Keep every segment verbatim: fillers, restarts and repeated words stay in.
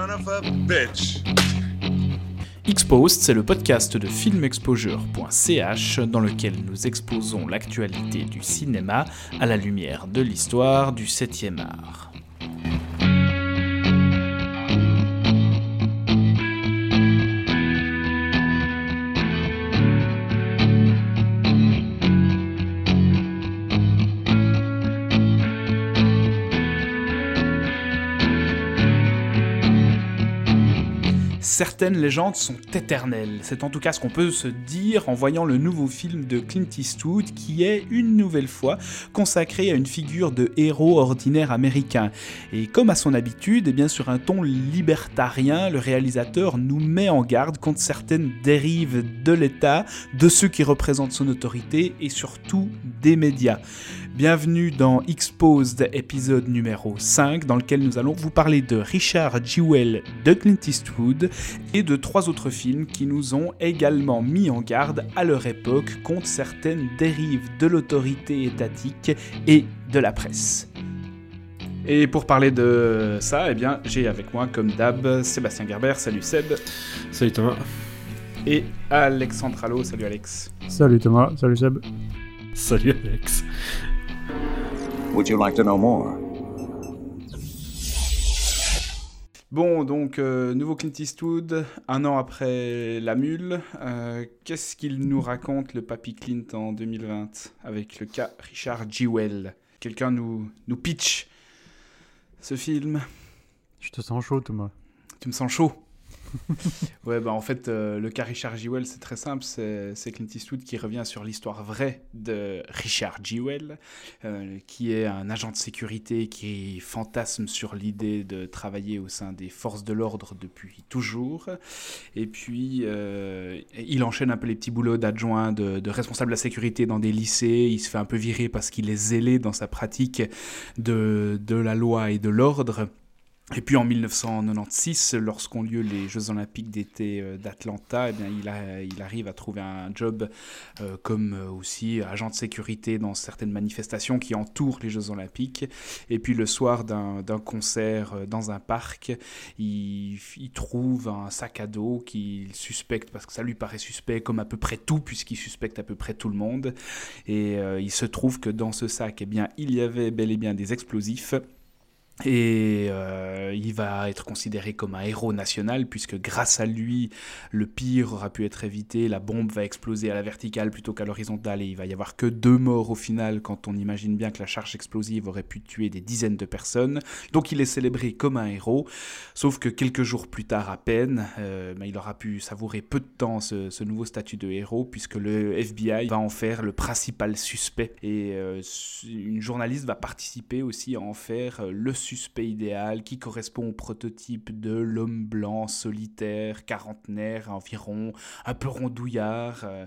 son of a bitch. Exposed, c'est le podcast de filmexposure point c h dans lequel nous exposons l'actualité du cinéma à la lumière de l'histoire du septième art. Certaines légendes sont éternelles, c'est en tout cas ce qu'on peut se dire en voyant le nouveau film de Clint Eastwood qui est une nouvelle fois consacré à une figure de héros ordinaire américain. Et comme à son habitude, et bien sur un ton libertarien, le réalisateur nous met en garde contre certaines dérives de l'État, de ceux qui représentent son autorité et surtout des médias. Bienvenue dans Exposed, épisode numéro cinq, dans lequel nous allons vous parler de Richard Jewell de Clint Eastwood et de trois autres films qui nous ont également mis en garde à leur époque contre certaines dérives de l'autorité étatique et de la presse. Et pour parler de ça, eh bien, j'ai avec moi, comme d'hab, Sébastien Gerber. Salut Seb. Salut Thomas. Et Alexandre Allo. Salut Alex. Salut Thomas. Salut Seb. Salut Alex. Would you like to know more? Bon, donc, euh, nouveau Clint Eastwood, un an après La Mule. Euh, qu'est-ce qu'il nous raconte, le papy Clint, en deux mille vingt, avec le cas Richard Jewell? Quelqu'un nous, nous pitch ce film? Je te sens chaud, Thomas. Tu me sens chaud? Ouais, bah en fait, euh, le cas Richard Jewell, c'est très simple. C'est, c'est Clint Eastwood qui revient sur l'histoire vraie de Richard Jewell, euh, qui est un agent de sécurité qui fantasme sur l'idée de travailler au sein des forces de l'ordre depuis toujours. Et puis, euh, il enchaîne un peu les petits boulots d'adjoint, de, de responsable de la sécurité dans des lycées. Il se fait un peu virer parce qu'il est zélé dans sa pratique de, de la loi et de l'ordre. Et puis en dix-neuf cent quatre-vingt-seize, lorsqu'ont lieu les Jeux Olympiques d'été d'Atlanta, eh bien, il, a, il arrive à trouver un job euh, comme aussi agent de sécurité dans certaines manifestations qui entourent les Jeux Olympiques. Et puis le soir d'un, d'un concert dans un parc, il, il trouve un sac à dos qu'il suspecte, parce que ça lui paraît suspect comme à peu près tout, puisqu'il suspecte à peu près tout le monde. Et euh, il se trouve que dans ce sac, eh bien, il y avait bel et bien des explosifs. Et euh, il va être considéré comme un héros national puisque grâce à lui, le pire aura pu être évité, la bombe va exploser à la verticale plutôt qu'à l'horizontale et il va y avoir que deux morts au final quand on imagine bien que la charge explosive aurait pu tuer des dizaines de personnes. Donc il est célébré comme un héros, sauf que quelques jours plus tard à peine, euh, bah, il aura pu savourer peu de temps ce, ce nouveau statut de héros puisque le F B I va en faire le principal suspect et euh, une journaliste va participer aussi à en faire le suspect idéal qui correspond au prototype de l'homme blanc solitaire, quarantenaire environ, un peu rondouillard. Euh,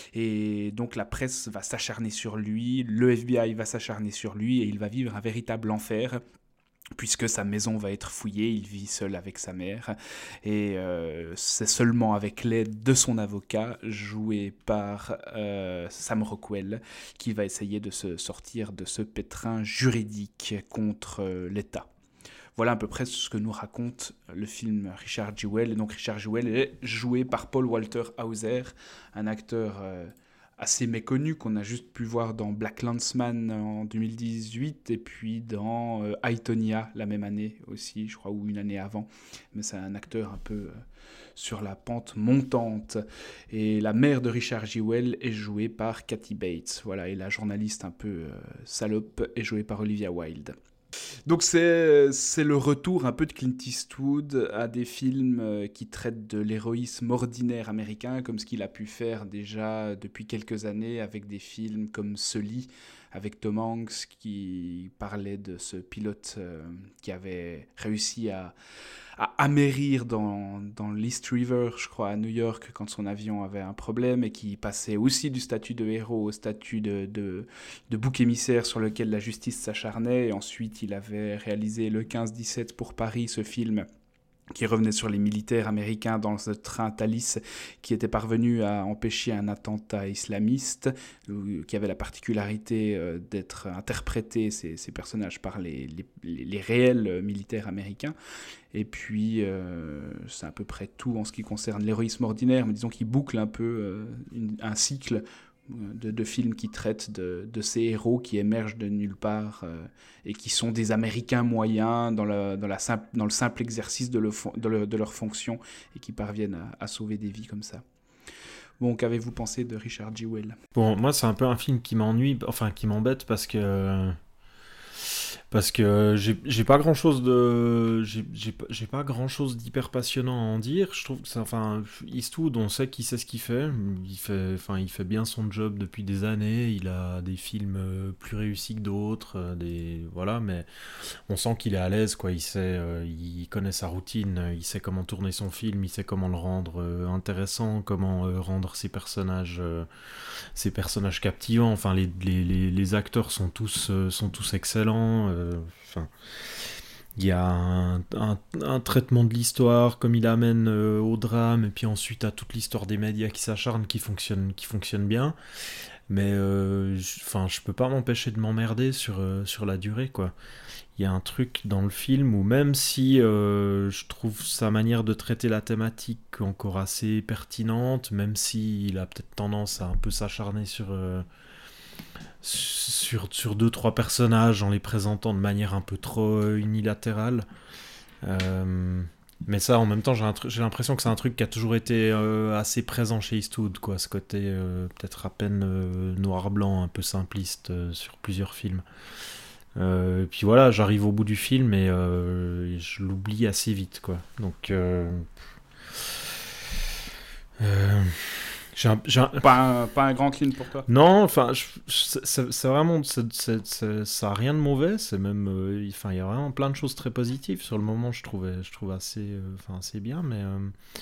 et donc la presse va s'acharner sur lui, le F B I va s'acharner sur lui et il va vivre un véritable enfer. Puisque sa maison va être fouillée, il vit seul avec sa mère, et euh, c'est seulement avec l'aide de son avocat, joué par euh, Sam Rockwell, qu'il va essayer de se sortir de ce pétrin juridique contre euh, l'État. Voilà à peu près ce que nous raconte le film Richard Jewell. Et donc Richard Jewell est joué par Paul Walter Hauser, un acteur euh, assez méconnu qu'on a juste pu voir dans Black Landsman en deux mille dix-huit et puis dans euh, I, Tonya la même année aussi, je crois, ou une année avant. Mais c'est un acteur un peu euh, sur la pente montante. Et la mère de Richard Jewell est jouée par Kathy Bates. Voilà, et la journaliste un peu euh, salope est jouée par Olivia Wilde. Donc c'est, c'est le retour un peu de Clint Eastwood à des films qui traitent de l'héroïsme ordinaire américain, comme ce qu'il a pu faire déjà depuis quelques années avec des films comme Sully, avec Tom Hanks, qui parlait de ce pilote euh, qui avait réussi à, à amérir dans, dans l'East River, je crois, à New York, quand son avion avait un problème, et qui passait aussi du statut de héros au statut de, de, de bouc émissaire sur lequel la justice s'acharnait. Et ensuite, il avait réalisé Le quinze dix-sept pour Paris, ce film qui revenait sur les militaires américains dans ce train Thalys qui était parvenu à empêcher un attentat islamiste, qui avait la particularité euh, d'être interprété, ces, ces personnages, par les, les, les réels militaires américains. Et puis, euh, c'est à peu près tout en ce qui concerne l'héroïsme ordinaire, mais disons qu'il boucle un peu euh, une, un cycle de, de films qui traitent de, de ces héros qui émergent de nulle part euh, et qui sont des Américains moyens dans, la, dans, la simple, dans le simple exercice de, le, de, le, de leur fonction et qui parviennent à, à sauver des vies comme ça. Bon, qu'avez-vous pensé de Richard Jewell ? Bon, moi, c'est un peu un film qui m'ennuie, enfin, qui m'embête parce que... Parce que j'ai, j'ai pas grand chose de. J'ai, j'ai, j'ai pas grand chose d'hyper passionnant à en dire. Je trouve que c'est. Enfin, Eastwood, on sait qu'il sait ce qu'il fait. Il fait, enfin, il fait bien son job depuis des années. Il a des films plus réussis que d'autres. Des, voilà, mais on sent qu'il est à l'aise, quoi. Il sait, euh, il connaît sa routine. Il sait comment tourner son film. Il sait comment le rendre euh, intéressant. Comment euh, rendre ses personnages, euh, ses personnages captivants. Enfin, les, les, les, les acteurs sont tous, euh, sont tous excellents. Euh, Enfin, il y a un, un, un traitement de l'histoire comme il amène euh, au drame et puis ensuite à toute l'histoire des médias qui s'acharnent qui fonctionne, qui fonctionne bien, mais euh, enfin je peux pas m'empêcher de m'emmerder sur, euh, sur la durée, quoi. Il y a un truc dans le film où même si euh, je trouve sa manière de traiter la thématique encore assez pertinente, même s'il a peut-être tendance à un peu s'acharner sur euh, Sur, sur deux trois personnages en les présentant de manière un peu trop unilatérale, euh, mais ça en même temps j'ai, un tr- j'ai l'impression que c'est un truc qui a toujours été euh, assez présent chez Eastwood, quoi, ce côté euh, peut-être à peine euh, noir-blanc, un peu simpliste euh, sur plusieurs films. Euh, et puis voilà, j'arrive au bout du film et euh, je l'oublie assez vite, quoi. Donc euh, euh, J'ai un, j'ai un... Pas, un, pas un grand clean pour toi ? Non, enfin, je, c'est, c'est, c'est vraiment, c'est, c'est, c'est, ça a rien de mauvais. C'est même, euh, enfin, il y a vraiment plein de choses très positives sur le moment. Je trouvais, je trouve assez, euh, enfin, assez bien, mais euh,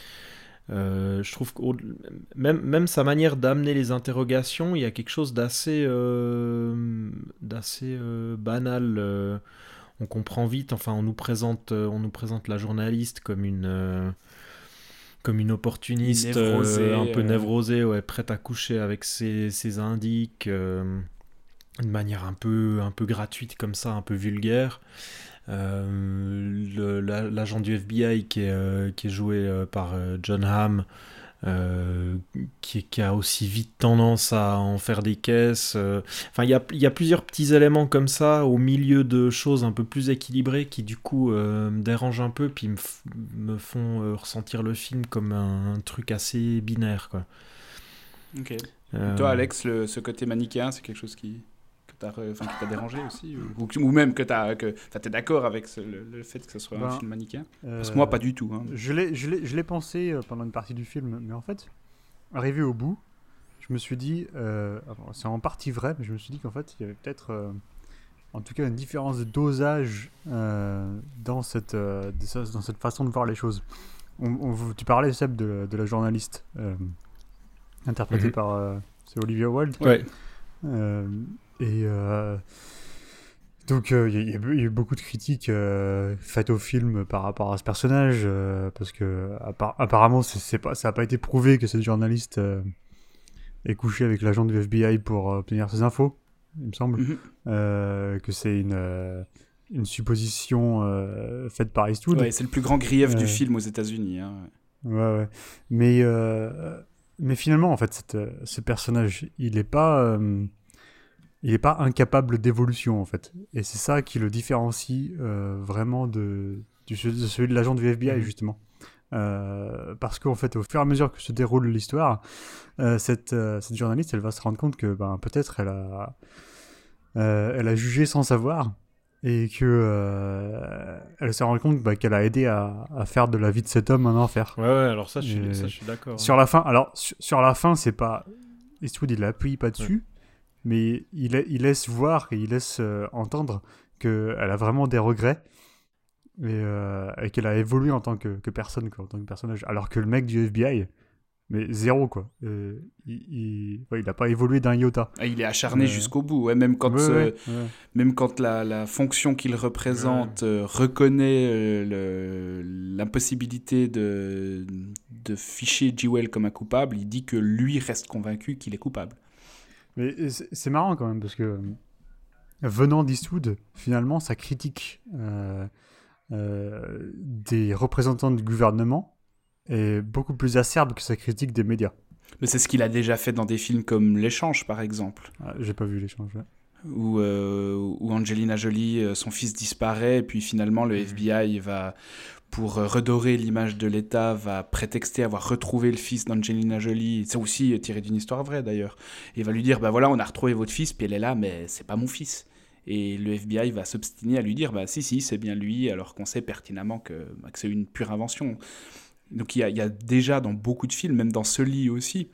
euh, je trouve que même, même sa manière d'amener les interrogations, il y a quelque chose d'assez, euh, d'assez euh, banal. Euh, on comprend vite. Enfin, on nous présente, on nous présente la journaliste comme une euh, comme une opportuniste névrosée, euh, un peu euh... névrosée, ouais, prête à coucher avec ses, ses indiques, euh, de manière un peu, un peu gratuite comme ça, un peu vulgaire. Euh, le, la, l'agent du F B I qui est, euh, qui est joué euh, par euh, John Hamm, euh, qui, qui a aussi vite tendance à en faire des caisses. Euh... Enfin, il y a, y a plusieurs petits éléments comme ça au milieu de choses un peu plus équilibrées qui du coup euh, me dérangent un peu, puis me, f- me font euh, ressentir le film comme un, un truc assez binaire, quoi. Ok. Euh... Et toi, Alex, le, ce côté manichéen, c'est quelque chose qui, que t'as, enfin, qui t'a dérangé aussi, ou, ou même que t'as, que, t'es d'accord avec ce, le, le fait que ce soit ben, un film manichéen ? Parce que moi, pas du tout. Hein. Je l'ai, je l'ai, je l'ai pensé pendant une partie du film, mais en fait, arrivé au bout, je me suis dit, euh, alors, c'est en partie vrai, mais je me suis dit qu'en fait, il y avait peut-être, euh, en tout cas, une différence de dosage euh, dans cette, euh, dans cette façon de voir les choses. On, on, tu parlais, Seb, de, de la journaliste euh, interprétée mm-hmm. par euh, c'est Olivia Wilde. Ouais. Euh, et euh, donc il euh, y, y, y a eu beaucoup de critiques euh, faites au film par rapport à ce personnage euh, parce que appar- apparemment c'est, c'est pas, ça n'a pas été prouvé que cette journaliste euh, ait couché avec l'agent du F B I pour euh, obtenir ses infos, il me semble. Mm-hmm. Euh, que c'est une euh, une supposition euh, faite par Eastwood. Ouais, c'est le plus grand grief euh... du film aux États-Unis. Hein. Ouais, ouais. Mais euh, mais finalement en fait cette, ce personnage il est pas euh, il n'est pas incapable d'évolution, en fait. Et c'est ça qui le différencie euh, vraiment de, du, de celui de l'agent du F B I, mmh. justement. Euh, parce qu'en fait, au fur et à mesure que se déroule l'histoire, euh, cette, euh, cette journaliste, elle va se rendre compte que ben, peut-être elle a, euh, elle a jugé sans savoir et que euh, elle s'est rendue compte bah, qu'elle a aidé à, à faire de la vie de cet homme un enfer. Ouais, ouais, alors ça, je suis, ça, je suis d'accord. Sur hein. la fin, alors, sur, sur la fin, c'est pas... Eastwood, il l'appuie pas dessus, ouais. mais il, il laisse voir et il laisse euh, entendre qu'elle a vraiment des regrets et, euh, et qu'elle a évolué en tant que, que personne, quoi, en tant que personnage. Alors que le mec du F B I, mais zéro, quoi. Euh, il, il, ouais, il a pas évolué d'un iota. Ah, il est acharné Euh, jusqu'au bout, ouais, même quand, Ouais, euh, ouais, ouais. même quand la, la fonction qu'il représente euh, reconnaît euh, le- l'impossibilité de, de ficher Jewel comme un coupable, il dit que lui reste convaincu qu'il est coupable. Mais c'est c'est marrant quand même, parce que euh, venant d'Eastwood, finalement, sa critique euh, euh, des représentants du gouvernement est beaucoup plus acerbe que sa critique des médias. Mais c'est ce qu'il a déjà fait dans des films comme L'Échange, par exemple. Ah, j'ai pas vu l'échange. Ouais. Où, euh, où Angelina Jolie, euh, son fils disparaît, et puis finalement le F B I va, pour euh, redorer l'image de l'État, va prétexter avoir retrouvé le fils d'Angelina Jolie. C'est aussi tiré d'une histoire vraie d'ailleurs. Et va lui dire, bah voilà, on a retrouvé votre fils, puis elle est là, mais c'est pas mon fils. Et le F B I va s'obstiner à lui dire, bah si, si, c'est bien lui, alors qu'on sait pertinemment que, bah, que c'est une pure invention. Donc il y a, il y a déjà dans beaucoup de films, même dans Sully aussi,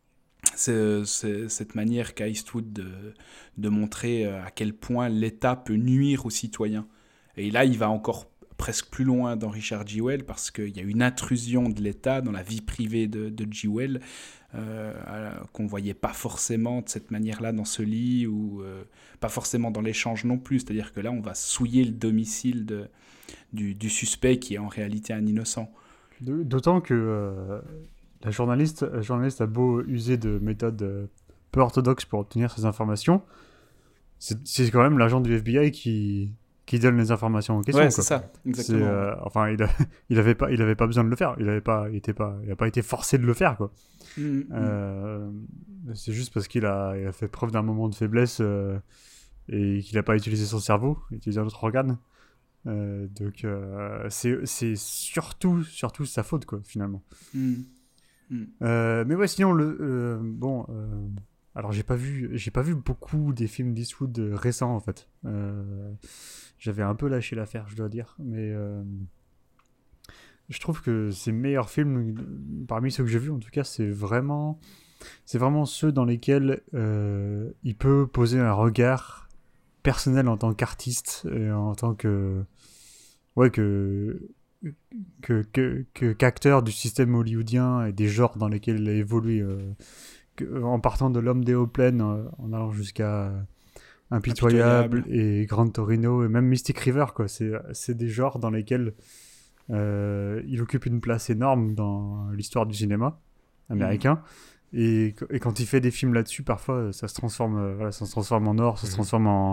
c'est, c'est cette manière qu'a Eastwood de, de montrer à quel point l'État peut nuire aux citoyens. Et là, il va encore presque plus loin dans Richard Jewell, parce qu'il y a une intrusion de l'État dans la vie privée de, de Jewell, euh, qu'on ne voyait pas forcément de cette manière-là dans ce lit, ou euh, pas forcément dans L'Échange non plus. C'est-à-dire que là, on va souiller le domicile de, du, du suspect qui est en réalité un innocent. D'autant que euh, la journaliste, la journaliste a beau user de méthodes euh, peu orthodoxes pour obtenir ces informations, c'est, c'est quand même l'agent du F B I qui, qui donne les informations en question. Ouais, quoi. c'est ça, exactement. C'est, euh, enfin, il, a, il avait pas, il avait pas besoin de le faire. Il avait pas, il était pas, il a pas été forcé de le faire, quoi. Mmh, euh, c'est juste parce qu'il a, il a fait preuve d'un moment de faiblesse euh, et qu'il a pas utilisé son cerveau, il a utilisé un autre organe. Euh, donc euh, c'est, c'est surtout, surtout sa faute, quoi, finalement. mmh, mmh. Euh, mais ouais, sinon le, euh, bon. Euh, alors j'ai pas vu, j'ai pas vu beaucoup des films d'Eastwood récents en fait. Euh, j'avais un peu lâché l'affaire, je dois dire, mais euh, je trouve que ses meilleurs films, parmi ceux que j'ai vus en tout cas, c'est vraiment, c'est vraiment ceux dans lesquels euh, il peut poser un regard personnel en tant qu'artiste et en tant que, ouais, que que, que, que qu'acteur du système hollywoodien et des genres dans lesquels il a évolué, euh, que, en partant de L'Homme des hauts plaines, euh, en allant jusqu'à Impitoyable, Impitoyable et Grand Torino et même Mystic River, quoi. C'est, c'est des genres dans lesquels euh, il occupe une place énorme dans l'histoire du cinéma américain. Mmh. Et, et quand il fait des films là-dessus, parfois ça se transforme, euh, voilà, ça se transforme en or, ça mmh. se transforme en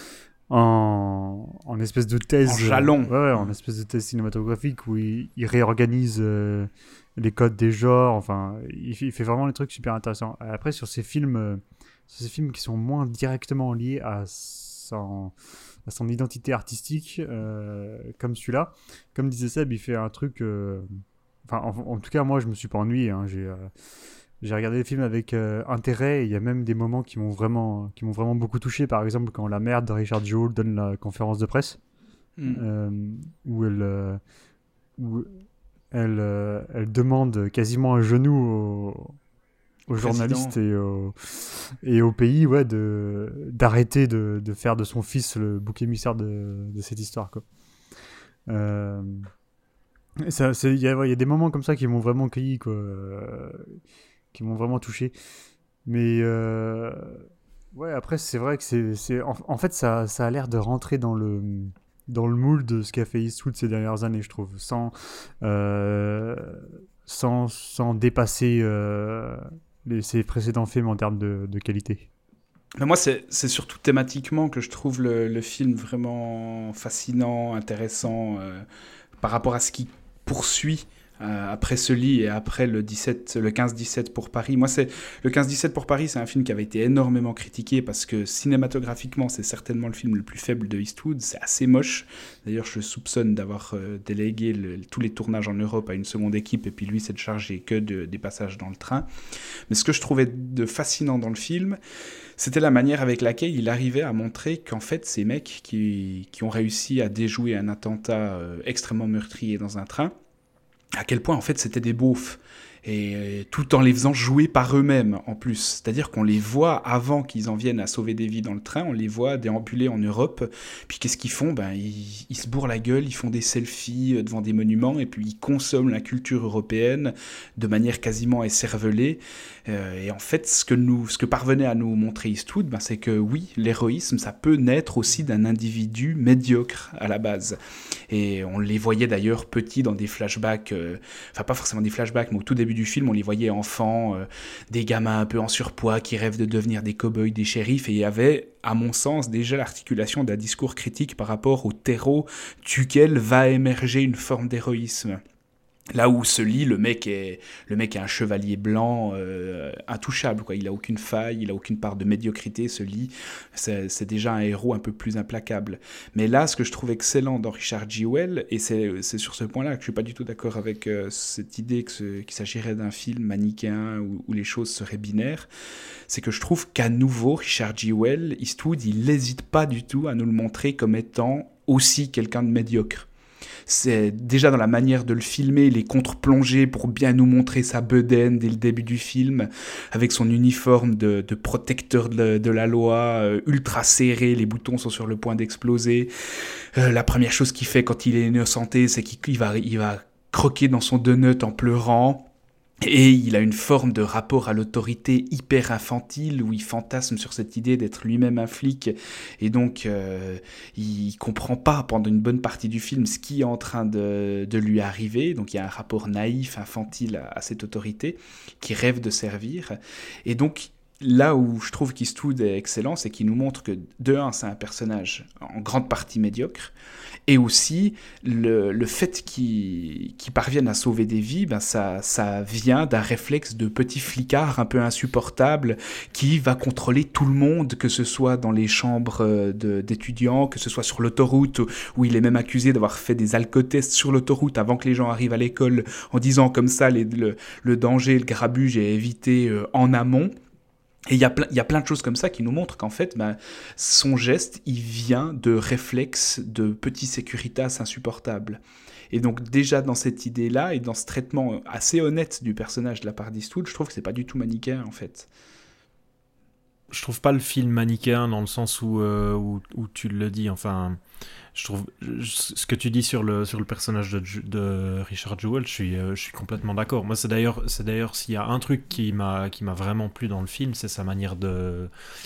En, en espèce de thèse, en jalon, euh, ouais, en espèce de thèse cinématographique où il, il réorganise euh, les codes des genres. Enfin, il, il fait vraiment des trucs super intéressants. Après, sur ces films, euh, sur ces films qui sont moins directement liés à son, à son identité artistique, euh, comme celui-là, comme disait Seb, il fait un truc. Euh, enfin, en, en tout cas, moi, je me suis pas ennuyé. Hein, j'ai euh, J'ai regardé le film avec euh, intérêt, et il y a même des moments qui m'ont vraiment, qui m'ont vraiment beaucoup touché. Par exemple, quand la mère de Richard Jewell donne la conférence de presse, mm. euh, où elle, euh, où elle, euh, elle demande quasiment à genoux aux, aux journalistes et au, et au pays, ouais, de, d'arrêter de, de faire de son fils le bouc émissaire de, de cette histoire, quoi. Euh, il y, y a des moments comme ça qui m'ont vraiment cueilli, quoi. Euh, qui m'ont vraiment touché. Mais euh, ouais, après c'est vrai que c'est, c'est en, en fait ça, ça a l'air de rentrer dans le dans le moule de ce qu'a fait Eastwood ces dernières années, je trouve, sans euh, sans, sans dépasser euh, les, ses précédents films en termes de, de qualité. Mais moi, c'est, c'est surtout thématiquement que je trouve le, le film vraiment fascinant, intéressant, euh, par rapport à ce qu'il poursuit euh, après ce lit et après le, dix-sept, le quinze dix-sept pour Paris. Moi, c'est, le quinze dix-sept pour Paris, c'est un film qui avait été énormément critiqué parce que cinématographiquement, c'est certainement le film le plus faible de Eastwood. C'est assez moche. D'ailleurs, je le soupçonne d'avoir euh, délégué le, tous les tournages en Europe à une seconde équipe et puis lui, c'est de charger que de, des passages dans le train. Mais ce que je trouvais de fascinant dans le film, c'était la manière avec laquelle il arrivait à montrer qu'en fait, ces mecs qui, qui ont réussi à déjouer un attentat euh, extrêmement meurtrier dans un train, à quel point en fait c'était des beaufs. et euh, tout en les faisant jouer par eux-mêmes en plus. C'est-à-dire qu'on les voit avant qu'ils en viennent à sauver des vies dans le train, on les voit déambuler en Europe, puis qu'est-ce qu'ils font ? Ben, ils, ils se bourrent la gueule, ils font des selfies devant des monuments, et puis ils consomment la culture européenne de manière quasiment écervelée. Euh, et en fait, ce que, nous, ce que parvenait à nous montrer Eastwood, ben, c'est que oui, l'héroïsme, ça peut naître aussi d'un individu médiocre à la base. Et on les voyait d'ailleurs petits dans des flashbacks, euh, enfin pas forcément des flashbacks, mais au tout début du film, on les voyait enfants, euh, des gamins un peu en surpoids qui rêvent de devenir des cow-boys, des shérifs, et il y avait, à mon sens, déjà l'articulation d'un discours critique par rapport au terreau duquel va émerger une forme d'héroïsme. Là où se lit, le mec est, le mec est un chevalier blanc euh, intouchable, quoi. Il n'a aucune faille, il n'a aucune part de médiocrité, se lit, c'est, c'est déjà un héros un peu plus implacable. Mais là, ce que je trouve excellent dans Richard Jewell, et c'est, c'est sur ce point-là que je ne suis pas du tout d'accord avec euh, cette idée que ce, qu'il s'agirait d'un film manichéen où, où les choses seraient binaires, c'est que je trouve qu'à nouveau, Richard Jewell, Eastwood, il n'hésite pas du tout à nous le montrer comme étant aussi quelqu'un de médiocre. C'est déjà dans la manière de le filmer, les contre-plongées pour bien nous montrer sa bedaine dès le début du film, avec son uniforme de, de protecteur de la, de la loi, euh, ultra serré, les boutons sont sur le point d'exploser. Euh, la première chose qu'il fait quand il est innocenté, c'est qu'il va, il va croquer dans son donut en pleurant. Et il a une forme de rapport à l'autorité hyper infantile où il fantasme sur cette idée d'être lui-même un flic et donc euh, il comprend pas pendant une bonne partie du film ce qui est en train de, de lui arriver. Donc il y a un rapport naïf, infantile à, à cette autorité qui rêve de servir. Et donc là où je trouve qu'Eastwood est excellent, c'est qu'il nous montre que de un, c'est un personnage en grande partie médiocre. Et aussi, le, le fait qu'il, qu'il parvienne à sauver des vies, ben ça, ça vient d'un réflexe de petit flicard un peu insupportable qui va contrôler tout le monde, que ce soit dans les chambres de, d'étudiants, que ce soit sur l'autoroute, où il est même accusé d'avoir fait des alcotests sur l'autoroute avant que les gens arrivent à l'école, en disant comme ça les, le, le danger, le grabuge est évité euh, en amont. Et il y a plein, il y a plein de choses comme ça qui nous montrent qu'en fait, ben, son geste, il vient de réflexes de petits sécuritas insupportables. Et donc déjà dans cette idée-là et dans ce traitement assez honnête du personnage de la part d'Eastwood, je trouve que c'est pas du tout manichéen en fait. Je trouve pas le film manichéen dans le sens où, euh, où, où tu le dis, enfin... Je trouve ce que tu dis sur le sur le personnage de, de Richard Jewell, je suis euh, je suis complètement d'accord. Moi, c'est d'ailleurs c'est d'ailleurs s'il y a un truc qui m'a qui m'a vraiment plu dans le film, c'est sa manière de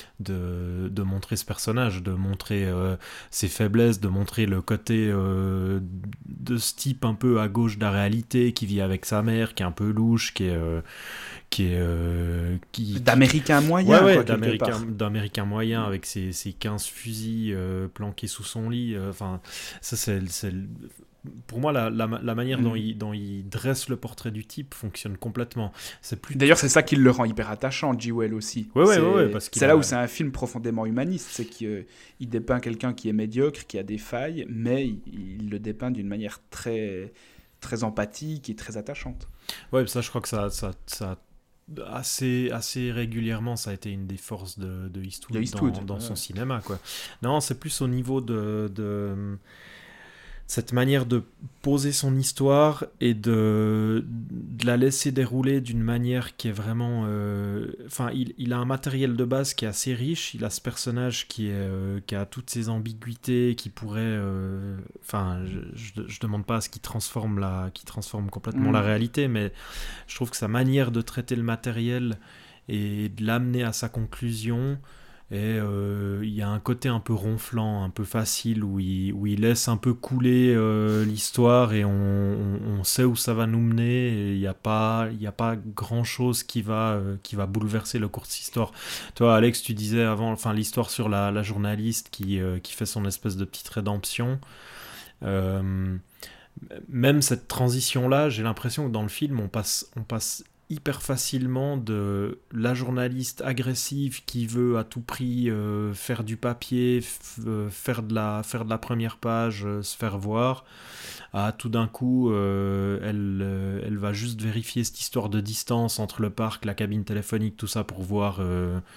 de de montrer ce personnage, de montrer euh, ses faiblesses, de montrer le côté euh, de ce type un peu à gauche de la réalité qui vit avec sa mère, qui est un peu louche, qui est euh, qui est euh, qui d'américain moyen, ouais, ouais, quoi, d'américain d'américain moyen avec ses ses quinze fusils euh, planqués sous son lit. Euh, Enfin, ça c'est, c'est pour moi la, la, la manière mmh. dont, il, dont il dresse le portrait du type fonctionne complètement. C'est plus... D'ailleurs, c'est ça qui le rend hyper attachant, Jewell aussi. Ouais, ouais, c'est, ouais, ouais, parce qu'il c'est a... là où c'est un film profondément humaniste, c'est qu'il euh, il dépeint quelqu'un qui est médiocre, qui a des failles, mais il, il le dépeint d'une manière très, très empathique et très attachante. Ouais, ça, je crois que ça, ça, ça assez assez régulièrement ça a été une des forces de, de Eastwood, de Eastwood dans, dans ouais. son cinéma, quoi. Non, c'est plus au niveau de, de cette manière de poser son histoire et de, de la laisser dérouler d'une manière qui est vraiment euh... enfin il, il a un matériel de base qui est assez riche, il a ce personnage qui est euh, qui a toutes ses ambiguïtés, qui pourrait euh... enfin je, je, je demande pas à ce qu'il transforme la qui transforme complètement mmh. la réalité, mais je trouve que sa manière de traiter le matériel et de l'amener à sa conclusion. Et il euh, y a un côté un peu ronflant, un peu facile, où il, où il laisse un peu couler euh, l'histoire et on, on, on sait où ça va nous mener. Il n'y a pas, il y a pas grand-chose qui va, euh, qui va bouleverser le cours de cette histoire. Toi, Alex, tu disais avant, enfin, l'histoire sur la, la journaliste qui, euh, qui fait son espèce de petite rédemption. Euh, même cette transition-là, j'ai l'impression que dans le film, on passe... On passe hyper facilement de la journaliste agressive qui veut à tout prix euh, faire du papier, f- euh, faire, de la, faire de la première page, euh, se faire voir, à tout d'un coup euh, elle, euh, elle va juste vérifier cette histoire de distance entre le parc, la cabine téléphonique, tout ça pour voir euh,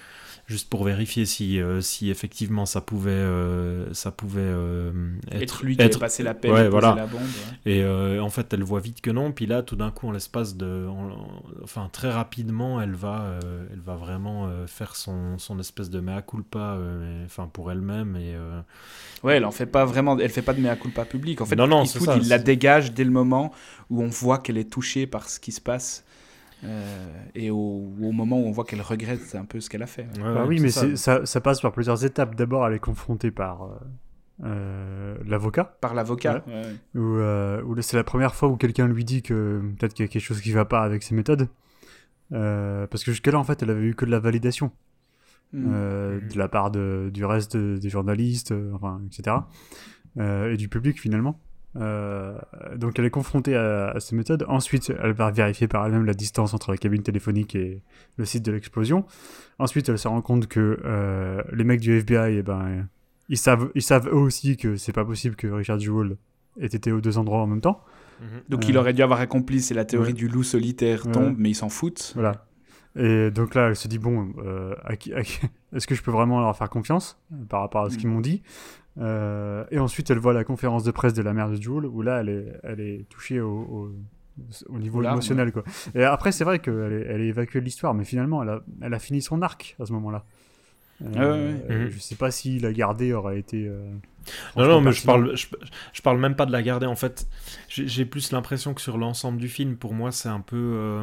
juste pour vérifier si, euh, si effectivement ça pouvait, euh, ça pouvait euh, être, être lui qui être... avait passé la pelle ouais, et voilà. posé la bombe. Ouais. Et euh, en fait, elle voit vite que non. Puis là, tout d'un coup, en l'espace de, en, enfin très rapidement, elle va, euh, elle va vraiment euh, faire son, son espèce de mea culpa, euh, enfin pour elle-même et. Euh... Ouais, elle en fait pas vraiment, elle fait pas de mea culpa public. En fait, non, non, Eastwood, c'est ça, il c'est... la dégage dès le moment où on voit qu'elle est touchée par ce qui se passe. Euh, et au, au moment où on voit qu'elle regrette un peu ce qu'elle a fait. Ouais. Ouais, bah ouais, oui, c'est mais ça. c'est, ça, ça passe par plusieurs étapes. D'abord, elle est confrontée par euh, euh, l'avocat. Par l'avocat. Ouais. Ouais, ouais. Où, euh, où c'est la première fois où quelqu'un lui dit que peut-être qu'il y a quelque chose qui va pas avec ses méthodes. Euh, parce que jusque-là, en fait, elle avait eu que de la validation. Mm. Euh, de la part de, du reste de, des journalistes, euh, enfin, et cetera. Euh, et du public, finalement. Euh, donc elle est confrontée à, à ces méthodes. Ensuite, elle va vérifier par elle-même la distance entre la cabine téléphonique et le site de l'explosion. Ensuite, elle se rend compte que euh, les mecs du F B I, eh ben, ils savent, ils savent eux aussi que c'est pas possible que Richard Jewell ait été aux deux endroits en même temps. Donc Euh, il aurait dû avoir accompli, c'est la théorie ouais. du loup solitaire Ouais. tombe, mais ils s'en foutent. Voilà. Et donc là, elle se dit, bon, euh, à qui, à qui- est-ce que je peux vraiment leur faire confiance euh, par rapport à ce Mm. qu'ils m'ont dit. Euh, Et ensuite, elle voit la conférence de presse de la mère de Jewel, où là, elle est, elle est touchée au, au, au niveau Aux larmes, émotionnel. Quoi. Et après, c'est vrai qu'elle est, elle est évacuée de l'histoire, mais finalement, elle a, elle a fini son arc à ce moment-là. Euh, Ouais, ouais, ouais. Mhm. Je sais pas si la garder aurait été... euh, Non, franchement non, mais je pertinent. parle, je, je parle même pas de la garder. En fait, j'ai, j'ai plus l'impression que sur l'ensemble du film, pour moi, c'est un peu. euh,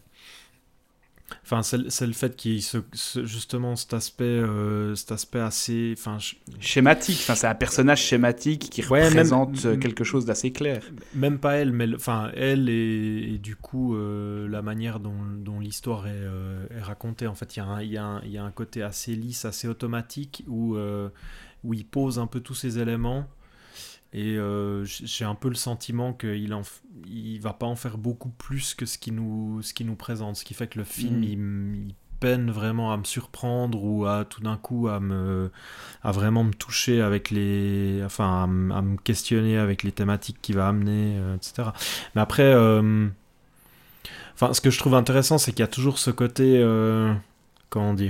Enfin, c'est, c'est le fait qu'il y ait ce, ce- justement cet aspect, euh, cet aspect assez. Enfin, je- Schématique, enfin, c'est un personnage schématique qui Ouais, même- représente euh, quelque chose d'assez clair. même pas elle, mais le- enfin elle et, et du coup euh, la manière dont, dont l'histoire est, euh, est racontée. En fait, il y, a un- il y, a un- il y a un côté assez lisse, assez automatique où euh, où il pose un peu tous ces éléments. Et euh, j- j'ai un peu le sentiment qu'il en f- il va pas en faire beaucoup plus que ce qu'il nous, ce qu'il nous présente. Ce qui fait que le film, Mm. il, m- il peine vraiment à me surprendre ou à tout d'un coup à, me, à vraiment me toucher avec les... Enfin, à, m- à me questionner avec les thématiques qu'il va amener, euh, et cetera. Mais après... euh, Enfin, ce que je trouve intéressant, c'est qu'il y a toujours ce côté... euh, Comment dire ?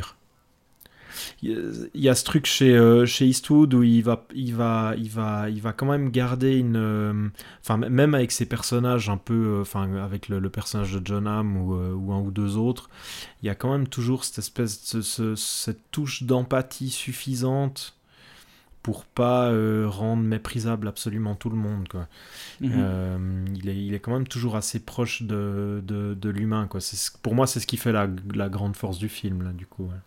Il y a ce truc chez, euh, chez Eastwood où il va, il, va, il, va, il va quand même garder une... euh, Enfin, même avec ses personnages un peu... euh, Enfin, avec le, le personnage de John Hamm ou, euh, ou un ou deux autres, il y a quand même toujours cette espèce... Ce, ce- cette touche d'empathie suffisante pour pas euh, rendre méprisable absolument tout le monde, quoi. Mhm. Euh, il, est, il est quand même toujours assez proche de, de, de l'humain, quoi. C'est, ce- pour moi, c'est ce qui fait la, la grande force du film, là, du coup. Ouais.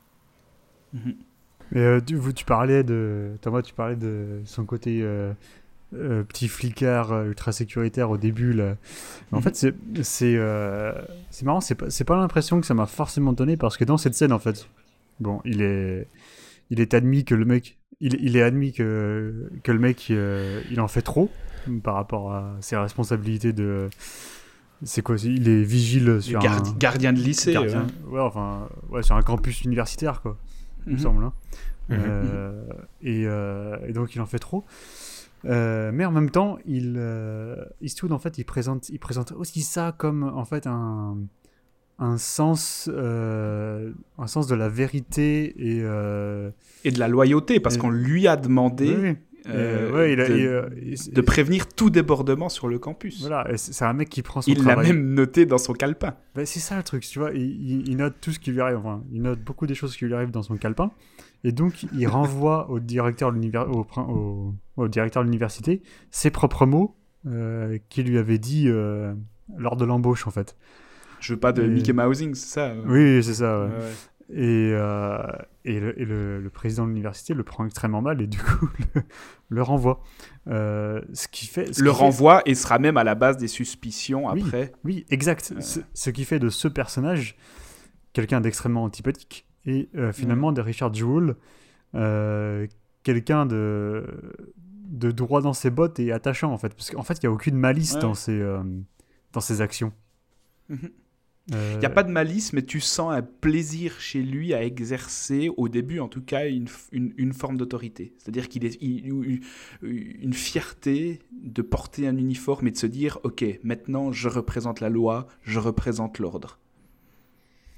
Mhm. Mais euh, tu, vous, tu parlais de... Thomas, tu parlais de son côté... euh, euh, petit flicard euh, ultra sécuritaire au début là. En Mhm. fait c'est c'est euh, c'est marrant, c'est pas c'est pas l'impression que ça m'a forcément donné parce que dans cette scène en fait bon il est il est admis que le mec il, il est admis que que le mec euh, il en fait trop par rapport à ses responsabilités de c'est quoi c'est- il est vigile sur Gardi- un Gardien de lycée. gardien ouais enfin ouais sur un campus universitaire quoi il me Mhm. semble hein. Mhm. Euh, et, euh, et donc il en fait trop. Euh, mais en même temps, il, euh, Eastwood en fait, il présente, il présente aussi ça comme en fait un, un sens, euh, un sens de la vérité et euh, Et de la loyauté, parce Et- qu'on lui a demandé oui, oui. euh, Et, ouais, il a- de, il, euh, il- de prévenir tout débordement sur le campus. Voilà, et c'est c'est un mec qui prend son Il l'a travail. même noté dans son calepin. Bah, c'est ça le truc, tu vois. Il, il- il note tout ce qui lui arrive. Enfin, il note beaucoup des choses qui lui arrivent dans son calepin. Et donc, il renvoie au directeur de l'univers- au, prin- au- au directeur de l'université ses propres mots euh, qu'il lui avait dit euh, lors de l'embauche, en fait. Je veux pas de Et- Mickey Mousing, c'est ça euh Oui, c'est ça. ouais. Ouais, ouais. Et, euh, et, le, et le- le président de l'université le prend extrêmement mal et du coup le, le renvoie. Euh, ce qui fait, ce Le qui fait- renvoie et sera même à la base des suspicions Oui. après. Oui, exact. Euh. Ce, ce qui fait de ce personnage quelqu'un d'extrêmement antipathique et euh, finalement de Richard Jewell euh, quelqu'un de, de droit dans ses bottes et attachant en fait. Parce qu'en fait, il n'y a aucune malice Ouais. dans, ses, euh, dans ses actions. Mhm. Euh, Il n'y a pas de malice, mais tu sens un plaisir chez lui à exercer, au début en tout cas, une, f- une, une forme d'autorité. C'est-à-dire qu'il est il- il- une fierté de porter un uniforme et de se dire « Ok, maintenant je représente la loi, je représente l'ordre.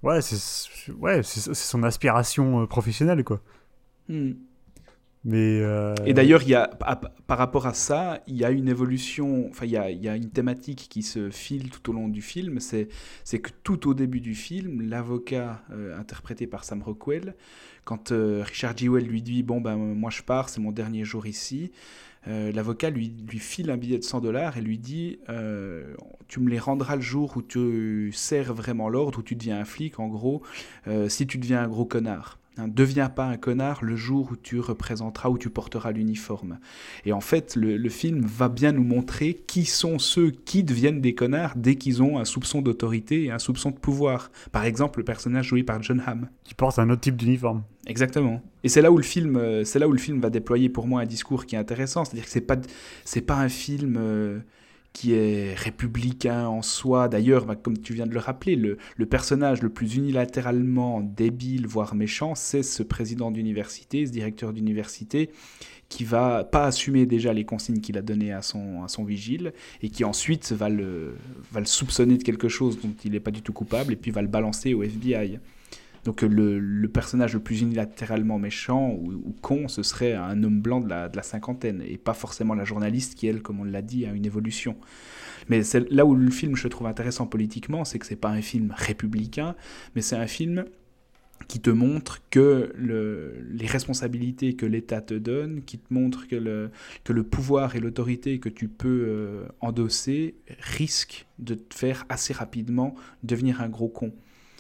Ouais, c'est, ouais, c'est, c'est son aspiration euh, professionnelle, quoi. Hmm. Mais euh... Et d'ailleurs, il y a, à- par rapport à ça, il y a une évolution, enfin, il y a, il y a une thématique qui se file tout au long du film, c'est, c'est que tout au début du film, l'avocat euh, interprété par Sam Rockwell, quand euh, Richard Jewell lui dit « Bon, ben, moi je pars, c'est mon dernier jour ici », euh, l'avocat lui, lui file un billet de cent dollars et lui dit euh, tu me les rendras le jour où tu sers vraiment l'ordre, où tu deviens un flic, en gros, euh, si tu deviens un gros connard. Hein, deviens pas un connard le jour où tu représenteras, où tu porteras l'uniforme. Et en fait, le, le film va bien nous montrer qui sont ceux qui deviennent des connards dès qu'ils ont un soupçon d'autorité et un soupçon de pouvoir. Par exemple, le personnage joué par John Hamm. Qui porte un autre type d'uniforme. Exactement. Et c'est là où le film, euh, c'est là où le film va déployer pour moi un discours qui est intéressant. C'est-à-dire que c'est pas, c'est pas un film euh, qui est républicain en soi. D'ailleurs, bah, comme tu viens de le rappeler, le, le personnage le plus unilatéralement débile, voire méchant, c'est ce président d'université, ce directeur d'université, qui va pas assumer déjà les consignes qu'il a données à son, à son vigile, et qui ensuite va le, va le soupçonner de quelque chose dont il n'est pas du tout coupable, et puis va le balancer au F B I. Donc le, le personnage le plus unilatéralement méchant ou, ou con, ce serait un homme blanc de la, de la cinquantaine, et pas forcément la journaliste qui, elle, comme on l'a dit, a une évolution. Mais c'est là où le film, je le trouve intéressant politiquement, c'est que c'est pas un film républicain, mais c'est un film qui te montre que le, les responsabilités que l'État te donne, qui te montre que le, que le pouvoir et l'autorité que tu peux euh, endosser risquent de te faire assez rapidement devenir un gros con.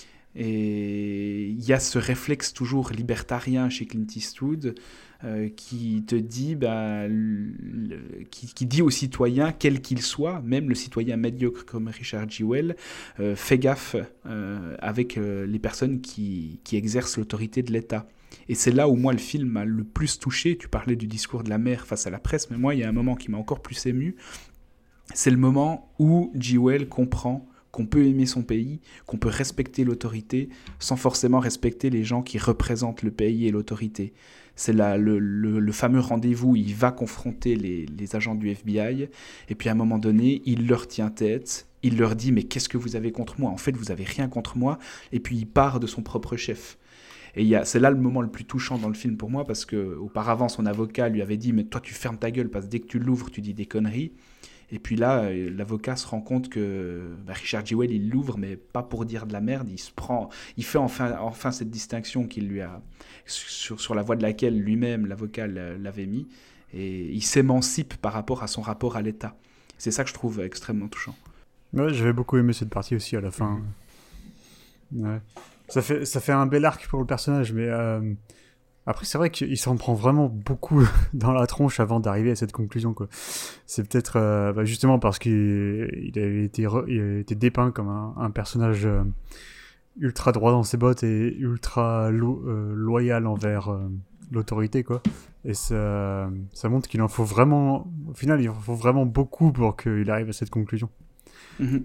Et il y a ce réflexe toujours libertarien chez Clint Eastwood euh, qui te dit, bah, le, qui, qui dit aux citoyens, quel qu'il soit, même le citoyen médiocre comme Richard Jewell, euh, fais gaffe euh, avec euh, les personnes qui, qui exercent l'autorité de l'État. Et c'est là où moi le film m'a le plus touché. Tu parlais du discours de la mère face à la presse, mais moi il y a un moment qui m'a encore plus ému. C'est le moment où Jewell comprend qu'on peut aimer son pays, qu'on peut respecter l'autorité sans forcément respecter les gens qui représentent le pays et l'autorité. C'est là le, le, le fameux rendez-vous où il va confronter les, les agents du F B I, et puis à un moment donné, il leur tient tête, il leur dit « mais qu'est-ce que vous avez contre moi ? En fait, vous n'avez rien contre moi », et puis il part de son propre chef. Et il y a, c'est là le moment le plus touchant dans le film pour moi, parce qu'auparavant, son avocat lui avait dit « mais toi, tu fermes ta gueule, parce que dès que tu l'ouvres, tu dis des conneries ». Et puis là, l'avocat se rend compte que bah, Richard Jewell, il l'ouvre, mais pas pour dire de la merde. Il se prend, il fait enfin, enfin cette distinction qu'il lui a, sur, sur la voie de laquelle lui-même, l'avocat, l'avait mis. Et il s'émancipe par rapport à son rapport à l'État. C'est ça que je trouve extrêmement touchant. Ouais, j'avais beaucoup aimé cette partie aussi à la fin. Mmh. Ouais. Ça fait, ça fait un bel arc pour le personnage, mais euh, après c'est vrai qu'il s'en prend vraiment beaucoup dans la tronche avant d'arriver à cette conclusion, quoi. C'est peut-être euh, bah justement parce qu'il il avait été, re, il avait été dépeint comme un, un personnage euh, ultra droit dans ses bottes et ultra lo, euh, loyal envers euh, l'autorité, quoi. Et ça, ça montre qu'il en faut vraiment, au final il en faut vraiment beaucoup pour qu'il arrive à cette conclusion. Mmh.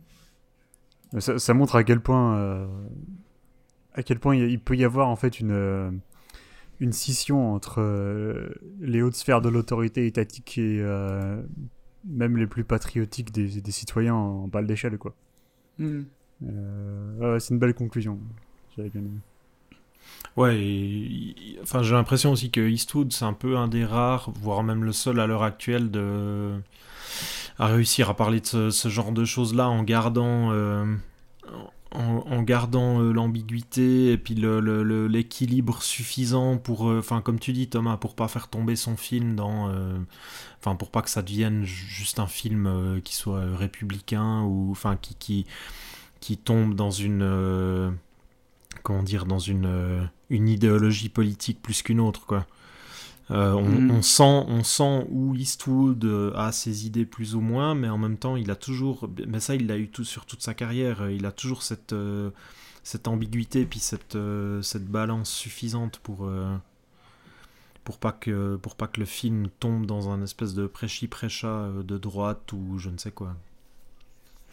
Ça, ça montre à quel point euh, à quel point il peut y avoir en fait une euh, une scission entre euh, les hautes sphères de l'autorité étatique et euh, même les plus patriotiques des, des citoyens en balle d'échelle, quoi. Mmh. Euh, ouais, c'est une belle conclusion. J'avais bien aimé. Ouais, et, enfin, j'ai l'impression aussi que Eastwood, c'est un peu un des rares, voire même le seul à l'heure actuelle, de... à réussir à parler de ce, ce genre de choses-là en gardant... Euh... En, en gardant euh, l'ambiguïté et puis le, le, le, l'équilibre suffisant pour, enfin euh, comme tu dis Thomas, pour pas faire tomber son film dans, enfin euh, pour pas que ça devienne juste un film euh, qui soit euh, républicain ou enfin qui, qui qui tombe dans une euh, comment dire dans une euh, une idéologie politique plus qu'une autre, quoi. Euh, on, mmh. on, sent, on sent où Eastwood a ses idées plus ou moins, mais en même temps, il a toujours, mais ça, il l'a eu tout, sur toute sa carrière, il a toujours cette, euh, cette ambiguïté, puis cette, euh, cette balance suffisante pour, euh, pour, pas que, pour pas que le film tombe dans un espèce de prêchi-prêcha de droite ou je ne sais quoi.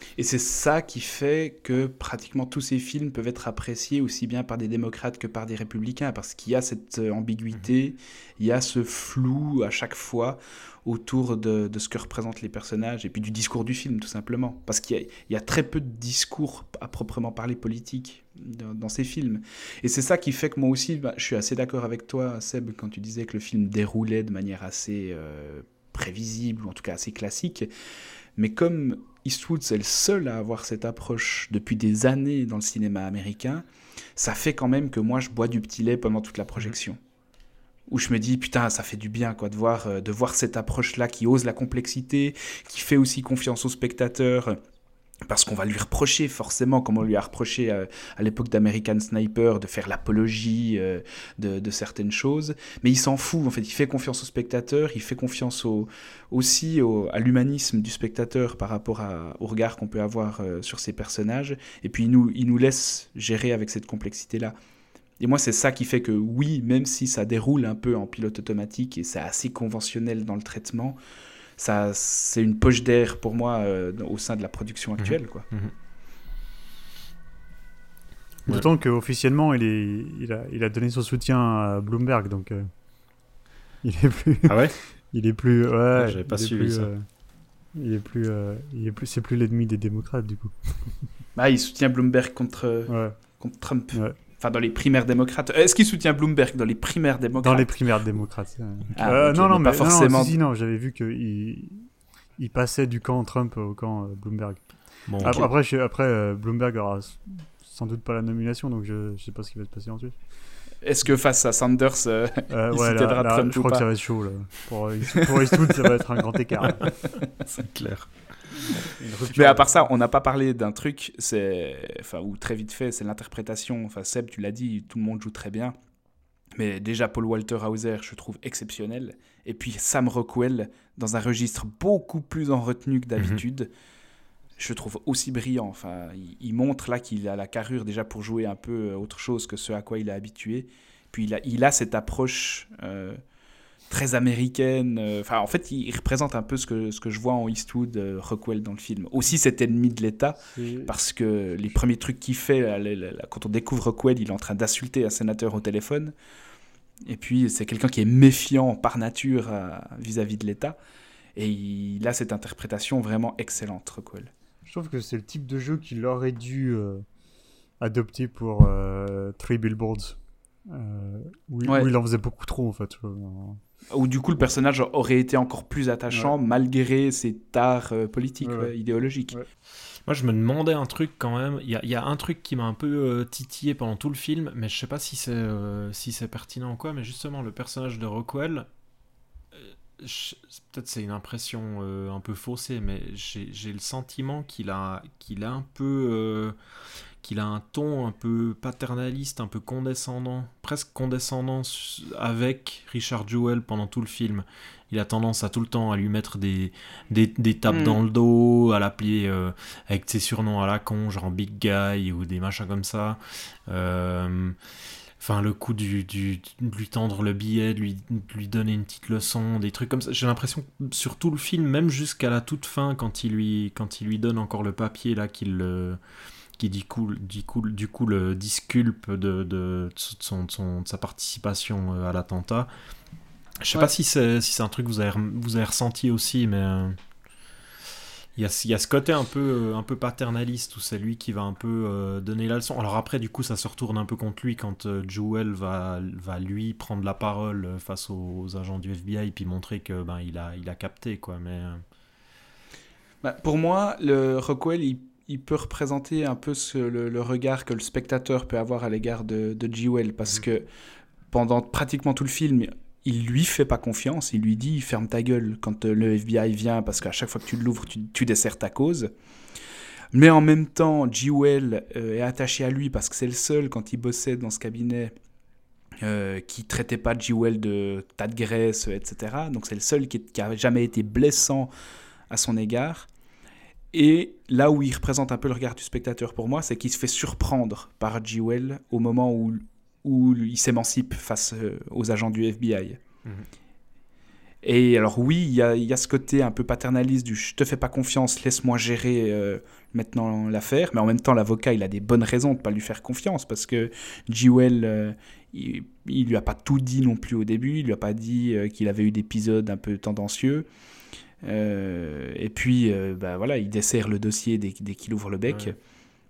Et c'est ça qui fait que pratiquement tous ces films peuvent être appréciés aussi bien par des démocrates que par des républicains, parce qu'il y a cette euh, ambiguïté, il y a ce flou à chaque fois autour de, de ce que représentent les personnages, et puis du discours du film, tout simplement. Parce qu'il y a, il y a très peu de discours à proprement parler politique dans, dans ces films. Et c'est ça qui fait que moi aussi, bah, je suis assez d'accord avec toi, Seb, quand tu disais que le film déroulait de manière assez euh, prévisible, ou en tout cas assez classique. Mais comme Eastwood, c'est le seul à avoir cette approche depuis des années dans le cinéma américain, ça fait quand même que moi, je bois du petit lait pendant toute la projection. Où je me dis, putain, ça fait du bien quoi, de, voir, euh, de voir cette approche-là qui ose la complexité, qui fait aussi confiance au spectateur, parce qu'on va lui reprocher forcément, comme on lui a reproché à, à l'époque d'American Sniper, de faire l'apologie euh, de, de certaines choses. Mais il s'en fout, en fait, il fait confiance au spectateur, il fait confiance au, aussi au, à l'humanisme du spectateur par rapport à, au regard qu'on peut avoir euh, sur ces personnages, et puis il nous, il nous laisse gérer avec cette complexité-là. Et moi, c'est ça qui fait que oui, même si ça déroule un peu en pilote automatique et c'est assez conventionnel dans le traitement, ça, c'est une poche d'air pour moi euh, au sein de la production actuelle, quoi. Mmh. Ouais. D'autant qu'officiellement, il, est, il, a, il a donné son soutien à Bloomberg, donc euh, il est plus... Ah ouais Il est plus... Ouais, ouais j'avais pas il suivi plus, ça. Euh, il est plus... Euh, il est plus c'est plus l'ennemi des démocrates, du coup. Bah, il soutient Bloomberg contre, ouais. contre Trump. Ouais. Enfin, dans les primaires démocrates. Est-ce qu'il soutient Bloomberg dans les primaires démocrates ? Dans les primaires démocrates. Ah, euh, okay, non, non, mais mais pas forcément. Non, si, si, non, j'avais vu qu'il il passait du camp Trump au camp euh, Bloomberg. Bon, après, okay. après, je, après euh, Bloomberg aura sans doute pas la nomination, donc je, je sais pas ce qui va se passer ensuite. Est-ce que face à Sanders, euh, euh, il ouais, soutiendra là, là, Trump je ou crois pas ? que ça va être chaud là. Pour, pour Eastwood, ça va être un grand écart. Là. C'est clair. Mais à part ça, on n'a pas parlé d'un truc, c'est, enfin, ou très vite fait, c'est l'interprétation. Enfin, Seb, tu l'as dit, tout le monde joue très bien. Mais déjà, Paul Walter Hauser, je trouve exceptionnel. Et puis Sam Rockwell, dans un registre beaucoup plus en retenue que d'habitude, mm-hmm. je trouve aussi brillant. Enfin, il, il montre là qu'il a la carrure déjà pour jouer un peu autre chose que ce à quoi il est habitué. Puis il a, il a cette approche... Euh, très américaine. Enfin, euh, en fait, il, il représente un peu ce que, ce que je vois en Eastwood, euh, Rockwell dans le film. Aussi cet ennemi de l'État, c'est... parce que les premiers trucs qu'il fait, là, là, là, quand on découvre Rockwell, il est en train d'insulter un sénateur au téléphone. Et puis, c'est quelqu'un qui est méfiant par nature à, vis-à-vis de l'État. Et il a cette interprétation vraiment excellente, Rockwell. Je trouve que c'est le type de jeu qu'il aurait dû euh, adopter pour euh, Three Billboards. Euh, où, ouais. où il en faisait beaucoup trop, en fait. Où du coup le personnage aurait été encore plus attachant ouais. malgré ses tares euh, politiques, ouais, ouais. idéologiques. Ouais. Moi je me demandais un truc quand même, il y, y a un truc qui m'a un peu euh, titillé pendant tout le film, mais je sais pas si c'est, euh, si c'est pertinent ou quoi, mais justement le personnage de Rockwell, euh, je, peut-être c'est une impression euh, un peu faussée, mais j'ai, j'ai le sentiment qu'il a, qu'il a un peu... Euh, qu'il a un ton un peu paternaliste, un peu condescendant, presque condescendant avec Richard Jewell pendant tout le film. Il a tendance à tout le temps à lui mettre des, des, des tapes mmh. dans le dos, à l'appeler euh, avec ses surnoms à la con, genre Big Guy ou des machins comme ça. Euh, enfin, le coup du, du, de lui tendre le billet, de lui, de lui donner une petite leçon, des trucs comme ça. J'ai l'impression que sur tout le film, même jusqu'à la toute fin, quand il lui, quand il lui donne encore le papier là, qu'il le... qui du coup, du coup, du coup le disculpe de, de, de, son, de, son, de sa participation à l'attentat. Je sais ouais. pas si c'est, si c'est un truc que vous avez, vous avez ressenti aussi, mais il euh, y, y a ce côté un peu, un peu paternaliste où c'est lui qui va un peu euh, donner la leçon. Alors après, du coup, ça se retourne un peu contre lui quand euh, Jewell va, va lui prendre la parole face aux, aux agents du F B I puis montrer que ben, il, a, il a capté, quoi. Mais, euh... bah, pour moi, le Rockwell, il il peut représenter un peu ce, le, le regard que le spectateur peut avoir à l'égard de, de Jewell, parce mmh. que pendant pratiquement tout le film, il lui fait pas confiance, il lui dit « ferme ta gueule » quand le F B I vient, parce qu'à chaque fois que tu l'ouvres, tu, tu desserres ta cause. Mais en même temps, Jewell euh, est attaché à lui, parce que c'est le seul, quand il bossait dans ce cabinet, euh, qui traitait pas Jewell de tas de graisse, et cetera. Donc c'est le seul qui n'a jamais été blessant à son égard. Et là où il représente un peu le regard du spectateur pour moi, c'est qu'il se fait surprendre par Jewell au moment où, où il s'émancipe face aux agents du F B I. Mmh. Et alors oui, il y a, il y a ce côté un peu paternaliste du « je te fais pas confiance, laisse-moi gérer euh, maintenant l'affaire », mais en même temps l'avocat il a des bonnes raisons de pas lui faire confiance parce que Jewel, euh, il, il lui a pas tout dit non plus au début, il lui a pas dit euh, qu'il avait eu d'épisodes un peu tendancieux, euh, et puis euh, bah, voilà, il dessert le dossier dès, dès qu'il ouvre le bec. Ouais.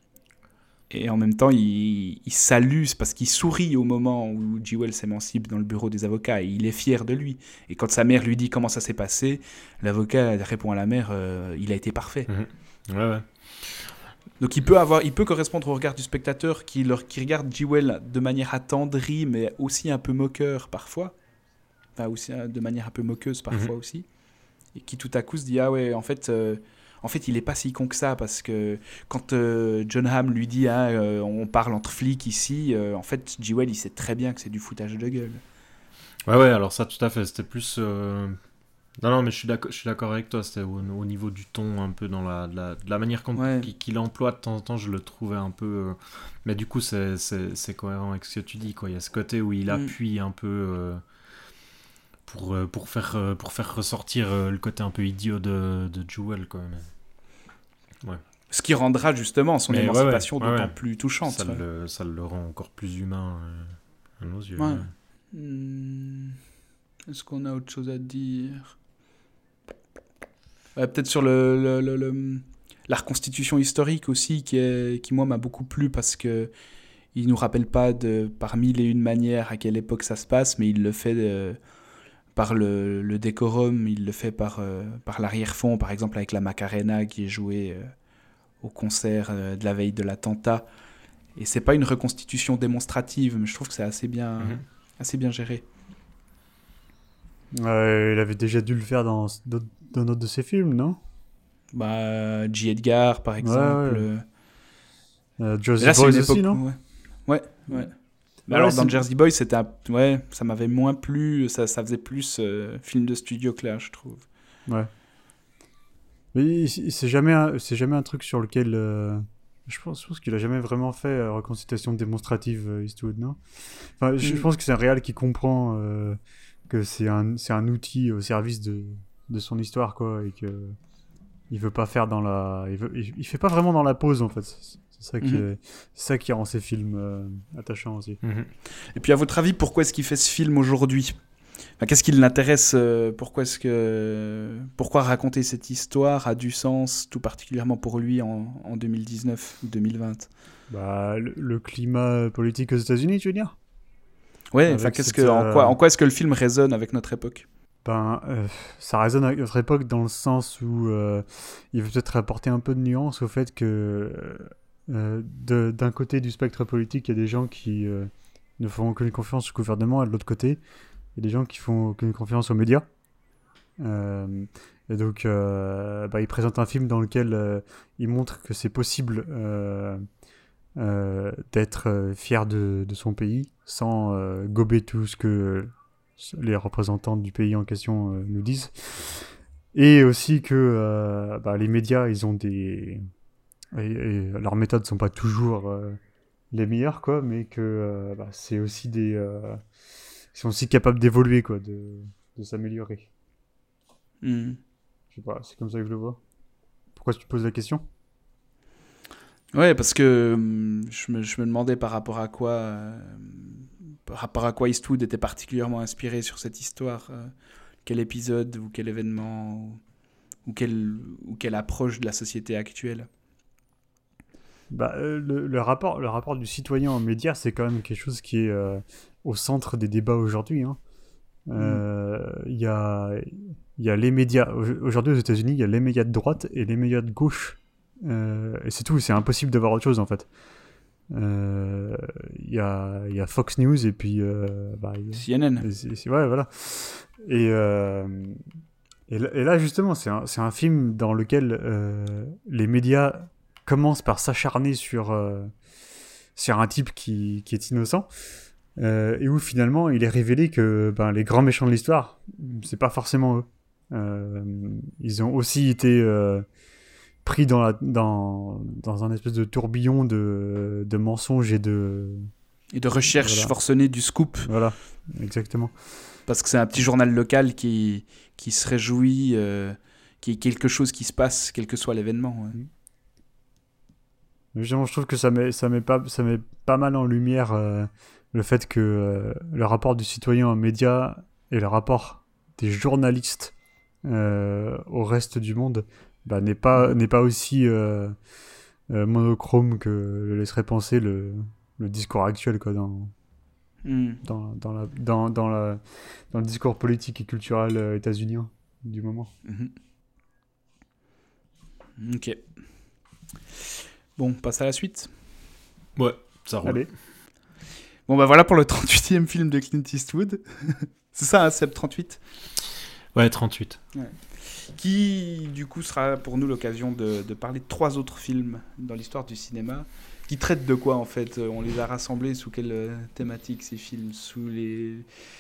Et en même temps, il, il s'alluse parce qu'il sourit au moment où Jewel s'émancipe dans le bureau des avocats et il est fier de lui. Et quand sa mère lui dit comment ça s'est passé, l'avocat répond à la mère euh, il a été parfait. Mmh. Ouais, ouais. Donc il peut, avoir, il peut correspondre au regard du spectateur qui, leur, qui regarde Jewel de manière attendrie mais aussi un peu moqueur parfois. Enfin, aussi de manière un peu moqueuse parfois mmh. aussi. Et qui tout à coup se dit ah ouais, en fait. Euh, En fait, il n'est pas si con que ça, parce que quand euh, John Hamm lui dit ah, euh, on parle entre flics ici, euh, en fait, Jewel, il sait très bien que c'est du foutage de gueule. Ouais, ouais, alors ça, tout à fait. C'était plus... Euh... Non, non, mais je suis d'accord, je suis d'accord avec toi. C'était au, au niveau du ton, un peu dans la, de la, de la manière ouais. qu'il, qu'il emploie de temps en temps, je le trouvais un peu... Euh... Mais du coup, c'est, c'est, c'est cohérent avec ce que tu dis, quoi. Il y a ce côté où il mm. appuie un peu... Euh... Pour, pour, faire, pour faire ressortir le côté un peu idiot de, de Jewel, quand même. Ouais. Ce qui rendra justement son Mais émancipation ouais, ouais, d'autant ouais, ouais. plus touchante. Ça, ouais. le, ça le rend encore plus humain euh, à nos yeux. Ouais. Ouais. Mmh. Est-ce qu'on a autre chose à dire ? ouais, Peut-être sur le, le, le, le, la reconstitution historique aussi, qui, est, qui moi m'a beaucoup plu parce que il nous rappelle pas de, par mille et une manières à quelle époque ça se passe, mais il le fait... De, par le, le décorum, il le fait par, euh, par l'arrière-fond, par exemple avec la Macarena qui est jouée euh, au concert euh, de la veille de l'attentat. Et c'est pas une reconstitution démonstrative, mais je trouve que c'est assez bien, mm-hmm. assez bien géré. Euh, il avait déjà dû le faire dans dans d'autres de ses films, non ? Bah, J. Edgar, par exemple. Ouais, ouais. Euh, Jersey Boys époque... aussi, non ? Ouais, ouais. ouais. Mais alors, ouais, dans c'est... Jersey Boys, c'était un... ouais, ça m'avait moins plu, ça, ça faisait plus euh, film de studio que là, je trouve. Ouais. Mais c'est jamais un, c'est jamais un truc sur lequel... Euh... Je, pense, je pense qu'il a jamais vraiment fait euh, reconstitution démonstrative, euh, Eastwood, non ? Enfin, mm. je, je pense que c'est un réal qui comprend euh, que c'est un, c'est un outil au service de, de son histoire, quoi, et que il veut pas faire dans la... Il, veut, il, il fait pas vraiment dans la pause, en fait. C'est ça qui, mm-hmm. est, c'est ça qui rend ces films euh, attachants aussi. Mm-hmm. Et puis, à votre avis, pourquoi est-ce qu'il fait ce film aujourd'hui ? Enfin, qu'est-ce qui l'intéresse euh, pourquoi, est-ce que, pourquoi raconter cette histoire a du sens, tout particulièrement pour lui, en, en deux mille dix-neuf ou deux mille vingt ? Bah, le, le climat politique aux États-Unis, tu veux dire ? Ouais, enfin, qu'est-ce que, en, quoi, en quoi est-ce que le film résonne avec notre époque ? Ben, euh, ça résonne avec notre époque dans le sens où euh, il veut peut-être apporter un peu de nuance au fait que... Euh, de, d'un côté du spectre politique, il y a des gens qui euh, ne font aucune confiance au gouvernement, et de l'autre côté, il y a des gens qui font aucune confiance aux médias. Euh, et donc, euh, bah, il présente un film dans lequel euh, il montre que c'est possible euh, euh, d'être fier de, de son pays sans euh, gober tout ce que les représentants du pays en question euh, nous disent. Et aussi que euh, bah, les médias, ils ont des... Et, et leurs méthodes sont pas toujours euh, les meilleures, quoi, mais que euh, bah, c'est aussi des euh, ils sont aussi capables d'évoluer, quoi, de, de s'améliorer. Mm. Je sais pas, c'est comme ça que je le vois. Pourquoi tu poses la question ? Ouais, parce que hum, je, me, je me demandais par rapport à quoi euh, par rapport à quoi Eastwood était particulièrement inspiré sur cette histoire. Euh, quel épisode ou quel événement ou, ou, quel, ou quelle approche de la société actuelle. Bah, euh, le, le, rapport, le rapport du citoyen aux médias, c'est quand même quelque chose qui est euh, au centre des débats aujourd'hui. Hein. Euh, il y a, y a les médias. Aujourd'hui, aux États-Unis, il y a les médias de droite et les médias de gauche. Euh, et c'est tout, c'est impossible d'avoir autre chose, en fait. Il euh, y, a, y a Fox News et puis... Euh, bah, y a, C N N. Et c'est, c'est, ouais, voilà. Et, euh, et, là, et là, justement, c'est un, c'est un film dans lequel euh, les médias... commence par s'acharner sur, euh, sur un type qui, qui est innocent, euh, et où finalement il est révélé que ben, les grands méchants de l'histoire, c'est pas forcément eux. Euh, ils ont aussi été euh, pris dans, la, dans, dans un espèce de tourbillon de, de mensonges et de, Et de recherche Voilà. forcenée du scoop. Voilà, exactement. Parce que c'est un petit journal local qui, qui se réjouit euh, qu'il y ait quelque chose qui se passe, quel que soit l'événement. Ouais. Justement, je trouve que ça met, ça met, pas, ça met pas mal en lumière euh, le fait que euh, le rapport du citoyen aux médias et le rapport des journalistes euh, au reste du monde bah, n'est pas, n'est pas aussi euh, euh, monochrome que le laisserait penser le, le discours actuel quoi, dans, Mm. dans, dans, la, dans, dans, la, dans le discours politique et culturel euh, états-unien du moment. Mhm. Ok. Bon, on passe à la suite. Ouais, ça roule. Allez. Bon, bah voilà pour le trente-huitième film de Clint Eastwood. C'est ça, hein, Seb trente-huit. Ouais, trente-huit. Qui, du coup, sera pour nous l'occasion de, de parler de trois autres films dans l'histoire du cinéma. Qui traitent de quoi, en fait? On les a rassemblés sous quelle euh, thématique, ces films? Sous les,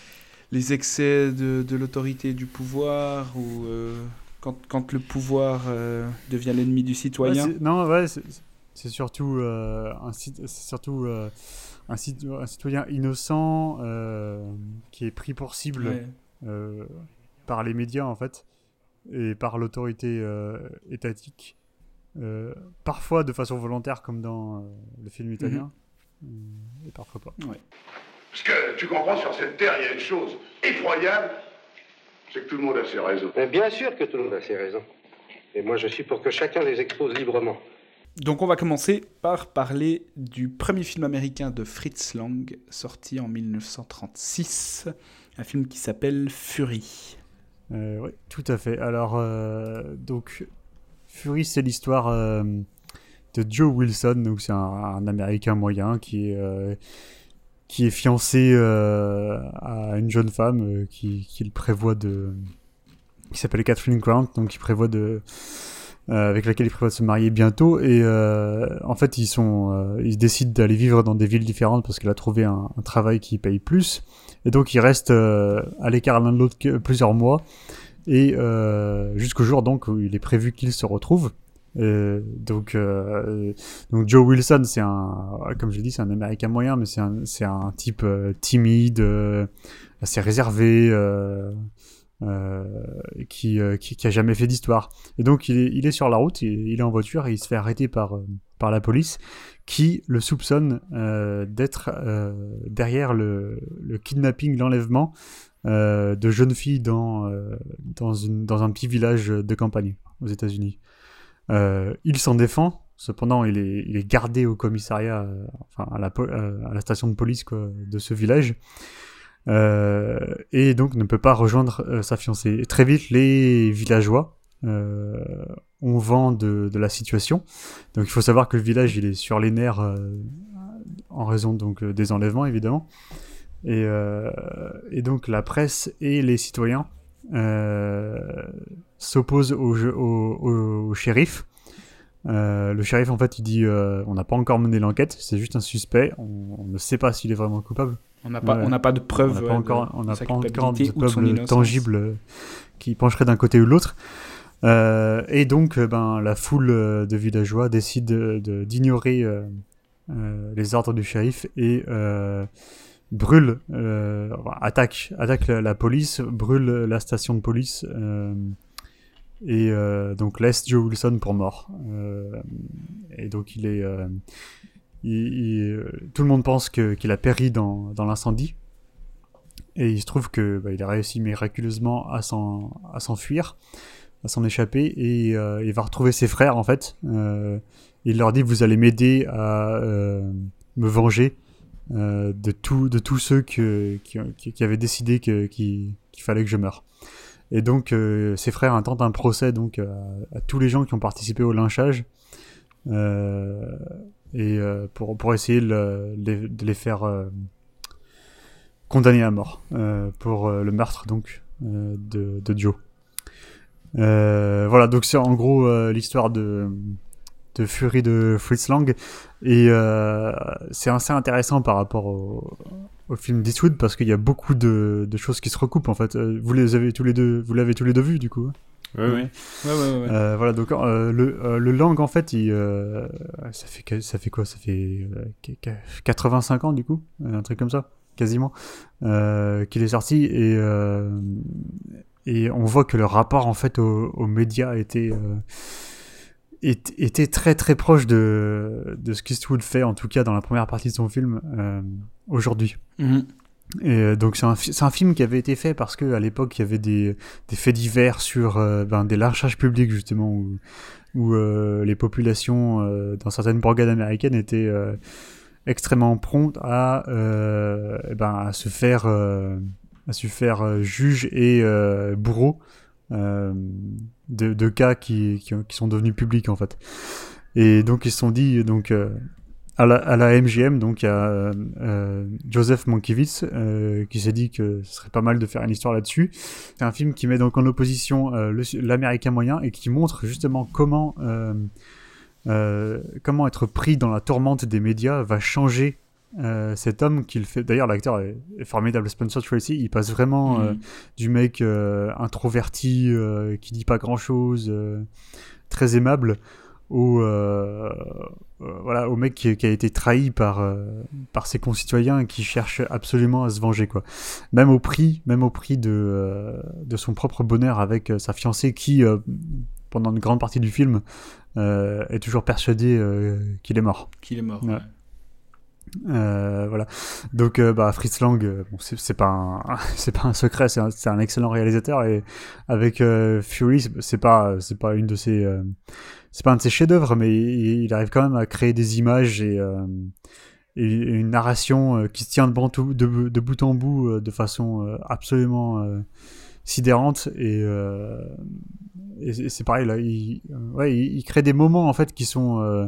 les excès de, de l'autorité et du pouvoir? Ou euh, quand, quand le pouvoir euh, devient l'ennemi du citoyen? Ouais, c'est- non, ouais, c'est, c'est surtout, euh, un, cit- c'est surtout euh, un, cit- un citoyen innocent euh, qui est pris pour cible Ouais. euh, par les médias, en fait, et par l'autorité euh, étatique. Euh, parfois de façon volontaire, comme dans euh, le film italien, euh, et parfois pas. Parce que tu comprends, sur cette terre, il y a une chose effroyable, c'est que tout le monde a ses raisons. Mais bien sûr que tout le monde a ses raisons. Et moi, je suis pour que chacun les expose librement. Donc on va commencer par parler du premier film américain de Fritz Lang, sorti en dix-neuf cent trente-six, un film qui s'appelle Fury. Euh, oui, tout à fait. Alors, euh, donc, Fury, c'est l'histoire euh, de Joe Wilson, donc c'est un, un Américain moyen qui est, euh, qui est fiancé euh, à une jeune femme euh, qui, qui le prévoit de... qui s'appelle Catherine Grant, donc il prévoit de... Euh, avec laquelle il prévoit de se marier bientôt, et euh, en fait ils sont, euh, ils décident d'aller vivre dans des villes différentes parce qu'elle a trouvé un, un travail qui paye plus, et donc ils restent euh, à l'écart l'un de l'autre que- plusieurs mois, et euh, jusqu'au jour donc où il est prévu qu'ils se retrouvent. Euh, donc, euh, donc Joe Wilson, c'est un, comme je l'ai dit, c'est un Américain moyen, mais c'est un, c'est un type euh, timide, euh, assez réservé. Euh, euh, qui, euh, qui, qui a jamais fait d'histoire. Et donc il est, il est sur la route, il, il est en voiture et il se fait arrêter par, euh, par la police qui le soupçonne euh, d'être euh, derrière le, le kidnapping, l'enlèvement euh, de jeunes filles dans, euh, dans, une, dans un petit village de campagne aux États-Unis. Euh, il s'en défend, cependant il est, il est gardé au commissariat, euh, enfin à la, po- euh, à la station de police quoi, de ce village. Euh, et donc ne peut pas rejoindre euh, sa fiancée. Et très vite, les villageois euh, ont vent de, de la situation. Donc il faut savoir que le village il est sur les nerfs euh, en raison donc euh, des enlèvements évidemment. Et, euh, et donc la presse et les citoyens euh, s'opposent au, jeu- au, au, au shérif. Euh, le shérif en fait il dit euh, on n'a pas encore mené l'enquête, c'est juste un suspect, on, on ne sait pas s'il est vraiment coupable. On n'a pas, Ouais. on n'a pas de preuves. On n'a ouais, pas encore, de- on de n'a sa pas encore culpabilité de ou de son preuves innocence. tangibles euh, qui pencheraient d'un côté ou de l'autre. Euh, et donc, euh, ben, la foule euh, de villageois décide de- de- d'ignorer euh, euh, les ordres du shérif et euh, brûle, euh, enfin, attaque, attaque la, la police, brûle la station de police euh, et euh, donc laisse Joe Wilson pour mort. Euh, et donc, il est, euh, il- il- tout le monde pense que, qu'il a péri dans, dans l'incendie. Et il se trouve que bah, il a réussi miraculeusement à, s'en, à s'enfuir, à s'en échapper, et euh, il va retrouver ses frères en fait. Euh, il leur dit vous allez m'aider à euh, me venger euh, de tout, de tous ceux que, qui, qui, qui avaient décidé que, qui, qu'il fallait que je meure. Et donc euh, ses frères intentent un procès donc à, à tous les gens qui ont participé au lynchage. Euh, et euh, pour, pour essayer de, le- les- de les faire euh, condamner à mort euh, pour euh, le meurtre donc euh, de, de Joe. Euh, voilà, donc c'est en gros euh, l'histoire de, de Fury de Fritz Lang, et euh, c'est assez intéressant par rapport au, au film d'Eastwood parce qu'il y a beaucoup de, de choses qui se recoupent en fait. Euh, Vous les avez tous les deux, vous l'avez tous les deux vu du coup? Ouais, ouais. Ouais, ouais, ouais. Euh, voilà, donc euh, le, euh, le Lang, en fait, il, euh, ça, fait, que- ça fait quoi? Ça fait euh, qu- qu- quatre-vingt-cinq ans, du coup, un truc comme ça, quasiment, euh, qu'il est sorti. Et, euh, et on voit que le rapport, en fait, aux, aux médias était, euh, est- était très, très proche de, de ce qu'Eastwood fait, en tout cas dans la première partie de son film, euh, aujourd'hui. Mhm. Et euh, donc c'est un, fi- c'est un film qui avait été fait parce que à l'époque il y avait des, des faits divers sur euh, ben, des lynchages publics justement où, où euh, les populations euh, dans certaines bourgades américaines étaient euh, extrêmement promptes à, euh, eh ben, à se faire euh, à se faire euh, juge et euh, bourreau euh, de, de cas qui, qui, qui sont devenus publics en fait. Et donc ils se sont dit donc euh, à la, à la M G M, donc il y a euh, euh, Joseph Mankiewicz euh, qui s'est dit que ce serait pas mal de faire une histoire là-dessus. C'est un film qui met donc en opposition euh, le, l'américain moyen et qui montre justement comment euh, euh, comment être pris dans la tourmente des médias va changer euh, cet homme qu'il fait. D'ailleurs, l'acteur est, est formidable, Spencer Tracy. Il passe vraiment Mhm. euh, du mec euh, introverti euh, qui dit pas grand-chose, euh, très aimable, au euh, euh, voilà, au mec qui, qui a été trahi par euh, par ses concitoyens et qui cherche absolument à se venger quoi. Même au prix, même au prix de euh, de son propre bonheur avec euh, sa fiancée qui euh, pendant une grande partie du film euh, est toujours persuadée euh, qu'il est mort. Qu'il est mort. Ouais. Ouais. Euh, voilà. Donc euh, bah Fritz Lang, euh, bon, c'est, c'est pas un, c'est pas un secret, c'est un, c'est un excellent réalisateur et avec euh, Fury, c'est, c'est pas c'est pas une de ses euh, c'est pas un de ses chefs-d'œuvre, mais il, il arrive quand même à créer des images et, euh, et une narration euh, qui se tient de, bon tout, de, de bout en bout euh, de façon euh, absolument euh, sidérante et, euh, et c'est, c'est pareil là, il, euh, ouais, il, il crée des moments en fait qui sont euh,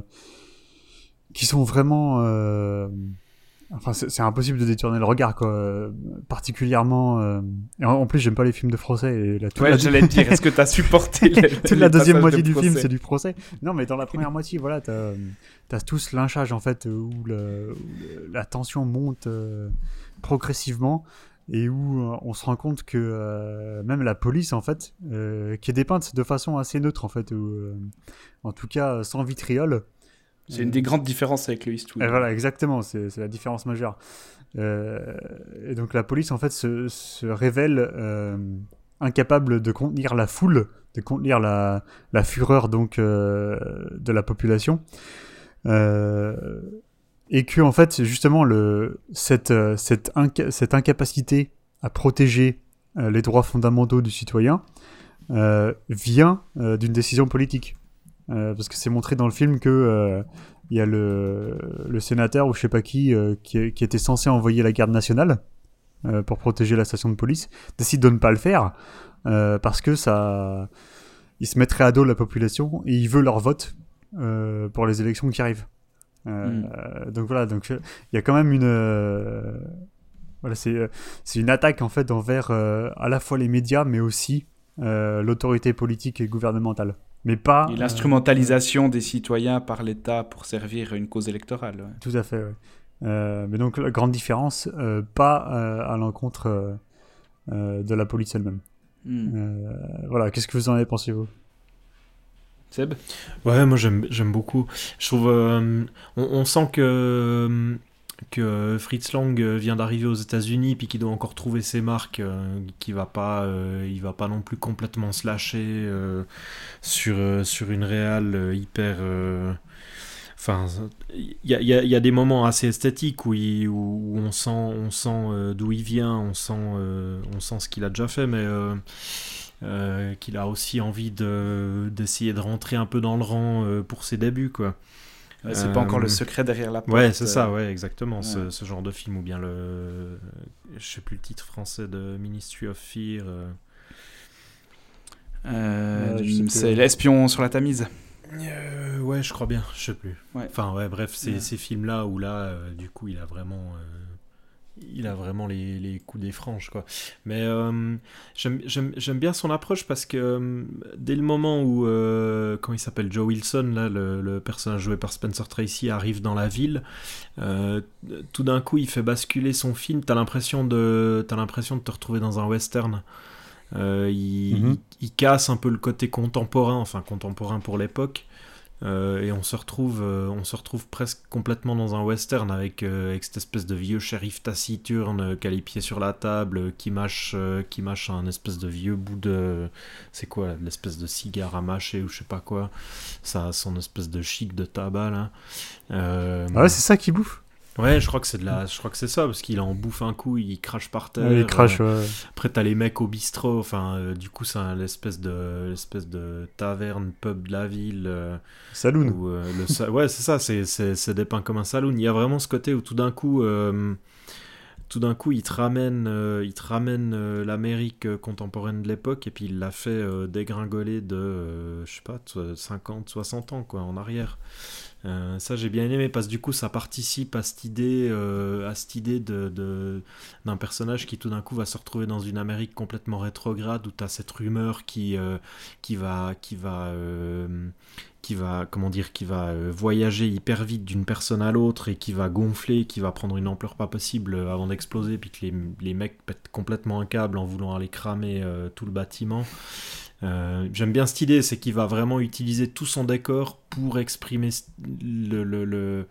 qui sont vraiment euh, enfin c'est, c'est impossible de détourner le regard quoi, euh, particulièrement euh, et en, en plus j'aime pas les films de français et la, toute Ouais, la, j'allais te dire, est-ce que t'as supporté les, toute les la deuxième passages moitié de du film procès c'est du procès. Non mais dans la première moitié voilà t'as, euh, t'as tout ce lynchage en fait où, le, où le- la tension monte euh, progressivement et où euh, on se rend compte que euh, même la police en fait euh, qui est dépeinte de façon assez neutre en fait où, euh, en tout cas sans vitriol. C'est une des grandes différences avec le Eastwood. Et voilà, exactement, c'est, c'est la différence majeure. Euh, et donc la police, en fait, se, se révèle euh, incapable de contenir la foule, de contenir la, la fureur donc euh, de la population. Euh, et que, en fait, justement, le, cette, cette, inca- cette incapacité à protéger euh, les droits fondamentaux du citoyen euh, vient euh, d'une décision politique. Euh, parce que c'est montré dans le film que euh, il y a le, le sénateur ou je sais pas qui, euh, qui qui était censé envoyer la garde nationale euh, pour protéger la station de police décide de ne pas le faire euh, parce que ça il se mettrait à dos la population et il veut leur vote euh, pour les élections qui arrivent. Euh, Mm. donc voilà, donc il y a quand même une euh, voilà, c'est c'est une attaque en fait envers euh, à la fois les médias mais aussi euh, l'autorité politique et gouvernementale. Mais pas Et euh, l'instrumentalisation des citoyens par l'État pour servir une cause électorale. Ouais. tout à fait, ouais. Euh, mais donc la grande différence, euh, pas euh, à l'encontre euh, euh, de la police elle-même. Mm. Euh, voilà, qu'est-ce que vous en avez pensé vous? Seb? Ouais, moi j'aime, j'aime beaucoup. Je trouve, euh, on, on sent que que Fritz Lang vient d'arriver aux États-Unis puis qu'il doit encore trouver ses marques, euh, qu'il va pas, euh, il va pas non plus complètement se lâcher euh, sur euh, sur une réal euh, hyper. euh, Enfin, il y a, y a- y a des moments assez esthétiques où, il- où on sent, on sent euh, d'où il vient, on sent, euh, on sent ce qu'il a déjà fait, mais euh, euh, qu'il a aussi envie de, d'essayer de rentrer un peu dans le rang euh, pour ses débuts, quoi. Ouais, c'est Euh, pas encore le secret derrière la porte. Ouais, c'est euh, ça, ouais, exactement, ouais. Ce, ce genre de film, ou bien le, je sais plus le titre français de Ministry of Fear. euh. euh, Ouais, je sais plus, c'est ouais. l'espion sur la Tamise. Euh, ouais, je crois bien, je sais plus. Ouais. Enfin, ouais, bref, c'est Ouais. ces films-là où là, euh, du coup, il a vraiment, euh, il a vraiment les, les coups des franges, quoi. Mais euh, j'aime, j'aime, j'aime bien son approche parce que euh, dès le moment où, euh, quand il s'appelle Joe Wilson, là, le, le personnage joué par Spencer Tracy arrive dans la ville, euh, tout d'un coup, il fait basculer son film. T'as l'impression de, t'as l'impression de te retrouver dans un western. Euh, il, Mhm. il, il casse un peu le côté contemporain, enfin contemporain pour l'époque. Euh, et on se retrouve, euh, on se retrouve presque complètement dans un western avec, euh, avec cette espèce de vieux shérif taciturne euh, qui a les pieds sur la table, euh, qui mâche, euh, qui mâche un espèce de vieux bout de, c'est quoi, là, l'espèce de cigare à mâcher ou je sais pas quoi. Ça a son espèce de chic de tabac là. Euh, Ah ouais, c'est ça qui bouffe. Ouais, je crois que c'est de la, je crois que c'est ça parce qu'il en bouffe un coup, il crache par terre. Ouais, il crache, euh, ouais. Après t'as les mecs au bistrot, enfin euh, du coup c'est un l'espèce de, l'espèce de taverne pub de la ville. Euh, Saloon. où, euh, le sa- ouais c'est ça, c'est, c'est, c'est dépeint comme un saloon. Il y a vraiment ce côté où tout d'un coup, euh, tout d'un coup il te ramène, euh, il te ramène euh, l'Amérique euh, contemporaine de l'époque et puis il l'a fait euh, dégringoler de, euh, je sais pas, de cinquante, soixante ans quoi en arrière. Euh, ça j'ai bien aimé parce que du coup ça participe à cette idée, euh, à cette idée de, de, d'un personnage qui tout d'un coup va se retrouver dans une Amérique complètement rétrograde où tu as cette rumeur qui, euh, qui va, qui va, euh, qui va, comment dire, qui va euh, voyager hyper vite d'une personne à l'autre et qui va gonfler, qui va prendre une ampleur pas possible avant d'exploser puis que les, les mecs pètent complètement un câble en voulant aller cramer euh, tout le bâtiment. Euh, j'aime bien cette idée, c'est qu'il va vraiment utiliser tout son décor pour exprimer le, le, le,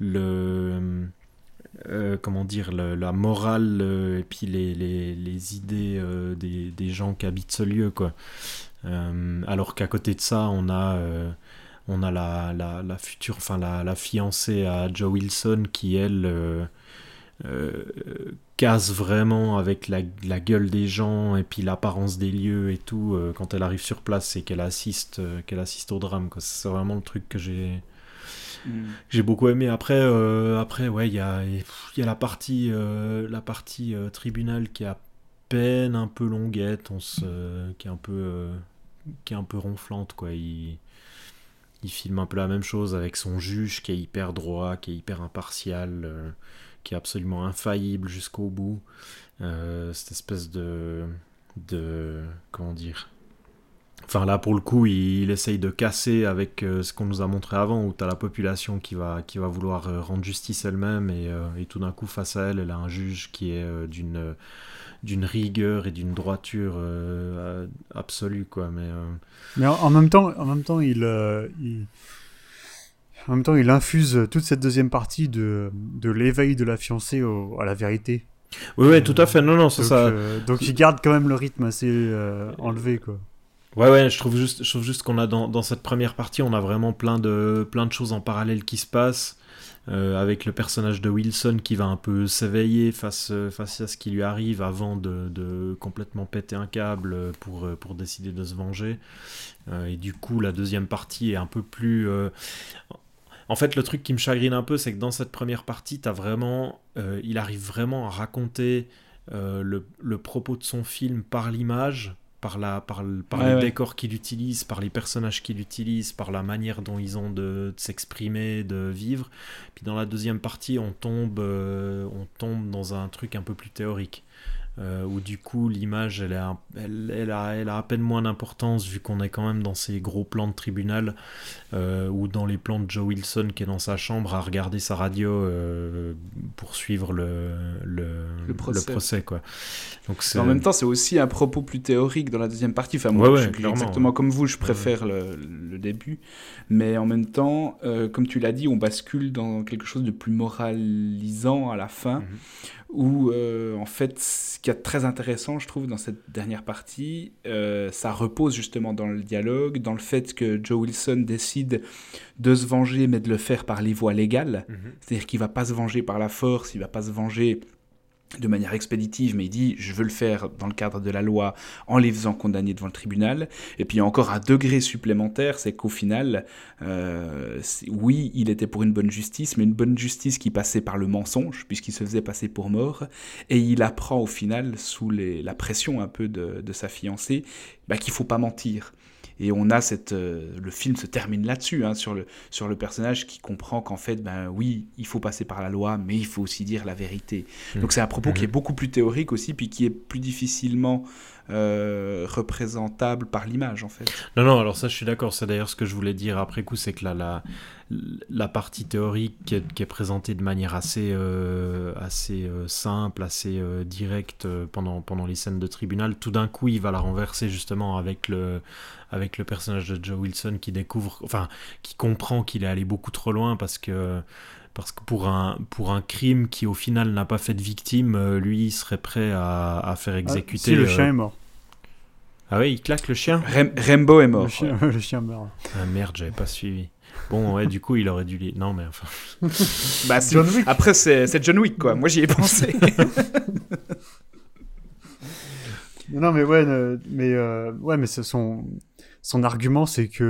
le euh, comment dire, le, la morale euh, et puis les, les, les idées euh, des, des gens qui habitent ce lieu, quoi. Euh, alors qu'à côté de ça, on a, euh, on a la, la, la future, enfin la, la fiancée à Joe Wilson qui elle euh, euh, casse vraiment avec la, la gueule des gens et puis l'apparence des lieux et tout euh, quand elle arrive sur place et qu'elle assiste euh, qu'elle assiste au drame quoi. C'est vraiment le truc que j'ai Mm. j'ai beaucoup aimé. Après euh, après ouais il y a il y a la partie euh, la partie euh, tribunal qui est à peine un peu longuette, on se euh, qui est un peu euh, qui est un peu ronflante quoi. Il il filme un peu la même chose avec son juge qui est hyper droit, qui est hyper impartial, euh, qui est absolument infaillible jusqu'au bout. Euh, cette espèce de, de... Comment dire ? Enfin là, pour le coup, il, il essaye de casser avec euh, ce qu'on nous a montré avant, où tu as la population qui va, qui va vouloir euh, rendre justice elle-même, et, euh, et tout d'un coup, face à elle, elle a un juge qui est euh, d'une... d'une rigueur et d'une droiture euh, absolue quoi mais euh... mais en, en même temps en même temps il, euh, il en même temps il infuse toute cette deuxième partie de, de l'éveil de la fiancée au, à la vérité. Oui ouais euh, tout à fait non non c'est donc, ça euh, donc il garde quand même le rythme assez euh, enlevé quoi. Ouais ouais je trouve juste je trouve juste qu'on a dans, dans cette première partie on a vraiment plein de plein de choses en parallèle qui se passent. Euh, avec le personnage de Wilson qui va un peu s'éveiller face, face à ce qui lui arrive avant de, de complètement péter un câble pour, pour décider de se venger. Euh, et du coup, la deuxième partie est un peu plus... Euh... En fait, le truc qui me chagrine un peu, c'est que dans cette première partie, t'as vraiment, euh, il arrive vraiment à raconter euh, le, le propos de son film par l'image, par, la, par, par ouais, les ouais. décors qu'il utilise, par les personnages qu'il utilise, par la manière dont ils ont de, de s'exprimer, de vivre. Puis dans la deuxième partie, on tombe, euh, on tombe dans un truc un peu plus théorique. Euh, où du coup l'image elle, a, elle, elle, a, elle a à peine moins d'importance vu qu'on est quand même dans ces gros plans de tribunal euh, ou dans les plans de Joe Wilson qui est dans sa chambre à regarder sa radio euh, pour suivre le, le, le procès, le procès quoi. Donc c'est... En même temps c'est aussi un propos plus théorique dans la deuxième partie, enfin moi ouais, je ouais, suis exactement ouais. comme vous, je préfère ouais. le, le début, mais en même temps euh, comme tu l'as dit on bascule dans quelque chose de plus moralisant à la fin. Mm-hmm. Où euh, en fait ce qu'il y a de très intéressant je trouve dans cette dernière partie euh, ça repose justement dans le dialogue, dans le fait que Joe Wilson décide de se venger mais de le faire par les voies légales, mmh. c'est-à-dire qu'il va pas se venger par la force, il va pas se venger de manière expéditive, mais il dit je veux le faire dans le cadre de la loi en les faisant condamner devant le tribunal. Et puis il y a encore un degré supplémentaire, c'est qu'au final euh, oui il était pour une bonne justice, mais une bonne justice qui passait par le mensonge puisqu'il se faisait passer pour mort, et il apprend au final sous les, la pression un peu de, de sa fiancée bah, qu'il faut pas mentir. Et on a cette, euh, le film se termine là-dessus, hein, sur, le, sur le personnage qui comprend qu'en fait, ben oui, il faut passer par la loi, mais il faut aussi dire la vérité. Mmh. Donc c'est un propos mmh. qui est beaucoup plus théorique aussi, puis qui est plus difficilement euh, représentable par l'image, en fait. Non, non, alors ça, je suis d'accord. C'est d'ailleurs ce que je voulais dire après coup, c'est que la, la, la partie théorique qui est, qui est présentée de manière assez, euh, assez euh, simple, assez euh, directe euh, pendant, pendant les scènes de tribunal, tout d'un coup il va la renverser justement avec le, avec le personnage de Joe Wilson qui découvre, enfin qui comprend qu'il est allé beaucoup trop loin parce que, parce que pour, un, pour un crime qui au final n'a pas fait de victime, euh, lui il serait prêt à, à faire exécuter... Ah, si le euh... chien est mort. Ah oui, il claque le chien. Rem- Rambo est mort. Le chien, ouais. le chien meurt. Ah merde, j'avais pas suivi. Bon, ouais, du coup, il aurait dû... Non, mais enfin... Bah, c'est... John Wick. Après, c'est... c'est John Wick, quoi. Moi, j'y ai pensé. Non, mais ouais, euh, mais, euh, ouais, mais c'est son... son argument, c'est que...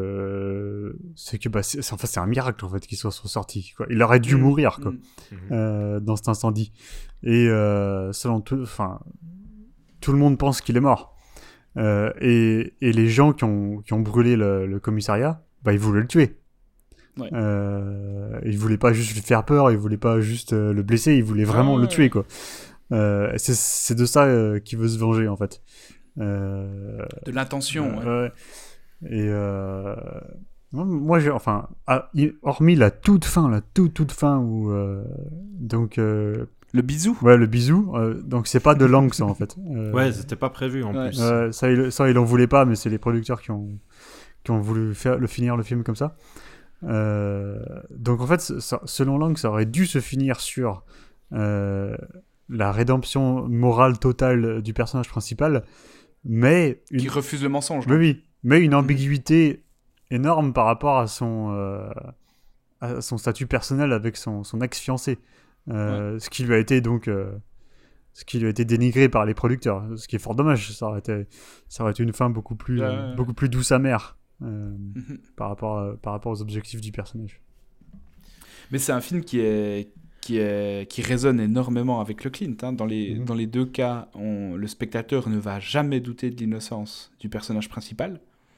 Euh, c'est que bah, c'est... C'est... Enfin, c'est un miracle, en fait, qu'il soit ressorti, quoi. Il aurait dû mmh. mourir, quoi, mmh. euh, dans cet incendie. Et euh, selon tout... Enfin, tout le monde pense qu'il est mort. Euh, et, et les gens qui ont, qui ont brûlé le, le commissariat, bah, ils voulaient le tuer. Ouais. Euh, ils voulaient pas juste lui faire peur, ils voulaient pas juste euh, le blesser, ils voulaient vraiment ah, le tuer, quoi. Euh, c'est, c'est de ça euh, qu'il veut se venger, en fait. Euh, de l'intention, euh, ouais. Et euh, moi, j'ai, enfin, à, hormis la toute fin, la toute toute fin où euh, donc euh, le bisou. Ouais, le bisou. Euh, donc c'est pas de langue, ça, en fait. Euh, ouais, c'était pas prévu en ouais. plus. Euh, ça, ils, ça, ils en voulaient pas, mais c'est les producteurs qui ont qui ont voulu faire le finir le film comme ça. Euh, donc en fait, ça, selon Lang, ça aurait dû se finir sur euh, la rédemption morale totale du personnage principal, mais une... qui refuse le mensonge. Oui, oui, mais une ambiguïté mmh. énorme par rapport à son euh, à son statut personnel avec son son ex-fiancé, euh, ouais. ce qui lui a été donc euh, ce qui lui a été dénigré par les producteurs, ce qui est fort dommage. Ça aurait été ça aurait été une fin beaucoup plus ouais, euh, ouais. beaucoup plus douce amère. Euh, mmh. par, rapport à, par rapport aux objectifs du personnage. Mais c'est un film qui est qui est qui résonne énormément avec le Clint. Hein. Dans les mmh. dans les deux cas, on, le spectateur ne va jamais douter de l'innocence du personnage principal.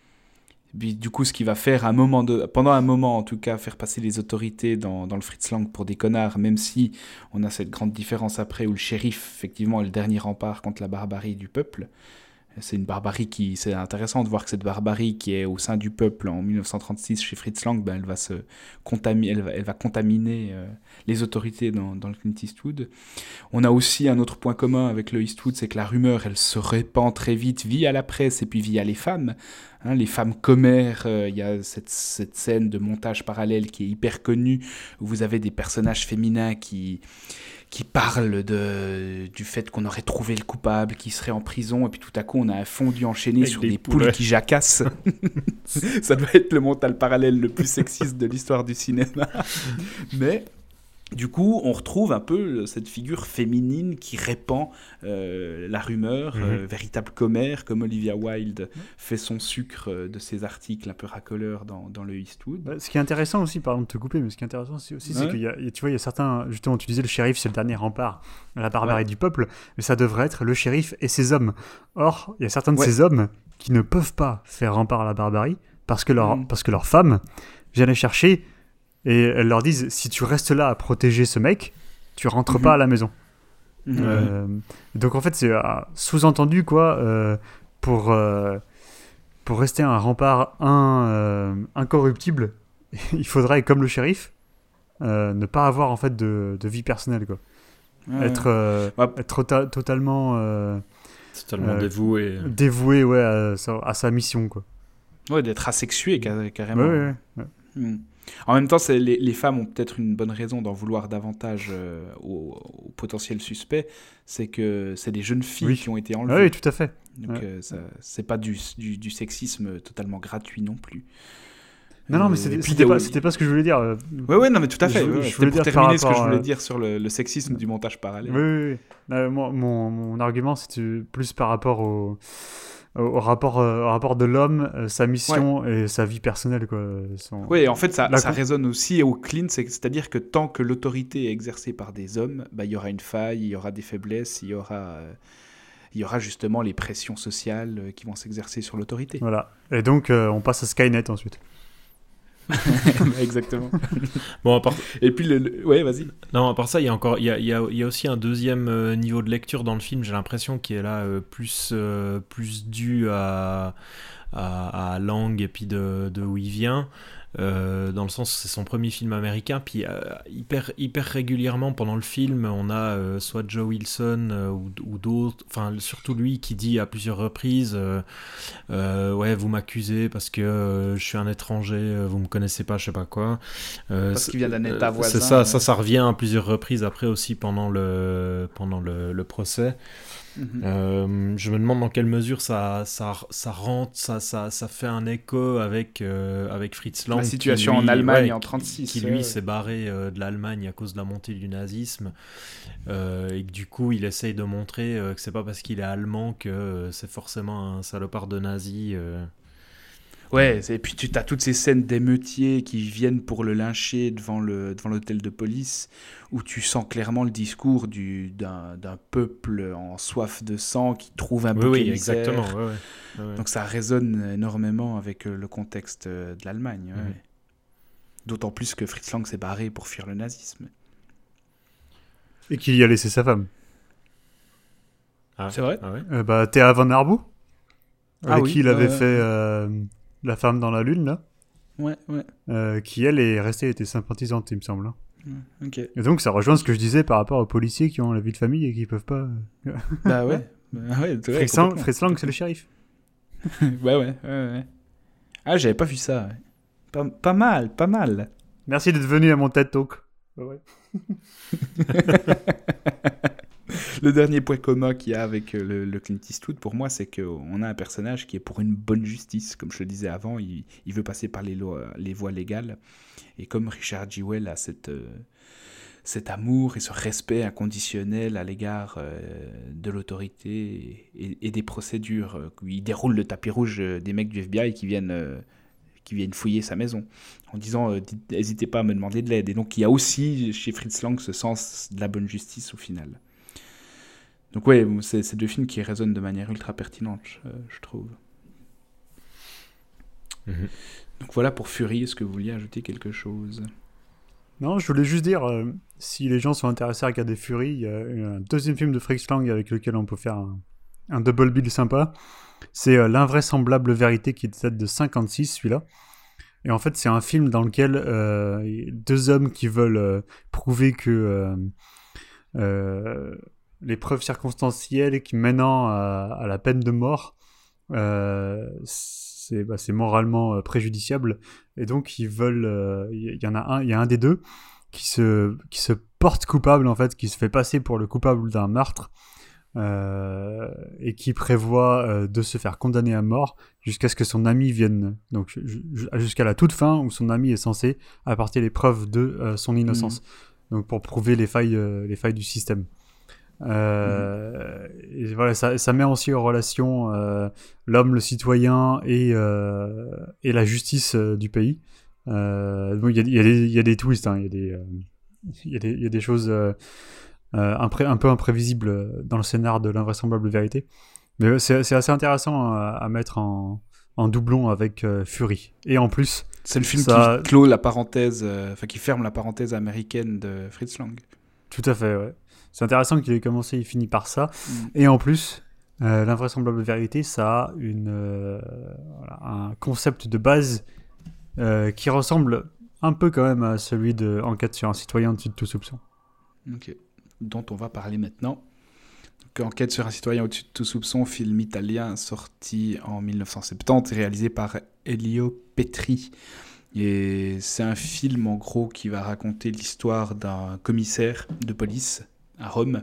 Et puis du coup, ce qu'il va faire un moment de, pendant un moment en tout cas, faire passer les autorités dans dans le Fritz Lang pour des connards, même si on a cette grande différence après où le shérif effectivement est le dernier rempart contre la barbarie du peuple. C'est une barbarie qui... C'est intéressant de voir que cette barbarie qui est au sein du peuple en dix-neuf cent trente-six chez Fritz Lang, ben elle, va se contami... elle, va... elle va contaminer euh, les autorités dans, dans le Clint Eastwood. On a aussi un autre point commun avec le Eastwood, c'est que la rumeur, elle se répand très vite via la presse et puis via les femmes. Hein, les femmes commères, il euh, y a cette, cette scène de montage parallèle qui est hyper connue, où vous avez des personnages féminins qui... qui parle de, du fait qu'on aurait trouvé le coupable, qui serait en prison, et puis tout à coup on a un fondu enchaîné avec sur des, des poules, poules qui jacassent. Ça doit être le montage parallèle le plus sexiste de l'histoire du cinéma. Mais du coup, on retrouve un peu cette figure féminine qui répand euh, la rumeur, mm-hmm. euh, véritable commère, comme Olivia Wilde mm-hmm. fait son sucre de ses articles un peu racoleurs dans, dans le Eastwood. Bah, ce qui est intéressant aussi, pardon de te couper, mais ce qui est intéressant aussi, aussi ouais. c'est qu'il y a, tu vois, il y a certains, justement, tu disais le shérif, c'est le dernier rempart à la barbarie ouais. du peuple, mais ça devrait être le shérif et ses hommes. Or, il y a certains de ouais. ces hommes qui ne peuvent pas faire rempart à la barbarie parce que leur, mm. parce que leurs femmes viennent les chercher. Et elles leur disent, si tu restes là à protéger ce mec, tu rentres mmh. pas à la maison. Mmh. Euh, donc en fait, c'est euh, sous-entendu, quoi, euh, pour, euh, pour rester un rempart un, euh, incorruptible, il faudrait, comme le shérif, euh, ne pas avoir en fait de, de vie personnelle, quoi. Ouais. Être, euh, ouais. être tota- totalement... Euh, totalement euh, dévoué. Dévoué, ouais, à sa, à sa mission, quoi. Ouais, d'être asexué, carrément. Ouais, ouais, ouais. Mmh. En même temps, c'est, les, les femmes ont peut-être une bonne raison d'en vouloir davantage euh, aux, aux potentiels suspects, c'est que c'est des jeunes filles oui. qui ont été enlevées. Ah oui, tout à fait. Donc ouais. euh, ça, c'est pas du, du, du sexisme totalement gratuit non plus. Non, non, mais c'était, c'était, pas, c'était pas ce que je voulais dire. Oui, oui, non, mais tout à fait. Je, ouais, je c'était pour terminer ce que je voulais à... dire sur le, le sexisme du montage parallèle. Oui, oui, oui. Euh, mon, mon, mon argument, c'était plus par rapport au... Au rapport, euh, au rapport de l'homme, euh, sa mission ouais. et sa vie personnelle, quoi. Son... Oui, en fait, ça, ça con... résonne aussi au Clint, c'est, c'est-à-dire que tant que l'autorité est exercée par des hommes, bah, il y aura une faille, il y aura des faiblesses, il y aura, euh, il y aura justement les pressions sociales euh, qui vont s'exercer sur l'autorité. Voilà. Et donc, euh, on passe à Skynet ensuite. Exactement. Bon, à part... Et puis, le, le... ouais, vas-y. Non, à part ça, il y a encore, il y a, il y a, il y a aussi un deuxième euh, niveau de lecture dans le film. J'ai l'impression qui est là euh, plus, euh, plus dû à, à, à Lang et puis de, de où il vient. euh, dans le sens c'est son premier film américain, puis euh, hyper, hyper régulièrement pendant le film, on a euh, soit Joe Wilson euh, ou, ou d'autres, enfin surtout lui qui dit à plusieurs reprises euh, euh, ouais, vous m'accusez parce que euh, je suis un étranger, vous me connaissez pas, je sais pas quoi. Euh, Parce qu'il vient d'un état voisin. C'est ça, ouais. ça, ça revient à plusieurs reprises après aussi pendant le, pendant le, le procès. Mm-hmm. Euh, je me demande dans quelle mesure ça, ça, ça rentre, ça, ça, ça fait un écho avec, euh, avec Fritz Lang. La situation qui, lui, en Allemagne ouais, en trente-six. Qui, qui lui ouais. s'est barré euh, de l'Allemagne à cause de la montée du nazisme. Euh, et que du coup, il essaye de montrer euh, que c'est pas parce qu'il est allemand que euh, c'est forcément un salopard de nazi. Euh. Ouais, et puis tu as toutes ces scènes d'émeutiers qui viennent pour le lyncher devant, le, devant l'hôtel de police, où tu sens clairement le discours du, d'un, d'un peuple en soif de sang qui trouve un bouc oui, émissaire. Oui, exactement. Ouais, ouais. Ouais. Donc ça résonne énormément avec le contexte de l'Allemagne. Ouais. Mm-hmm. D'autant plus que Fritz Lang s'est barré pour fuir le nazisme. Et qu'il y a laissé sa femme. Ah, c'est vrai ah ouais euh, bah, Théa Van Arbou, avec ah, oui. qui il avait euh... fait euh, La femme dans la lune, là. Ouais, ouais. Euh, qui, elle, est restée, était sympathisante, il me semble. Hein. Ok. Et donc, ça rejoint ce que je disais par rapport aux policiers qui ont la vie de famille et qui peuvent pas... bah ouais. Bah ouais Fritz Lang, Fritz Lang, c'est le shérif. ouais, ouais, ouais, ouais. Ah, j'avais pas vu ça. Pas, pas mal, pas mal. Merci d'être venu à mon TED Talk. Bah ouais. Le dernier point commun qu'il y a avec le, le Clint Eastwood, pour moi, c'est qu'on a un personnage qui est pour une bonne justice. Comme je le disais avant, il, il veut passer par les, lois, les voies légales. Et comme Richard Jewell a cette, euh, cet amour et ce respect inconditionnel à l'égard euh, de l'autorité et, et des procédures, euh, il déroule le tapis rouge des mecs du F B I qui viennent... Euh, qui viennent fouiller sa maison, en disant euh, « n'hésitez pas à me demander de l'aide ». Et donc, il y a aussi, chez Fritz Lang, ce sens de la bonne justice au final. Donc ouais, c'est, c'est deux films qui résonnent de manière ultra pertinente, je, je trouve. Mmh. Donc voilà pour Fury, est-ce que vous vouliez ajouter quelque chose ? Non, je voulais juste dire, euh, si les gens sont intéressés à regarder Fury, il y a un deuxième film de Fritz Lang avec lequel on peut faire un, un double bill sympa. C'est euh, L'invraisemblable vérité qui date de cinquante-six, celui-là. Et en fait, c'est un film dans lequel euh, deux hommes qui veulent euh, prouver que euh, euh, les preuves circonstancielles qui menant à, à la peine de mort, euh, c'est, bah, c'est moralement euh, préjudiciable. Et donc, ils veulent... Il euh, y, y en a un, il y a un des deux qui se, qui se porte coupable, en fait, qui se fait passer pour le coupable d'un meurtre. Euh, et qui prévoit euh, de se faire condamner à mort jusqu'à ce que son ami vienne, donc j- j- jusqu'à la toute fin où son ami est censé apporter les preuves de euh, son innocence, mmh. donc pour prouver les failles, euh, les failles du système. Euh, mmh. Et voilà, ça, ça met aussi en relation euh, l'homme, le citoyen et, euh, et la justice euh, du pays. Euh, bon, il y a, y a des, y a des twists, hein, il y a des, euh, y a des, y a des choses. Euh, Euh, impré- un peu imprévisible dans le scénar de L'invraisemblable vérité. Mais c'est, c'est assez intéressant à, à mettre en, en doublon avec euh, Fury. Et en plus... C'est le film ça... qui clôt la parenthèse, enfin euh, qui ferme la parenthèse américaine de Fritz Lang. Tout à fait, ouais. C'est intéressant qu'il ait commencé, il finit par ça. Mm. Et en plus, euh, L'invraisemblable vérité, ça a une, euh, voilà, un concept de base euh, qui ressemble un peu quand même à celui de Enquête sur un citoyen au-dessus de tout soupçon. Ok. Dont on va parler maintenant. Donc, Enquête sur un citoyen au-dessus de tout soupçon, film italien sorti en dix-neuf cent soixante-dix, réalisé par Elio Petri. Et c'est un film en gros qui va raconter l'histoire d'un commissaire de police à Rome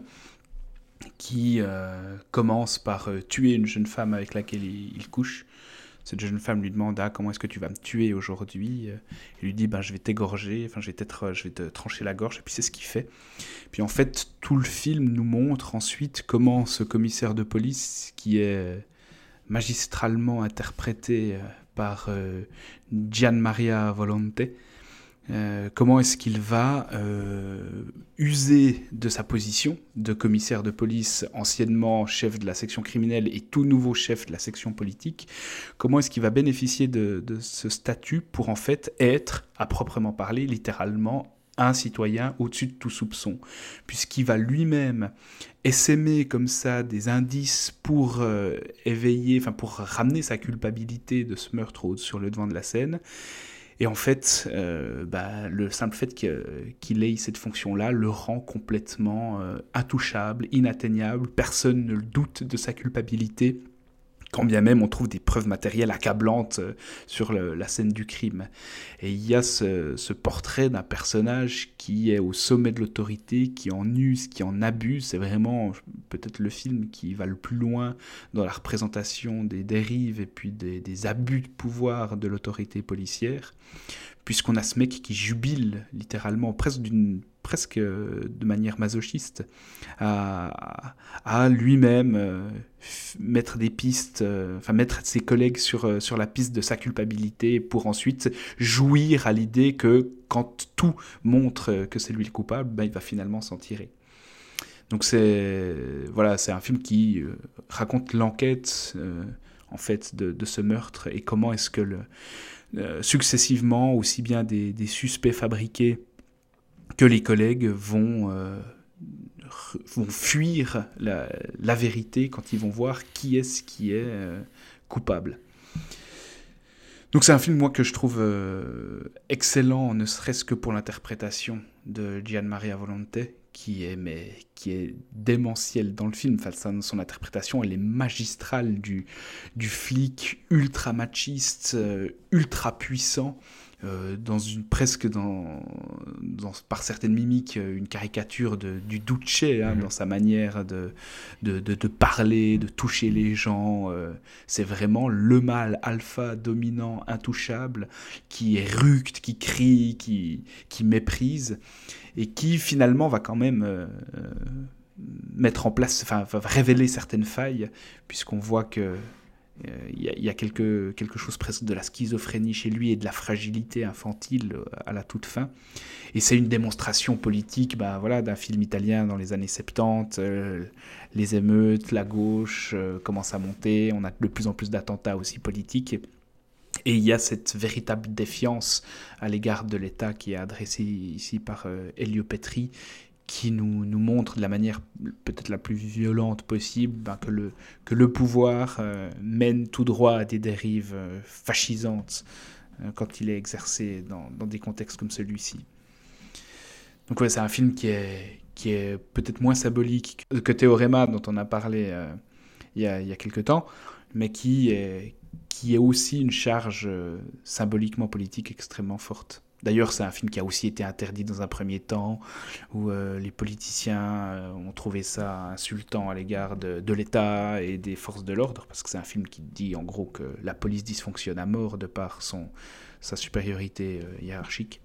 qui euh, commence par euh, tuer une jeune femme avec laquelle il, il couche. Cette jeune femme lui demande ah, « Comment est-ce que tu vas me tuer aujourd'hui ?» Il lui dit ben, « Je vais t'égorger, enfin, je vais, je vais te trancher la gorge. » Et puis c'est ce qu'il fait. Puis en fait, tout le film nous montre ensuite comment ce commissaire de police, qui est magistralement interprété par euh, Gian Maria Volonte, Euh, comment est-ce qu'il va euh, user de sa position de commissaire de police, anciennement chef de la section criminelle et tout nouveau chef de la section politique, comment est-ce qu'il va bénéficier de, de ce statut pour en fait être, à proprement parler, littéralement un citoyen au-dessus de tout soupçon, puisqu'il va lui-même essaimer comme ça des indices pour euh, éveiller, enfin pour ramener sa culpabilité de ce meurtre sur le devant de la scène. Et en fait, euh, bah, le simple fait que, qu'il ait cette fonction-là le rend complètement euh, intouchable, inatteignable. Personne ne le doute de sa culpabilité, quand bien même on trouve des preuves matérielles accablantes euh, sur le, la scène du crime. Et il y a ce, ce portrait d'un personnage qui est au sommet de l'autorité, qui en use, qui en abuse. C'est vraiment peut-être le film qui va le plus loin dans la représentation des dérives et puis des, des abus de pouvoir de l'autorité policière, puisqu'on a ce mec qui jubile littéralement, presque d'une presque de manière masochiste, à, à lui-même euh, mettre des pistes, euh, enfin mettre ses collègues sur, euh, sur la piste de sa culpabilité pour ensuite jouir à l'idée que quand tout montre que c'est lui le coupable, ben, il va finalement s'en tirer. Donc c'est, voilà, c'est un film qui euh, raconte l'enquête euh, en fait, de, de ce meurtre et comment est-ce que le, euh, successivement, aussi bien des, des suspects fabriqués que les collègues vont, euh, vont fuir la, la vérité quand ils vont voir qui est-ce qui est euh, coupable. Donc c'est un film, moi, que je trouve euh, excellent, ne serait-ce que pour l'interprétation de Gian Maria Volonté, qui est, mais, qui est démentielle dans le film. Enfin, son, son interprétation, elle est magistrale du, du flic ultra machiste, euh, ultra puissant, Euh, dans une, presque dans, dans, par certaines mimiques, une caricature de, du Duce, hein, mmh. dans sa manière de, de, de, de parler, de toucher les gens. Euh, c'est vraiment le mâle alpha dominant, intouchable, qui est ructe, qui crie, qui, qui méprise, et qui finalement va quand même euh, mettre en place, enfin, va révéler certaines failles, puisqu'on voit que il euh, y, y a quelque, quelque chose presque de la schizophrénie chez lui et de la fragilité infantile à la toute fin. Et c'est une démonstration politique bah, voilà, d'un film italien dans les années soixante-dix. Euh, les émeutes, la gauche euh, commence à monter. On a de plus en plus d'attentats aussi politiques. Et il y a cette véritable défiance à l'égard de l'État qui est adressée ici par euh, Elio Petri, qui nous, nous montre de la manière peut-être la plus violente possible ben, que, le, que le pouvoir euh, mène tout droit à des dérives euh, fascisantes euh, quand il est exercé dans, dans des contextes comme celui-ci. Donc ouais, c'est un film qui est, qui est peut-être moins symbolique que Théorema, dont on a parlé euh, il y a, il y a quelque temps, mais qui est, qui est aussi une charge euh, symboliquement politique extrêmement forte. D'ailleurs, c'est un film qui a aussi été interdit dans un premier temps, où euh, les politiciens euh, ont trouvé ça insultant à l'égard de, de l'État et des forces de l'ordre, parce que c'est un film qui dit en gros que la police dysfonctionne à mort de par son, sa supériorité euh, hiérarchique.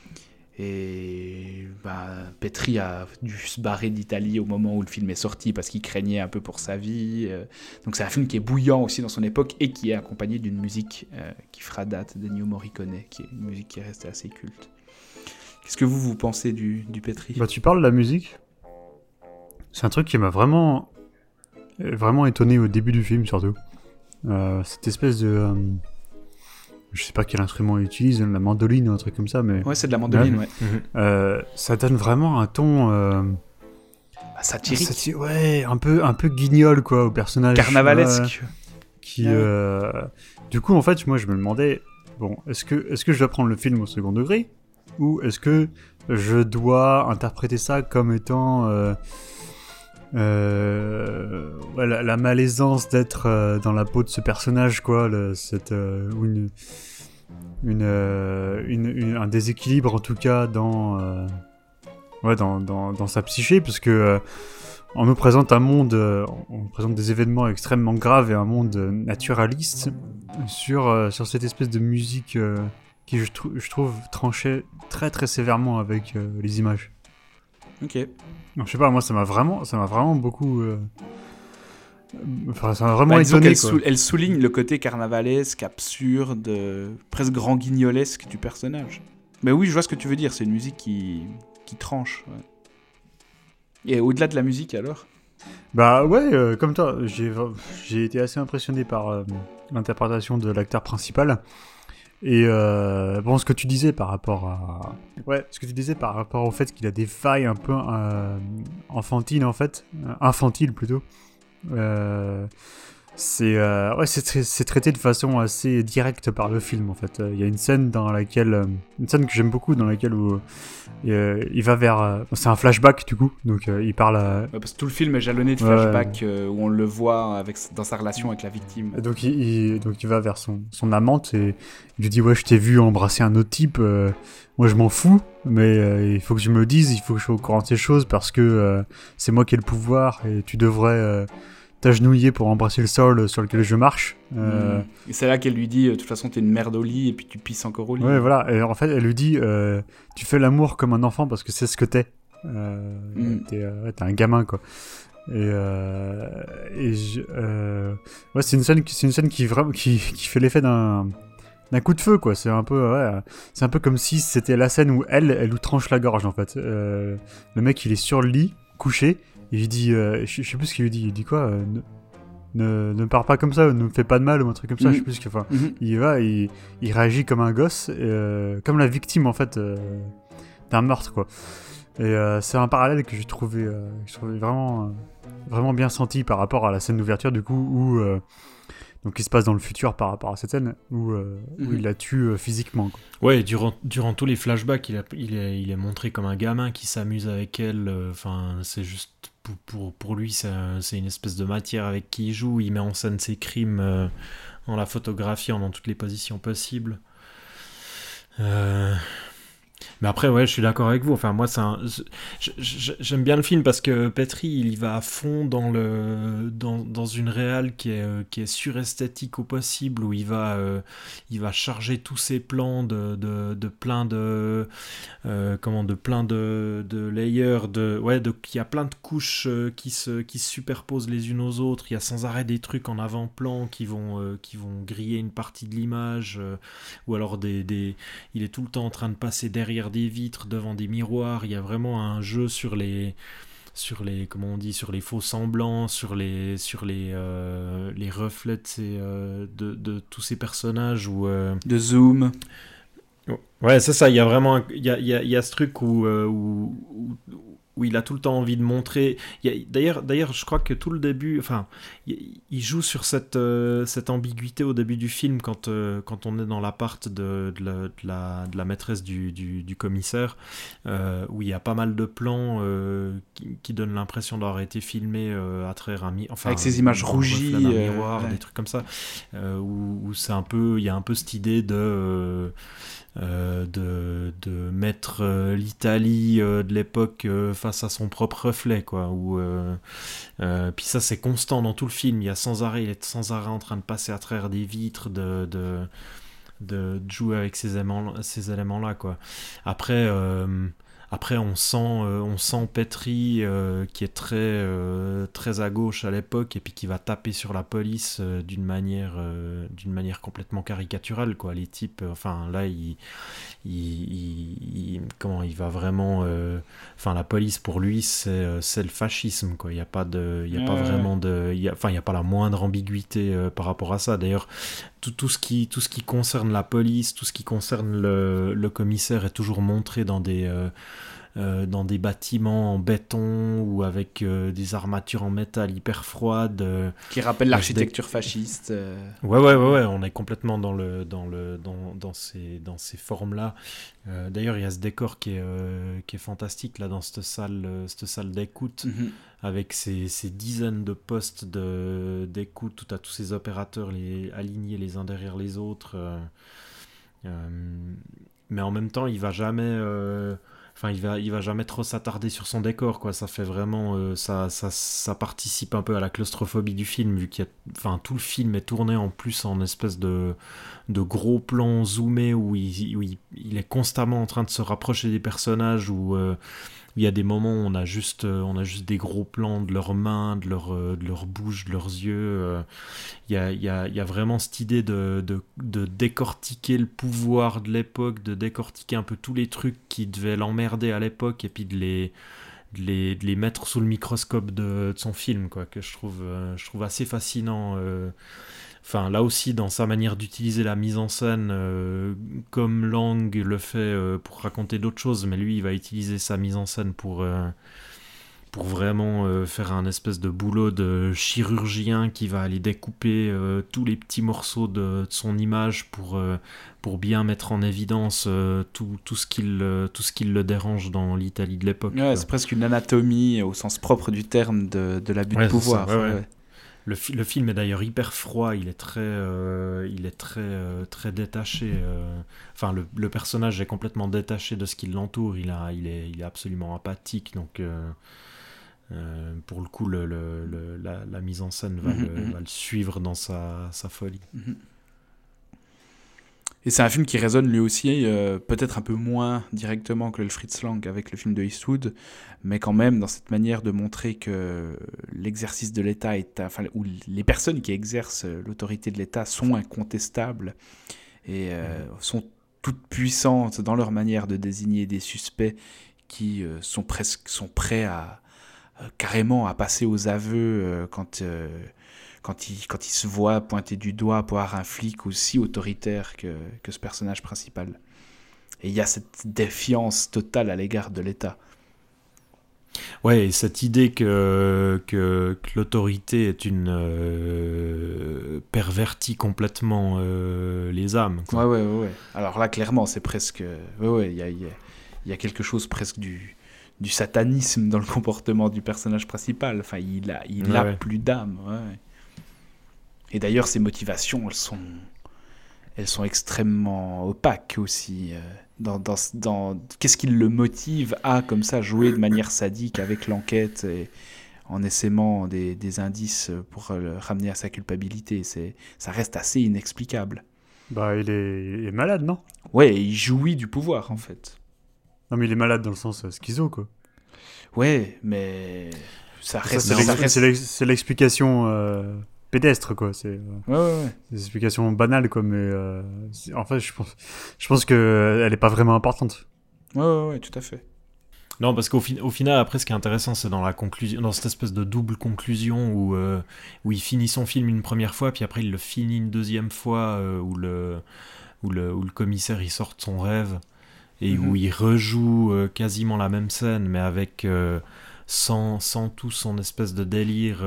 Et bah, Petri a dû se barrer d'Italie au moment où le film est sorti parce qu'il craignait un peu pour sa vie. Donc c'est un film qui est bouillant aussi dans son époque et qui est accompagné d'une musique euh, qui fera date d'Ennio Morricone, qui est une musique qui est restée assez culte. Qu'est-ce que vous, vous pensez du, du Petri ? Bah, tu parles de la musique. C'est un truc qui m'a vraiment, vraiment étonné au début du film, surtout. Euh, cette espèce de... Euh... Je sais pas quel instrument il utilise, la mandoline ou un truc comme ça, mais... Ouais, c'est de la mandoline, ouais. ouais. Euh, ça donne vraiment un ton... Euh... Bah, satirique. Sati- ouais, un peu, un peu guignol, quoi, au personnage. Carnavalesque. Euh, qui, euh... Du coup, en fait, moi, je me demandais, bon, est-ce que, est-ce que je dois prendre le film au second degré, ou est-ce que je dois interpréter ça comme étant... Euh... Euh, ouais, la, la malaisance d'être euh, dans la peau de ce personnage, quoi, le, cette, euh, une, une, euh, une, une, un déséquilibre en tout cas dans, euh, ouais, dans, dans, dans sa psyché, parce que euh, on nous présente un monde, euh, on nous présente des événements extrêmement graves et un monde naturaliste sur, euh, sur cette espèce de musique euh, qui, je, trou- je trouve, tranchait très très sévèrement avec euh, les images. Ok. Non, je sais pas, moi ça m'a vraiment, ça m'a vraiment beaucoup, euh... enfin ça m'a vraiment bah, étonné. Elle, quoi. sou- elle souligne le côté carnavalesque, absurde, presque grand guignolesque du personnage. Mais oui, je vois ce que tu veux dire. C'est une musique qui, qui tranche. Ouais. Et au-delà de la musique, alors ? Bah ouais, euh, comme toi, j'ai, j'ai été assez impressionné par euh, l'interprétation de l'acteur principal. Et euh, bon, ce que tu disais par rapport à... Ouais, ce que tu disais par rapport au fait qu'il a des failles un peu euh, enfantines, en fait. Euh, infantiles, plutôt. Euh, c'est euh, ouais, c'est, tra- c'est traité de façon assez directe par le film en fait. Il y a une scène dans laquelle, euh, une scène que j'aime beaucoup dans laquelle où, euh, il va vers, euh, c'est un flashback du coup, donc euh, il parle à, Ouais, parce que tout le film est jalonné de Ouais. flashbacks euh, où on le voit avec, dans sa relation avec la victime. et donc il, il- donc il va vers son, son amante et il lui dit ouais je t'ai vu embrasser un autre type, euh, moi je m'en fous, mais euh, il faut que je me dise, il faut que je sois au courant de ces choses parce que euh, c'est moi qui ai le pouvoir et tu devrais euh, t'agenouiller pour embrasser le sol sur lequel je marche. Euh, Mm. Et c'est là qu'elle lui dit, euh, de toute façon, t'es une merde au lit et puis tu pisses encore au lit. Ouais, voilà. Et en fait, elle lui dit euh, tu fais l'amour comme un enfant parce que c'est ce que t'es. Euh, Mm. t'es, euh, ouais, t'es un gamin, quoi. Et, euh, et je- euh, ouais, c'est une scène qui, c'est une scène qui, vraiment, qui, qui fait l'effet d'un, d'un coup de feu, quoi. C'est un peu, ouais, c'est un peu comme si c'était la scène où elle, elle lui tranche la gorge, en fait. Euh, le mec, il est sur le lit, couché, et il dit, euh, je, je sais plus ce qu'il lui dit. Il dit quoi euh, ne, ne, ne pars pas comme ça, ne me fais pas de mal ou un truc comme ça. Mm. Je sais plus ce qu'il enfin, Mhm. il va, il, il réagit comme un gosse, euh, comme la victime en fait euh, d'un meurtre quoi. Et euh, c'est un parallèle que j'ai trouvé, euh, que je trouvais vraiment, euh, vraiment bien senti par rapport à la scène d'ouverture du coup où euh, donc il se passe dans le futur par rapport à cette scène où, euh, où Mhm. il la tue euh, physiquement. Quoi. Ouais, durant, durant tous les flashbacks, il, a, il, est, il est montré comme un gamin qui s'amuse avec elle. Enfin, c'est juste pour, pour, pour lui, c'est, un- c'est une espèce de matière avec qui il joue. Il met en scène ses crimes euh, en la photographiant dans toutes les positions possibles. Euh... Mais après, ouais, je suis d'accord avec vous. Enfin, moi, c'est un... je- je- j'aime bien le film parce que Petri, il y va à fond dans le dans, dans une réal qui est euh, qui est suresthétique au possible, où il va euh, il va charger tous ses plans de de, de plein de euh, comment de plein de, de layers de ouais de il y a plein de couches euh, qui se qui se superposent les unes aux autres. Il y a sans arrêt des trucs en avant-plan qui vont euh, qui vont griller une partie de l'image euh, ou alors des, des il est tout le temps en train de passer derrière des vitres, devant des miroirs. Il y a vraiment un jeu sur les sur les comment on dit sur les faux semblants, sur les sur les euh, les reflets de, ces, euh, de, de tous ces personnages où euh, De zoom. ouais, c'est ça, il y a vraiment un- il y a, il y a, il y a ce truc où, euh, où, où, où il a tout le temps envie de montrer. Il y a- d'ailleurs, d'ailleurs, je crois que tout le début, enfin, il, il joue sur cette, euh, cette ambiguïté au début du film quand, euh, quand on est dans l'appart de, de, la, de, la, de la maîtresse du, du, du commissaire, euh, où il y a pas mal de plans euh, qui, qui donnent l'impression d'avoir été filmés euh, à travers un mi- enfin, Avec ces images dans le rougies, reflet d'un euh, miroir, ouais. des trucs comme ça, euh, où, où c'est un peu, il y a un peu cette idée de euh, euh, de, de mettre euh, l'Italie euh, de l'époque euh, face à son propre reflet, quoi. Où, euh, euh, puis ça, c'est constant dans tout le film. Il y a sans arrêt, il est sans arrêt en train de passer à travers des vitres, de, de, de, de jouer avec ces éléments, ces éléments-là, quoi. Après, euh, après on sent, euh, on sent Petri euh, qui est très, euh, très à gauche à l'époque et puis qui va taper sur la police euh, d'une manière, euh, d'une manière complètement caricaturale, quoi. Les types, euh, enfin là, il, il, il- il- comment il va vraiment, euh, enfin la police pour lui c'est, euh, c'est le fascisme, quoi. Il y a pas de, il y a pas Ouais, ouais. vraiment de, il y a, enfin il y a pas la moindre ambiguïté euh, par rapport à ça. D'ailleurs, tout, tout ce qui, tout ce qui concerne la police, tout ce qui concerne le, le commissaire est toujours montré dans des euh, euh, dans des bâtiments en béton ou avec euh, des armatures en métal hyper froides. euh. Qui rappelle l'architecture fasciste. euh. Ouais, ouais, ouais, ouais, on est complètement dans, le, dans, le, dans, dans ces, dans ces formes-là. Euh, d'ailleurs, il y a ce décor qui est, euh, qui est fantastique là, dans cette salle, euh, cette salle d'écoute, Mhm. avec ces, ces dizaines de postes de, d'écoute, tout à tous ces opérateurs les, alignés les uns derrière les autres. euh, euh, mais en même temps, il va jamais... euh, Enfin, il va, il va jamais trop s'attarder sur son décor, quoi. Ça fait vraiment, euh, ça, ça, ça participe un peu à la claustrophobie du film, vu qu'il y a, enfin, tout le film est tourné en plus en espèce de, de gros plans zoomés où il, où il, il est constamment en train de se rapprocher des personnages, où euh, il y a des moments où on a juste, euh, on a juste des gros plans de leurs mains, de leur, euh, de leur bouche, de leurs yeux. euh. Il y a, il y a, il y a vraiment cette idée de, de, de décortiquer le pouvoir de l'époque, de décortiquer un peu tous les trucs qui devaient l'emmerder à l'époque et puis de les, de les, de les mettre sous le microscope de, de son film, quoi, que je trouve, euh, je trouve assez fascinant. euh. Enfin, là aussi, dans sa manière d'utiliser la mise en scène, euh, comme Lang le fait euh, pour raconter d'autres choses, mais lui, il va utiliser sa mise en scène pour, euh, pour vraiment euh, faire un espèce de boulot de chirurgien qui va aller découper euh, tous les petits morceaux de, de son image pour, euh, pour bien mettre en évidence euh, tout, tout, ce qu'il, euh, tout ce qui le dérange dans l'Italie de l'époque. Ouais, c'est presque une anatomie au sens propre du terme de, de l'abus ouais, de pouvoir. Ça, ouais, ouais. Ouais. Le, fi- le film est d'ailleurs hyper froid, il est très, euh, il est très, euh, très détaché. Euh... Enfin, le, le personnage est complètement détaché de ce qui l'entoure, il, a, il, est, il est absolument apathique. Donc, euh, euh, pour le coup, le, le, le, la, la mise en scène va, mm-hmm. le, va le suivre dans sa, sa folie. Mm-hmm. Et c'est un film qui résonne lui aussi, euh, peut-être un peu moins directement que le Fritz Lang avec le film de Eastwood, mais quand même dans cette manière de montrer que l'exercice de l'État, est, enfin, ou les personnes qui exercent l'autorité de l'État sont incontestables et euh, sont toutes puissantes dans leur manière de désigner des suspects qui euh, sont, presque, sont prêts à, euh, carrément à passer aux aveux euh, quand... Euh, Quand il, quand il se voit pointer du doigt par un flic aussi autoritaire que, que ce personnage principal. Et il y a cette défiance totale à l'égard de l'État. Ouais, et cette idée que, que, que l'autorité est une euh, pervertit complètement euh, les âmes. Quoi. Ouais, ouais, ouais, ouais. Alors là, clairement, c'est presque... Ouais, ouais, il y a, il y a, il y a quelque chose presque du, du satanisme dans le comportement du personnage principal. Enfin, il a, il ouais, a ouais. plus d'âme, ouais. Et d'ailleurs, ses motivations, elles sont, elles sont extrêmement opaques aussi. Dans, dans, dans, qu'est-ce qui le motive à, comme ça, jouer de manière sadique avec l'enquête et en essaimant des, des indices pour le ramener à sa culpabilité? C'est, ça reste assez inexplicable. Bah, il est, il est malade, non? Ouais, il jouit du pouvoir, en fait. Non, mais il est malade dans le sens euh, schizo, quoi. Ouais, mais ça reste... Ça, c'est, ça l'ex- reste... c'est, l'ex- c'est l'explication... Euh... pédestre, quoi. C'est, euh, ouais, ouais, ouais. des explications banales, quoi, mais euh, en fait, je pense, je pense qu'elle n'est pas vraiment importante. Ouais, ouais, ouais, tout à fait. Non, parce qu'au fi- au final, après, ce qui est intéressant, c'est dans la conclusion, dans cette espèce de double conclusion où, euh, où il finit son film une première fois, puis après il le finit une deuxième fois, euh, où, le, où, le, où le commissaire il sort de son rêve et mm-hmm. où il rejoue euh, quasiment la même scène, mais avec... Euh, Sans, sans tout son espèce de délire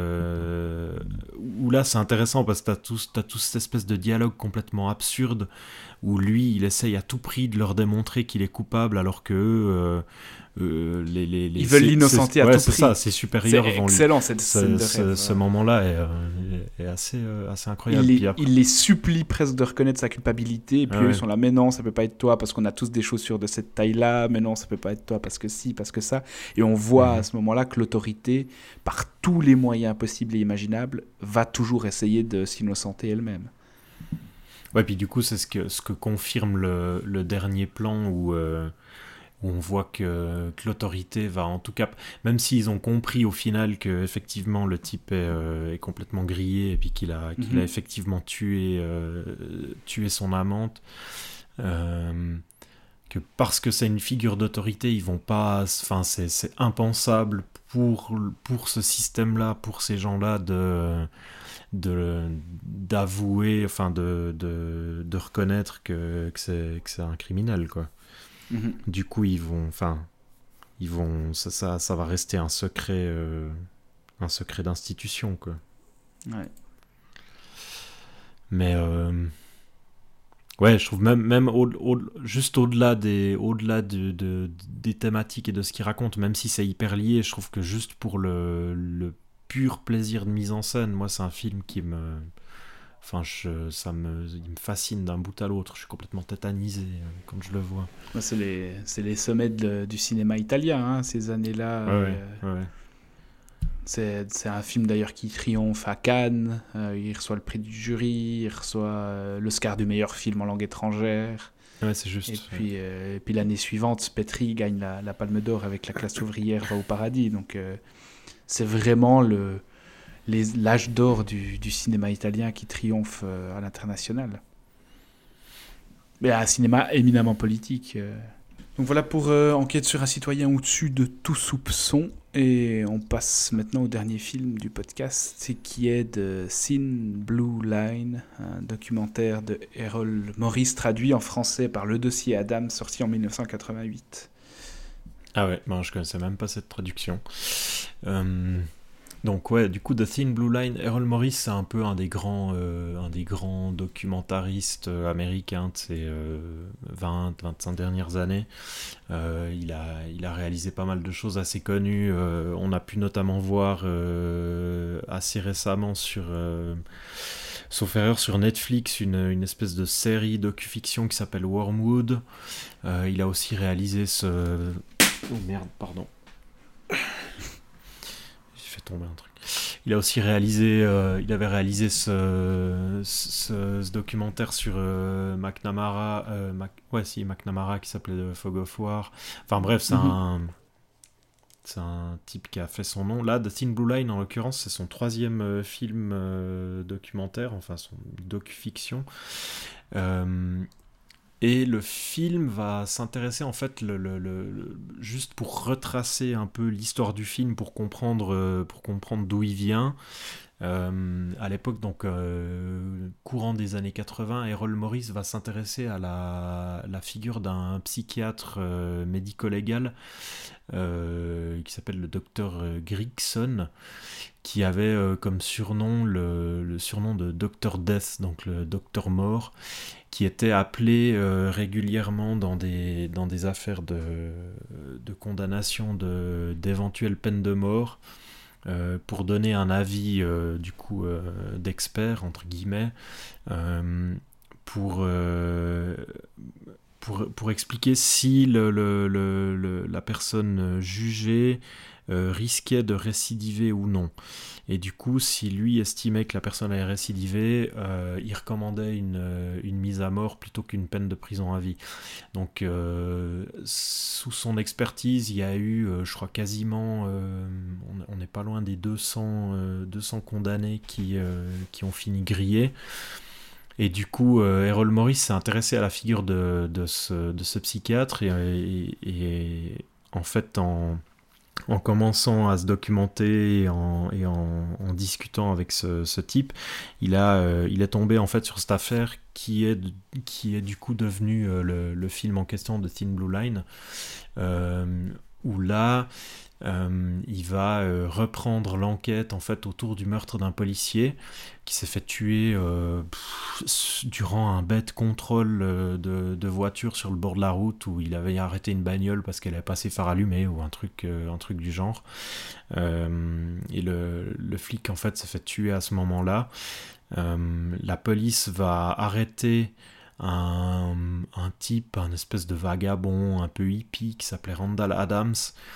euh, où là c'est intéressant parce que t'as tout, t'as tout cette espèce de dialogue complètement absurde où lui il essaye à tout prix de leur démontrer qu'il est coupable alors que euh, euh, les, les, les, ils veulent l'innocenter à ouais, tout c'est prix. Ça, c'est supérieur. C'est excellent cette scène de ce, rêve. Ce moment-là est, euh, est assez, euh, assez incroyable. Il les, après... il les supplie presque de reconnaître sa culpabilité et puis ah, eux ouais. ils sont là, mais non ça peut pas être toi parce qu'on a tous des chaussures de cette taille-là, mais non ça peut pas être toi parce que si, parce que ça. Et on voit mmh. à ce moment-là que l'autorité, par tous les moyens possibles et imaginables, va toujours essayer de s'innocenter elle-même. Ouais, puis du coup, c'est ce que, ce que confirme le, le dernier plan où, euh, où on voit que, que l'autorité va, en tout cas, même s'ils ont compris au final que effectivement le type est, euh, est complètement grillé et puis qu'il a, qu'il mm-hmm. a effectivement tué, euh, tué son amante, euh, que parce que c'est une figure d'autorité, ils vont pas, enfin, c'est, c'est impensable pour, pour ce système-là, pour ces gens-là de... De, d'avouer, enfin de, de, de reconnaître que, que, c'est, que c'est un criminel, quoi. Mm-hmm. Du coup, ils vont, enfin, ils vont, ça, ça, ça va rester un secret, euh, un secret d'institution, quoi. Ouais. Mais, euh, ouais, je trouve même, même au, au, juste au-delà des, au-delà de, de, des thématiques et de ce qu'ils racontent, même si c'est hyper lié, je trouve que juste pour le, le pur plaisir de mise en scène, moi c'est un film qui me enfin je, ça me il me fascine d'un bout à l'autre, je suis complètement tétanisé euh, quand je le vois. C'est les c'est les sommets de, du cinéma italien hein, ces années-là. Ouais, euh, ouais, ouais. C'est, c'est un film d'ailleurs qui triomphe à Cannes, euh, il reçoit le prix du jury, il reçoit euh, l'Oscar du meilleur film en langue étrangère. Ouais, c'est juste. Et ouais. puis, euh, et puis l'année suivante, Petri gagne la, la Palme d'Or avec La classe ouvrière va au paradis. Donc euh, c'est vraiment le, les, l'âge d'or du, du cinéma italien qui triomphe euh, à l'international. Mais un cinéma éminemment politique. Euh. Donc voilà pour euh, Enquête sur un citoyen au-dessus de tout soupçon. Et on passe maintenant au dernier film du podcast, c'est qui est de Thin Blue Line, un documentaire de Errol Morris traduit en français par Le Dossier Adam, sorti en dix-neuf cent quatre-vingt-huit. Ah ouais, ben, je connaissais même pas cette traduction. Euh, donc ouais, du coup, The Thin Blue Line, Errol Morris, c'est un peu un des grands, euh, un des grands documentaristes euh, américains de ces euh, vingt à vingt-cinq dernières années. Euh, il, a, il a réalisé pas mal de choses assez connues. Euh, on a pu notamment voir euh, assez récemment sur... Euh, sauf erreur sur Netflix, une, une espèce de série docu-fiction qui s'appelle Wormwood. Euh, il a aussi réalisé ce... Oh merde, pardon. J'ai fait tomber un truc. Il a aussi réalisé, euh, il avait réalisé ce, ce, ce documentaire sur euh, McNamara, euh, Mac, ouais si McNamara qui s'appelait The Fog of War. Enfin bref, c'est mm-hmm. un, c'est un type qui a fait son nom. Là, The Thin Blue Line en l'occurrence, c'est son troisième euh, film euh, documentaire, enfin son docu-fiction. Euh, Et le film va s'intéresser en fait, le, le, le, le, juste pour retracer un peu l'histoire du film, pour comprendre, euh, pour comprendre d'où il vient. Euh, à l'époque, donc euh, courant des années quatre-vingts, Errol Morris va s'intéresser à la, la figure d'un psychiatre euh, médico-légal euh, qui s'appelle le docteur Grigson, qui avait euh, comme surnom le, le surnom de docteur Death, donc le docteur mort, qui était appelé euh, régulièrement dans des, dans des affaires de, de condamnation de, d'éventuelles peines de mort euh, pour donner un avis euh, du coup euh, d'expert entre guillemets euh, pour, euh, pour, pour expliquer si le, le, le, le, la personne jugée euh, risquait de récidiver ou non. Et du coup, si lui estimait que la personne allait récidiver, euh, il recommandait une, une mise à mort plutôt qu'une peine de prison à vie. Donc, euh, sous son expertise, il y a eu, euh, je crois, quasiment, euh, on n'est pas loin des deux cents, euh, deux cents condamnés qui, euh, qui ont fini grillés. Et du coup, euh, Errol Morris s'est intéressé à la figure de, de, ce, de ce psychiatre et, et, et en fait, en... en commençant à se documenter et en, et en, en discutant avec ce, ce type, il, a, euh, il est tombé en fait sur cette affaire qui est, qui est du coup devenue euh, le, le film en question de Thin Blue Line, euh, où là, euh, il va euh, reprendre l'enquête en fait autour du meurtre d'un policier qui s'est fait tuer euh, pff, durant un bête contrôle euh, de, de voiture sur le bord de la route où il avait arrêté une bagnole parce qu'elle avait passé phare allumé ou un truc, euh, un truc du genre. Euh, et le, le flic en fait s'est fait tuer à ce moment-là. Euh, la police va arrêter un, un type, un espèce de vagabond un peu hippie qui s'appelait Randall Adams,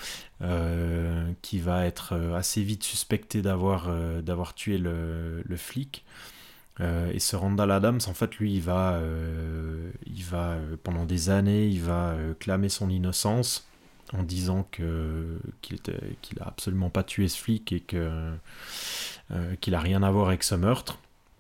euh, qui va être assez vite suspecté d'avoir, euh, d'avoir tué le, le flic. Euh, et ce Randall Adams, en fait, lui, il va, euh, il va euh, pendant des années, il va euh, clamer son innocence en disant que, qu'il, était, qu'il a absolument pas tué ce flic et que, euh, qu'il a rien à voir avec ce meurtre.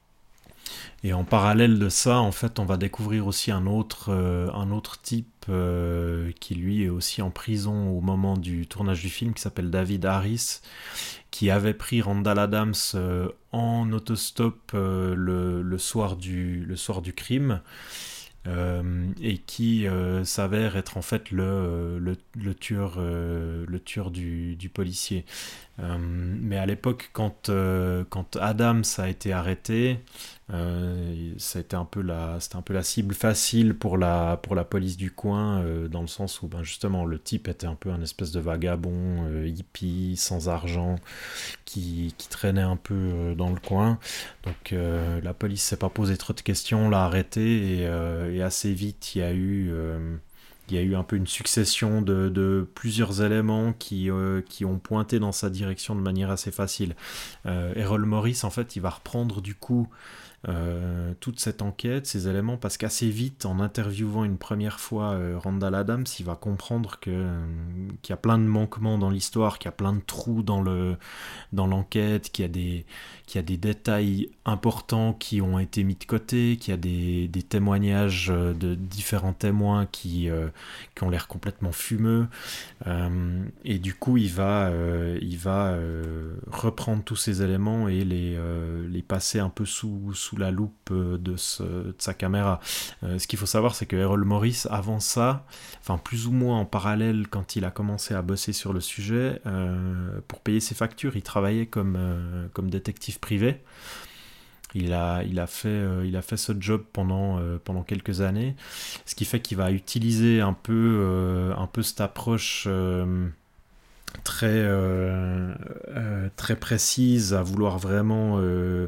Et en parallèle de ça, en fait, on va découvrir aussi un autre, euh, un autre type euh, qui, lui, est aussi en prison au moment du tournage du film, qui s'appelle David Harris, qui avait pris Randall Adams euh, en autostop euh, le, le, soir du, le soir du crime. Euh, et qui euh, s'avère être en fait le, le, le tueur, euh, le tueur du, du policier. Euh, mais à l'époque, quand, euh, quand Adams a été arrêté, euh, ça a été un peu la, c'était un peu la cible facile pour la, pour la police du coin, euh, dans le sens où ben, justement le type était un peu un espèce de vagabond, euh, hippie, sans argent, qui, qui traînait un peu euh, dans le coin. Donc euh, la police s'est pas posé trop de questions, l'a arrêté et, euh, et assez vite il y a eu... Euh, Il y a eu un peu une succession de, de plusieurs éléments qui, euh, qui ont pointé dans sa direction de manière assez facile. Euh, Errol Morris, en fait, il va reprendre du coup euh, toute cette enquête, ces éléments, parce qu'assez vite, en interviewant une première fois euh, Randall Adams, il va comprendre que, euh, qu'il y a plein de manquements dans l'histoire, qu'il y a plein de trous dans, le, dans l'enquête, qu'il y a des, qu'il y a des détails importants qui ont été mis de côté, qu'il y a des, des témoignages de différents témoins qui, euh, qui ont l'air complètement fumeux. Euh, et du coup, il va, euh, il va euh, reprendre tous ces éléments et les, euh, les passer un peu sous, sous sous la loupe de, ce, de sa caméra. Euh, ce qu'il faut savoir, c'est que Errol Morris, avant ça, enfin plus ou moins en parallèle, quand il a commencé à bosser sur le sujet, euh, pour payer ses factures, il travaillait comme, euh, comme détective privé. Il a, il, a fait, euh, il a fait ce job pendant, euh, pendant quelques années, ce qui fait qu'il va utiliser un peu, euh, un peu cette approche euh, très, euh, euh, très précise, à vouloir vraiment euh,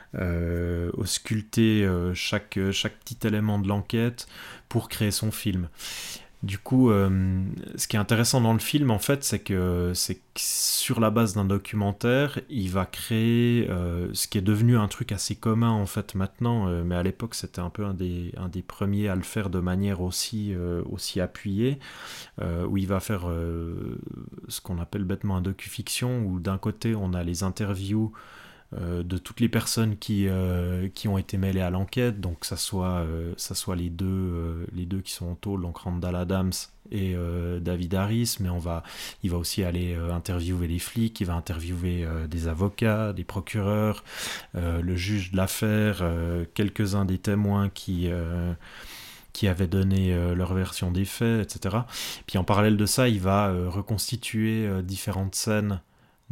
euh, ausculter euh, chaque, chaque petit élément de l'enquête pour créer son film. Du coup, euh, ce qui est intéressant dans le film, en fait, c'est que, c'est que sur la base d'un documentaire, il va créer euh, ce qui est devenu un truc assez commun, en fait, maintenant, euh, mais à l'époque, c'était un peu un des, un des premiers à le faire de manière aussi, euh, aussi appuyée, euh, où il va faire euh, ce qu'on appelle bêtement un docu-fiction, où d'un côté, on a les interviews Euh, de toutes les personnes qui, euh, qui ont été mêlées à l'enquête, donc que ça soit, euh, ça soit les, deux, euh, les deux qui sont en tôle, donc Randall Adams et euh, David Harris, mais on va, il va aussi aller euh, interviewer les flics, il va interviewer euh, des avocats, des procureurs, euh, le juge de l'affaire, euh, quelques-uns des témoins qui... Euh, qui avaient donné euh, leur version des faits, et cetera. Puis en parallèle de ça, il va euh, reconstituer euh, différentes scènes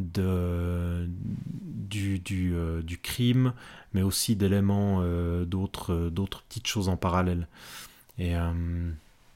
de, du, du, euh, du crime, mais aussi d'éléments euh, d'autres, d'autres petites choses en parallèle. Et euh,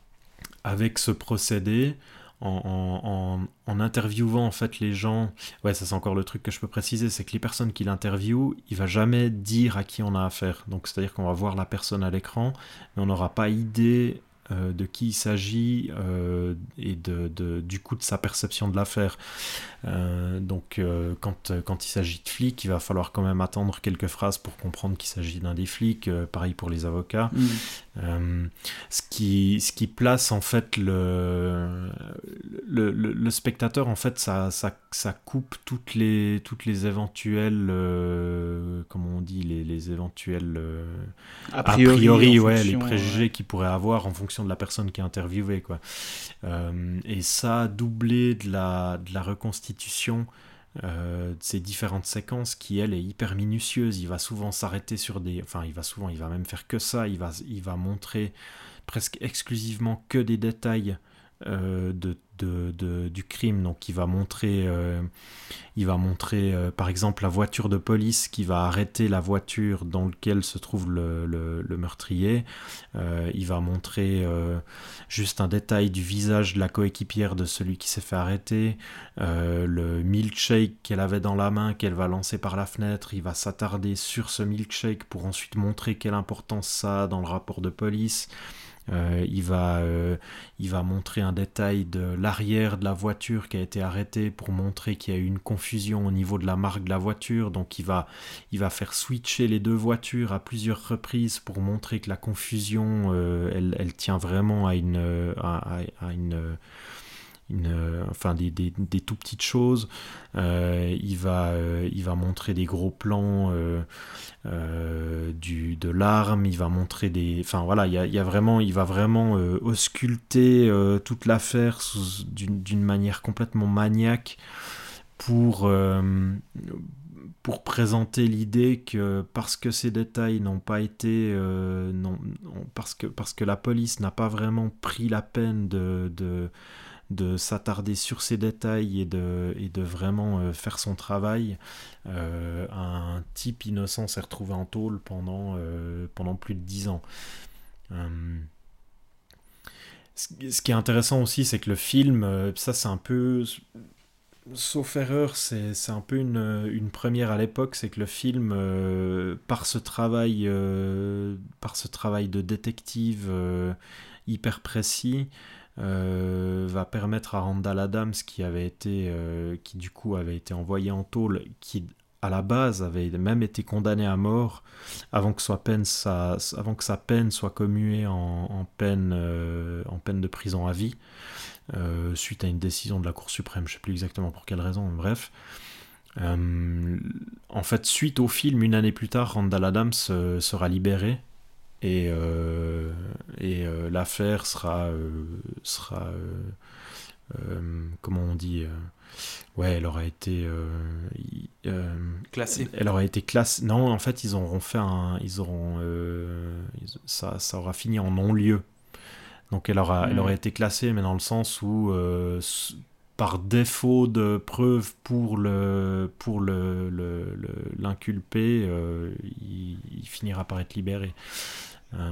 avec ce procédé, en, en, en interviewant en fait les gens, ouais, ça c'est encore le truc que je peux préciser, c'est que les personnes qu'il interviewe, il va jamais dire à qui on a affaire. Donc c'est-à-dire qu'on va voir la personne à l'écran, mais on n'aura pas idée euh, de qui il s'agit euh, et de, de, du coup de sa perception de l'affaire. Euh, donc euh, quand, quand il s'agit de flics, il va falloir quand même attendre quelques phrases pour comprendre qu'il s'agit d'un des flics, euh, pareil pour les avocats. Mmh. Euh, ce, qui, ce qui place en fait le, le, le, le spectateur, en fait ça, ça, ça coupe toutes les, toutes les éventuelles euh, comment on dit, les, les éventuels euh, a priori, a priori ouais, fonction, les préjugés ouais. qu'il pourrait avoir en fonction de la personne qui est interviewée, quoi. Euh, et ça doublé de la, de la reconstitution euh, de ces différentes séquences qui, elle, est hyper minutieuse. Il va souvent s'arrêter sur des... Enfin, il va souvent, il va même faire que ça. Il va, il va montrer presque exclusivement que des détails euh, de, de, de, du crime. Donc, il va montrer, euh, il va montrer euh, par exemple, la voiture de police qui va arrêter la voiture dans laquelle se trouve le, le, le meurtrier. Euh, il va montrer euh, juste un détail du visage de la coéquipière de celui qui s'est fait arrêter, euh, le milkshake qu'elle avait dans la main, qu'elle va lancer par la fenêtre. Il va s'attarder sur ce milkshake pour ensuite montrer quelle importance ça a dans le rapport de police. Euh, il, va, euh, il va montrer un détail de l'arrière de la voiture qui a été arrêtée pour montrer qu'il y a eu une confusion au niveau de la marque de la voiture. Donc il va, il va faire switcher les deux voitures à plusieurs reprises pour montrer que la confusion euh, elle, elle tient vraiment à une, à, à une, une, enfin des, des, des tout petites choses. Euh, il, va, euh, il va montrer des gros plans euh, euh, du, de l'arme, il va montrer des... Enfin voilà, il, y a, il, y a vraiment, il va vraiment euh, ausculter euh, toute l'affaire sous, d'une, d'une manière complètement maniaque pour, euh, pour présenter l'idée que parce que ces détails n'ont pas été... Euh, non, parce, que, parce que la police n'a pas vraiment pris la peine de... de de s'attarder sur ces détails et de, et de vraiment euh, faire son travail. Euh, un type innocent s'est retrouvé en tôle pendant, euh, pendant plus de dix ans. Euh, ce qui est intéressant aussi, c'est que le film, euh, ça c'est un peu... Sauf erreur, c'est, c'est un peu une, une première à l'époque, c'est que le film, euh, par ce travail, euh, par ce travail de détective euh, hyper précis, Euh, va permettre à Randall Adams, qui avait été euh, qui du coup avait été envoyé en tôle, qui à la base avait même été condamné à mort avant que sa peine, sa, avant que sa peine soit commuée en, en, peine, euh, en peine de prison à vie euh, suite à une décision de la Cour suprême, je ne sais plus exactement pour quelle raison, mais bref. Euh, en fait, suite au film, une année plus tard, Randall Adams euh, sera libéré. Et, euh, et euh, l'affaire sera, euh, sera euh, euh, comment on dit, euh, ouais, elle aura été euh, euh, classée. Elle aura été classée. Non, en fait, ils auront fait un, ils auront, euh, ils, ça, ça aura fini en non-lieu. Donc, elle aura, mmh. elle aura été classée, mais dans le sens où, euh, par défaut de preuves pour le, pour le, le, le l'inculpé, euh, il, il finira par être libéré. Euh,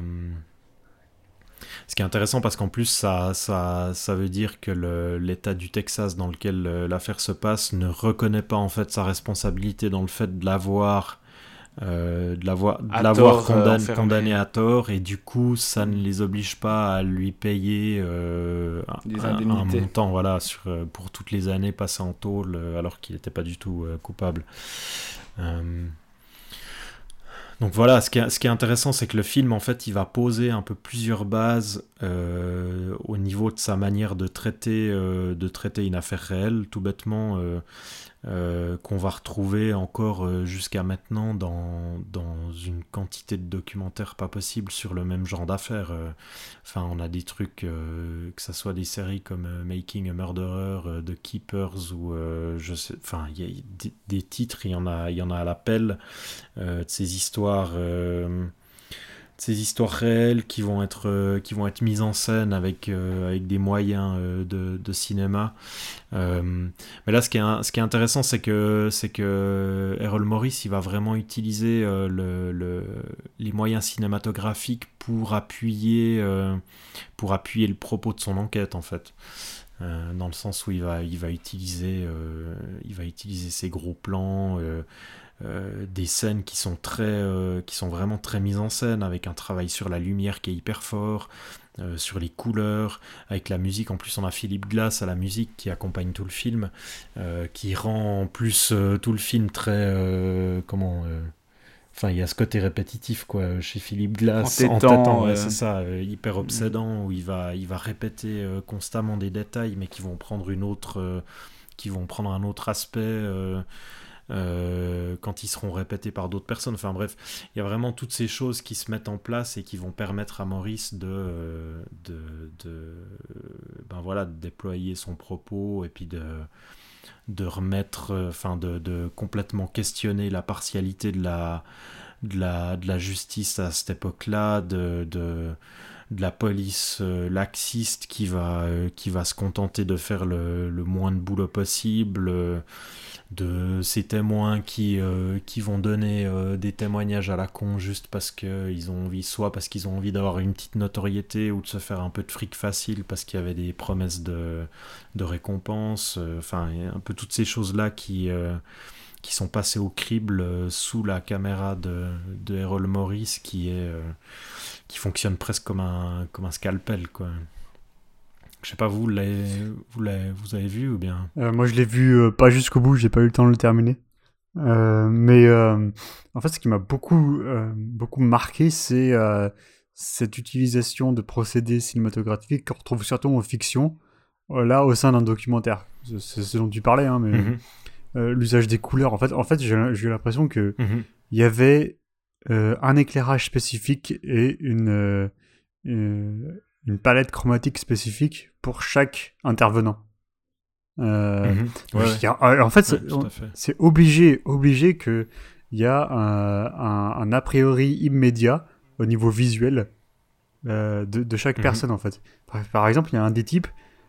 Ce qui est intéressant parce qu'en plus ça, ça, ça veut dire que le, l'État du Texas dans lequel l'affaire se passe ne reconnaît pas en fait sa responsabilité dans le fait de l'avoir, euh, de l'avoir, de l'avoir tort, condamné, euh, condamné à tort, et du coup ça ne les oblige pas à lui payer euh, des un, indemnités. un montant voilà, sur, pour toutes les années passées en tôle alors qu'il n'était pas du tout euh, coupable. Euh, Donc voilà, ce qui est, ce qui est intéressant, c'est que le film, en fait, il va poser un peu plusieurs bases euh, au niveau de sa manière de traiter, euh, de traiter une affaire réelle, tout bêtement, euh, euh, qu'on va retrouver encore euh, jusqu'à maintenant dans, dans une quantité de documentaires pas possible sur le même genre d'affaires. Euh, enfin, on a des trucs, euh, que ce soit des séries comme euh, Making a Murderer, euh, The Keepers, ou euh, je sais, enfin, il y a des, des titres, il y en a, il y en a à l'appel. Euh, de ces histoires euh, de ces histoires réelles qui vont être euh, qui vont être mises en scène avec euh, avec des moyens euh, de, de cinéma. Euh, mais là, ce qui est ce qui est intéressant, c'est que c'est que Errol Morris, il va vraiment utiliser euh, le, le les moyens cinématographiques pour appuyer euh, pour appuyer le propos de son enquête, en fait. Euh, dans le sens où il va il va utiliser euh, il va utiliser ses gros plans. Euh, Euh, des scènes qui sont très, euh, qui sont vraiment très mises en scène, avec un travail sur la lumière qui est hyper fort, euh, sur les couleurs, avec la musique. En plus, on a Philip Glass à la musique qui accompagne tout le film, euh, qui rend en plus euh, tout le film très, euh, comment, euh... enfin, il y a ce côté répétitif, quoi, chez Philip Glass, entêtant, ouais, euh... c'est ça, euh, hyper obsédant, où il va, il va répéter euh, constamment des détails, mais qui vont prendre une autre, euh, qui vont prendre un autre aspect. Euh, Euh, quand ils seront répétés par d'autres personnes. Enfin bref, il y a vraiment toutes ces choses qui se mettent en place et qui vont permettre à Maurice de, de, de, ben voilà, de déployer son propos et puis de, de remettre, enfin de, de complètement questionner la partialité de la, de la, de la justice à cette époque-là, de, de, de la police euh, laxiste qui va, euh, qui va se contenter de faire le, le moins de boulot possible, euh, de ces témoins qui, euh, qui vont donner euh, des témoignages à la con juste parce qu'ils ont envie, soit parce qu'ils ont envie d'avoir une petite notoriété ou de se faire un peu de fric facile parce qu'il y avait des promesses de, de récompense, enfin euh, un peu toutes ces choses-là qui, euh, qui sont passées au crible euh, sous la caméra de, de Errol Morris qui, est, euh, qui fonctionne presque comme un, comme un scalpel, quoi. Je sais pas, vous l'avez, vous l'avez, vous avez vu ou bien euh, Moi, je l'ai vu euh, pas jusqu'au bout, j'ai pas eu le temps de le terminer. Euh, mais euh, en fait, ce qui m'a beaucoup, euh, beaucoup marqué, c'est euh, cette utilisation de procédés cinématographiques qu'on retrouve surtout en fiction, euh, là, au sein d'un documentaire. C'est, c'est ce dont tu parlais, hein, mais mm-hmm. euh, l'usage des couleurs. En fait, en fait j'ai, j'ai eu l'impression qu'il mm-hmm. y avait euh, un éclairage spécifique et une... Euh, une une palette chromatique spécifique pour chaque intervenant. Euh, mmh. ouais, y a, en fait, ouais, c'est, fait, c'est obligé, obligé qu'il y a un, un, un a priori immédiat au niveau visuel euh, de, de chaque mmh. personne, en fait. Par, par exemple, il y a un des types,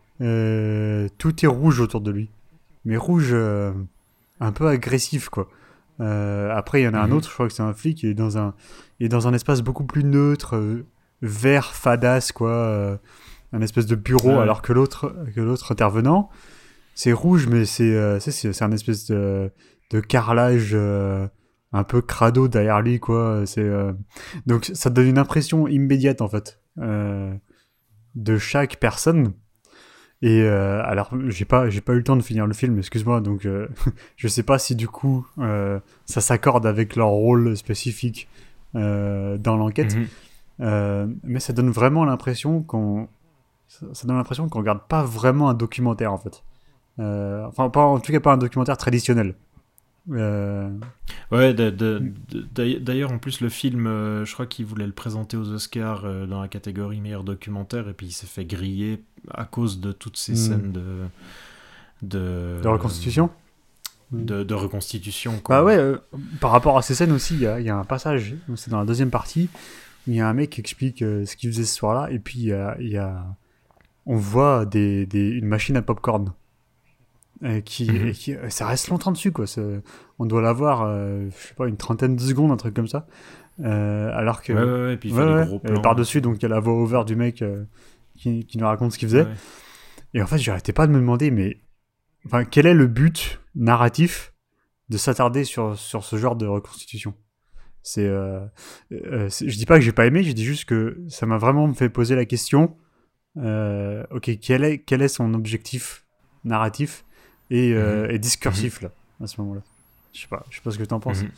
euh, tout est rouge autour de lui. Mais rouge euh, un peu agressif, quoi. Euh, après, il y en a mmh. un autre, je crois que c'est un flic, il est dans un, il est dans un espace beaucoup plus neutre, euh, vert fadasse, quoi, euh, un espèce de bureau, ouais. alors que l'autre, que l'autre intervenant, c'est rouge, mais c'est, euh, c'est, c'est, c'est un espèce de, de carrelage euh, un peu crado derrière lui, quoi. C'est, euh... donc ça donne une impression immédiate, en fait, euh, de chaque personne. Et euh, alors, j'ai pas, j'ai pas eu le temps de finir le film, excuse-moi, donc euh, je sais pas si du coup euh, ça s'accorde avec leur rôle spécifique euh, dans l'enquête. Mm-hmm. Euh, mais ça donne vraiment l'impression qu'on ça, ça donne l'impression qu'on regarde pas vraiment un documentaire, en fait, euh, enfin pas, en tout cas pas un documentaire traditionnel. Euh... ouais de, de, de, d'ailleurs en plus le film euh, je crois qu'il voulait le présenter aux Oscars euh, dans la catégorie meilleur documentaire et puis il s'est fait griller à cause de toutes ces Mm. scènes de de, De reconstitution. de, de reconstitution. Quoi. Bah ouais, euh, par rapport à ces scènes aussi, il y, a- il y a un passage, donc c'est dans la deuxième partie, où il y a un mec qui explique euh, ce qu'il faisait ce soir-là, et puis il y a, il y a- on voit des, des, une machine à popcorn. Et qui, Mhm. et qui, euh, ça reste longtemps dessus, quoi. C'est- on doit l'avoir, euh, je sais pas, une trentaine de secondes, un truc comme ça. Euh, alors que. Ouais, ouais, ouais, et puis il fait Ouais, des ouais. gros Et plans. par-dessus, donc il y a la voix over du mec euh, qui, qui nous raconte ce qu'il faisait. Ouais. Et en fait, j'arrêtais pas de me demander, mais enfin, quel est le but narratif de s'attarder sur, sur ce genre de reconstitution? C'est, euh, euh, c'est- je dis pas que j'ai pas aimé, je dis juste que ça m'a vraiment fait poser la question. euh, ok, quel est, quel est son objectif narratif et, euh, Mhm. et discursif là, à ce moment-là? Je sais pas, je sais pas ce que t'en penses. Mhm.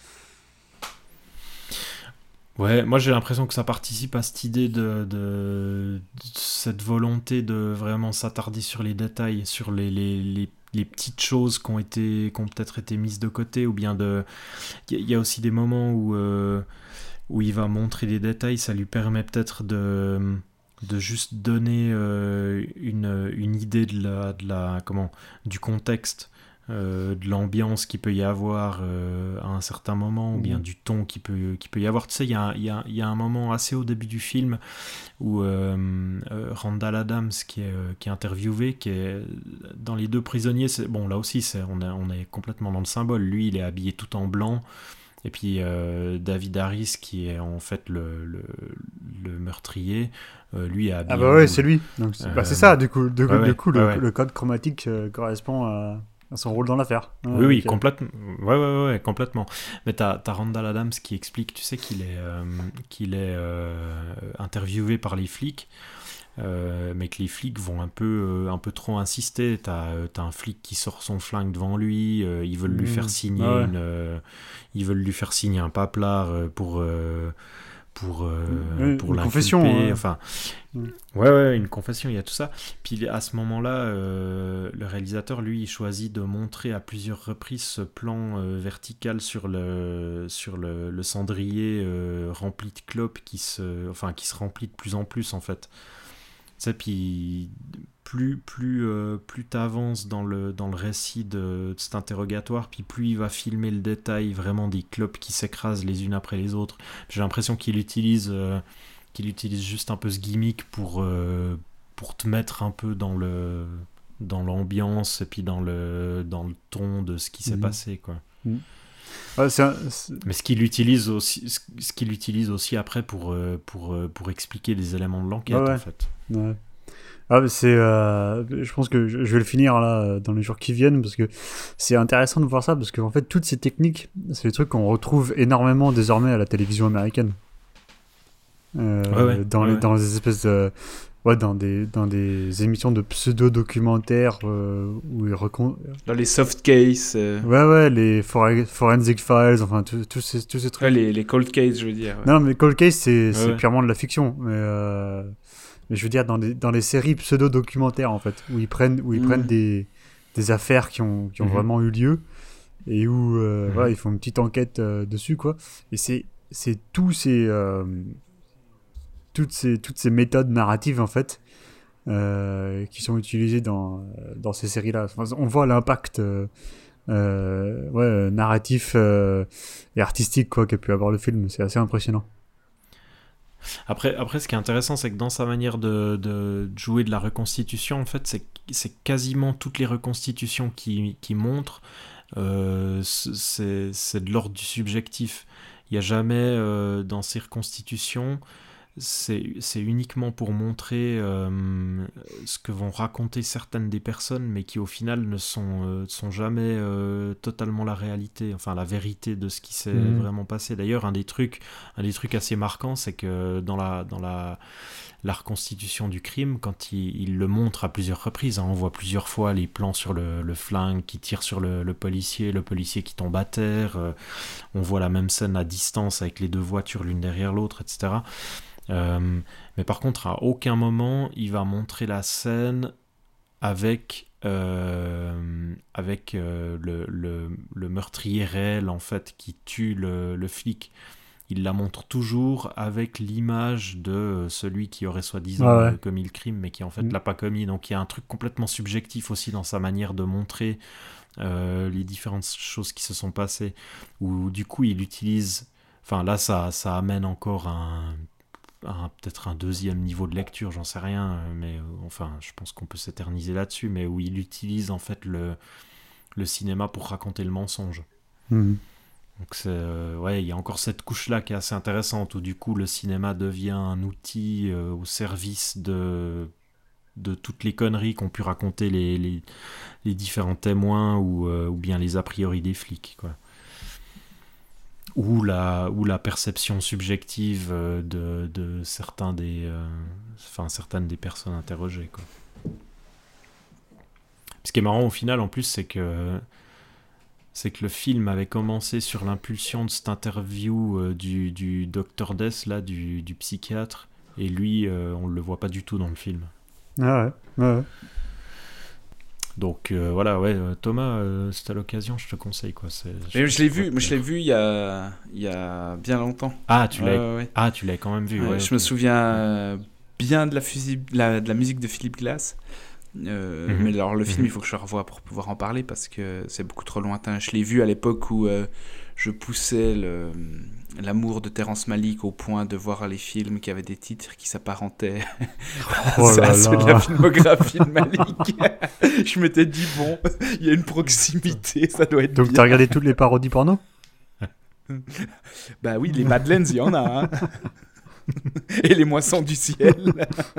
Ouais, moi j'ai l'impression que ça participe à cette idée de, de, de cette volonté de vraiment s'attarder sur les détails, sur les, les, les, les petites choses qui ont été, qui ont peut-être été mises de côté, ou bien de. Il y, a- y a aussi des moments où, euh, où il va montrer des détails, ça lui permet peut-être de, de juste donner euh, une, une idée de la, de la, comment, du contexte. Euh, de l'ambiance qu'il peut y avoir euh, à un certain moment, ou bien Mhm. du ton qu'il peut, qu'il peut y avoir. Tu sais, il y a, il y a- il y a un moment assez au début du film où euh, euh, Randall Adams, qui est, euh, qui est interviewé, qui est dans Les Deux Prisonniers, c'est, bon, là aussi, c'est, on, est, on est complètement dans le symbole. Lui, il est habillé tout en blanc. Et puis euh, David Harris, qui est en fait le, le, le meurtrier, euh, lui est habillé Ah bah en ouais, rouge. c'est lui. Donc c'est, bah, c'est Euh, ça, du coup, du, ouais, du ouais, coup ouais, le, ouais. le code chromatique euh, correspond à, à son rôle dans l'affaire. Oui, Ouais, oui, ok. complètement. Ouais, ouais, ouais, complètement. Mais t'as, t'as Randall Adams qui explique, tu sais, qu'il est, euh, qu'il est euh, interviewé par les flics, euh, mais que les flics vont un peu, euh, un peu trop insister. T'as, euh, t'as un flic qui sort son flingue devant lui, euh, ils veulent lui Mmh. faire signer Ah ouais. une, euh, ils veulent lui faire signer un paplard euh, pour. euh, pour, euh, Oui, pour une l'inculper, confession, ouais. enfin, Mm. ouais, ouais, une confession, il y a tout ça. Puis à ce moment-là, euh, le réalisateur, lui, il choisit de montrer à plusieurs reprises ce plan euh, vertical sur le, sur le, le cendrier euh, rempli de clopes qui se, enfin, qui se remplit de plus en plus, en fait. Tu sais, puis plus, plus, euh, plus t'avances dans le, dans le récit de, de cet interrogatoire, puis plus il va filmer le détail vraiment des clopes qui s'écrasent les unes après les autres. J'ai l'impression qu'il utilise, euh, qu'il utilise juste un peu ce gimmick pour, euh, pour te mettre un peu dans le dans l'ambiance et puis dans le, dans le ton de ce qui s'est Mhm. passé, quoi. Ouais, c'est un- c'est- Mais ce qu'il utilise aussi, ce ce qu'il utilise aussi après pour, euh, pour, euh, pour expliquer des éléments de l'enquête, Ouais, ouais. en fait. Ouais. Ah, mais c'est, euh, je pense que je je vais le finir là euh, dans les jours qui viennent parce que c'est intéressant de voir ça parce qu'en fait toutes ces techniques, c'est des trucs qu'on retrouve énormément désormais à la télévision américaine. Euh, Ouais, ouais, dans ouais, les ouais. dans des espèces de ouais dans des dans des émissions de pseudo documentaires euh, où ils recon... Dans les soft cases, euh, ouais ouais les for- forensic files, enfin tous tous ces tous ces trucs. ouais, les, les cold cases, je veux dire. ouais. Non, mais Cold Case, c'est c'est ouais. purement de la fiction. Mais, euh, mais je veux dire, dans, des, dans les séries pseudo-documentaires, en fait, où ils prennent, où ils Mhm. prennent des, des affaires qui ont, qui ont Mhm. vraiment eu lieu et où euh, Mhm. voilà, ils font une petite enquête euh, dessus, quoi. Et c'est c'est tous ces, euh, toutes, ces, toutes ces méthodes narratives, en fait, euh, qui sont utilisées dans, dans ces séries-là. Enfin, on voit l'impact euh, euh, ouais, euh, narratif euh, et artistique quoi, qu'a pu avoir le film. C'est assez impressionnant. Après, après, ce qui est intéressant, c'est que dans sa manière de, de jouer de la reconstitution, en fait, c'est, c'est quasiment toutes les reconstitutions qui, qui montrent, euh, c'est, c'est de l'ordre du subjectif. Il n'y a jamais, euh, dans ces reconstitutions, c'est, c'est uniquement pour montrer euh, ce que vont raconter certaines des personnes, mais qui au final ne sont, euh, sont jamais euh, totalement la réalité, enfin la vérité de ce qui s'est Mhm. vraiment passé. D'ailleurs, un des trucs, un des trucs assez marquants, c'est que dans la, dans la, la reconstitution du crime, quand il, il le montre à plusieurs reprises, hein, on voit plusieurs fois les plans sur le, le flingue qui tire sur le, le policier, le policier qui tombe à terre, euh, on voit la même scène à distance avec les deux voitures l'une derrière l'autre, et cetera. Euh, mais par contre, à aucun moment, il va montrer la scène avec, euh, avec euh, le, le, le meurtrier réel, en fait, qui tue le, le flic. il la montre toujours avec l'image de celui qui aurait soi-disant Ah ouais. euh, commis le crime, mais qui en fait Mm. l'a pas commis. Donc il y a un truc complètement subjectif aussi dans sa manière de montrer euh, les différentes choses qui se sont passées. Où du coup il utilise, enfin là ça, ça amène encore un, un peut-être un deuxième niveau de lecture, j'en sais rien, euh, mais euh, enfin je pense qu'on peut s'éterniser là-dessus, mais où il utilise en fait le, le cinéma pour raconter le mensonge. Mhm. Donc c'est, euh, ouais, il y a encore cette couche-là qui est assez intéressante, où du coup le cinéma devient un outil euh, au service de, de toutes les conneries qu'ont pu raconter les, les, les différents témoins ou, euh, ou bien les a priori des flics, quoi. Ou la, ou la perception subjective euh, de, de certains des, euh, enfin, certaines des personnes interrogées, quoi. Ce qui est marrant au final en plus, c'est que c'est que le film avait commencé sur l'impulsion de cette interview euh, du, du docteur Death, là, du, du psychiatre, et lui, euh, on le voit pas du tout dans le film. Ah ouais, ouais, ouais. Donc euh, voilà, ouais, euh, Thomas, euh, c'est à l'occasion, je te conseille, quoi. C'est, Mais je l'ai vu, ouais, moi je l'ai vu il y a, il y a bien longtemps. Ah, tu l'as, Ouais, ouais. ah, tu l'as quand même vu. Ouais, ouais, je ok. me souviens euh, bien de la, fusi- la- de la musique de Philip Glass. Euh, Mhm. Mais alors le film, Mhm. il faut que je le revoie pour pouvoir en parler parce que c'est beaucoup trop lointain. Je l'ai vu à l'époque où euh, je poussais le, l'amour de Terrence Malick au point de voir les films qui avaient des titres qui s'apparentaient Oh à là ceux de là. la filmographie de Malick. Je m'étais dit, bon, il y a une proximité, ça doit être Donc bien. t'as regardé toutes les parodies porno? Bah oui, les Madeleines, il y en a. Hein. Et les moissons du ciel.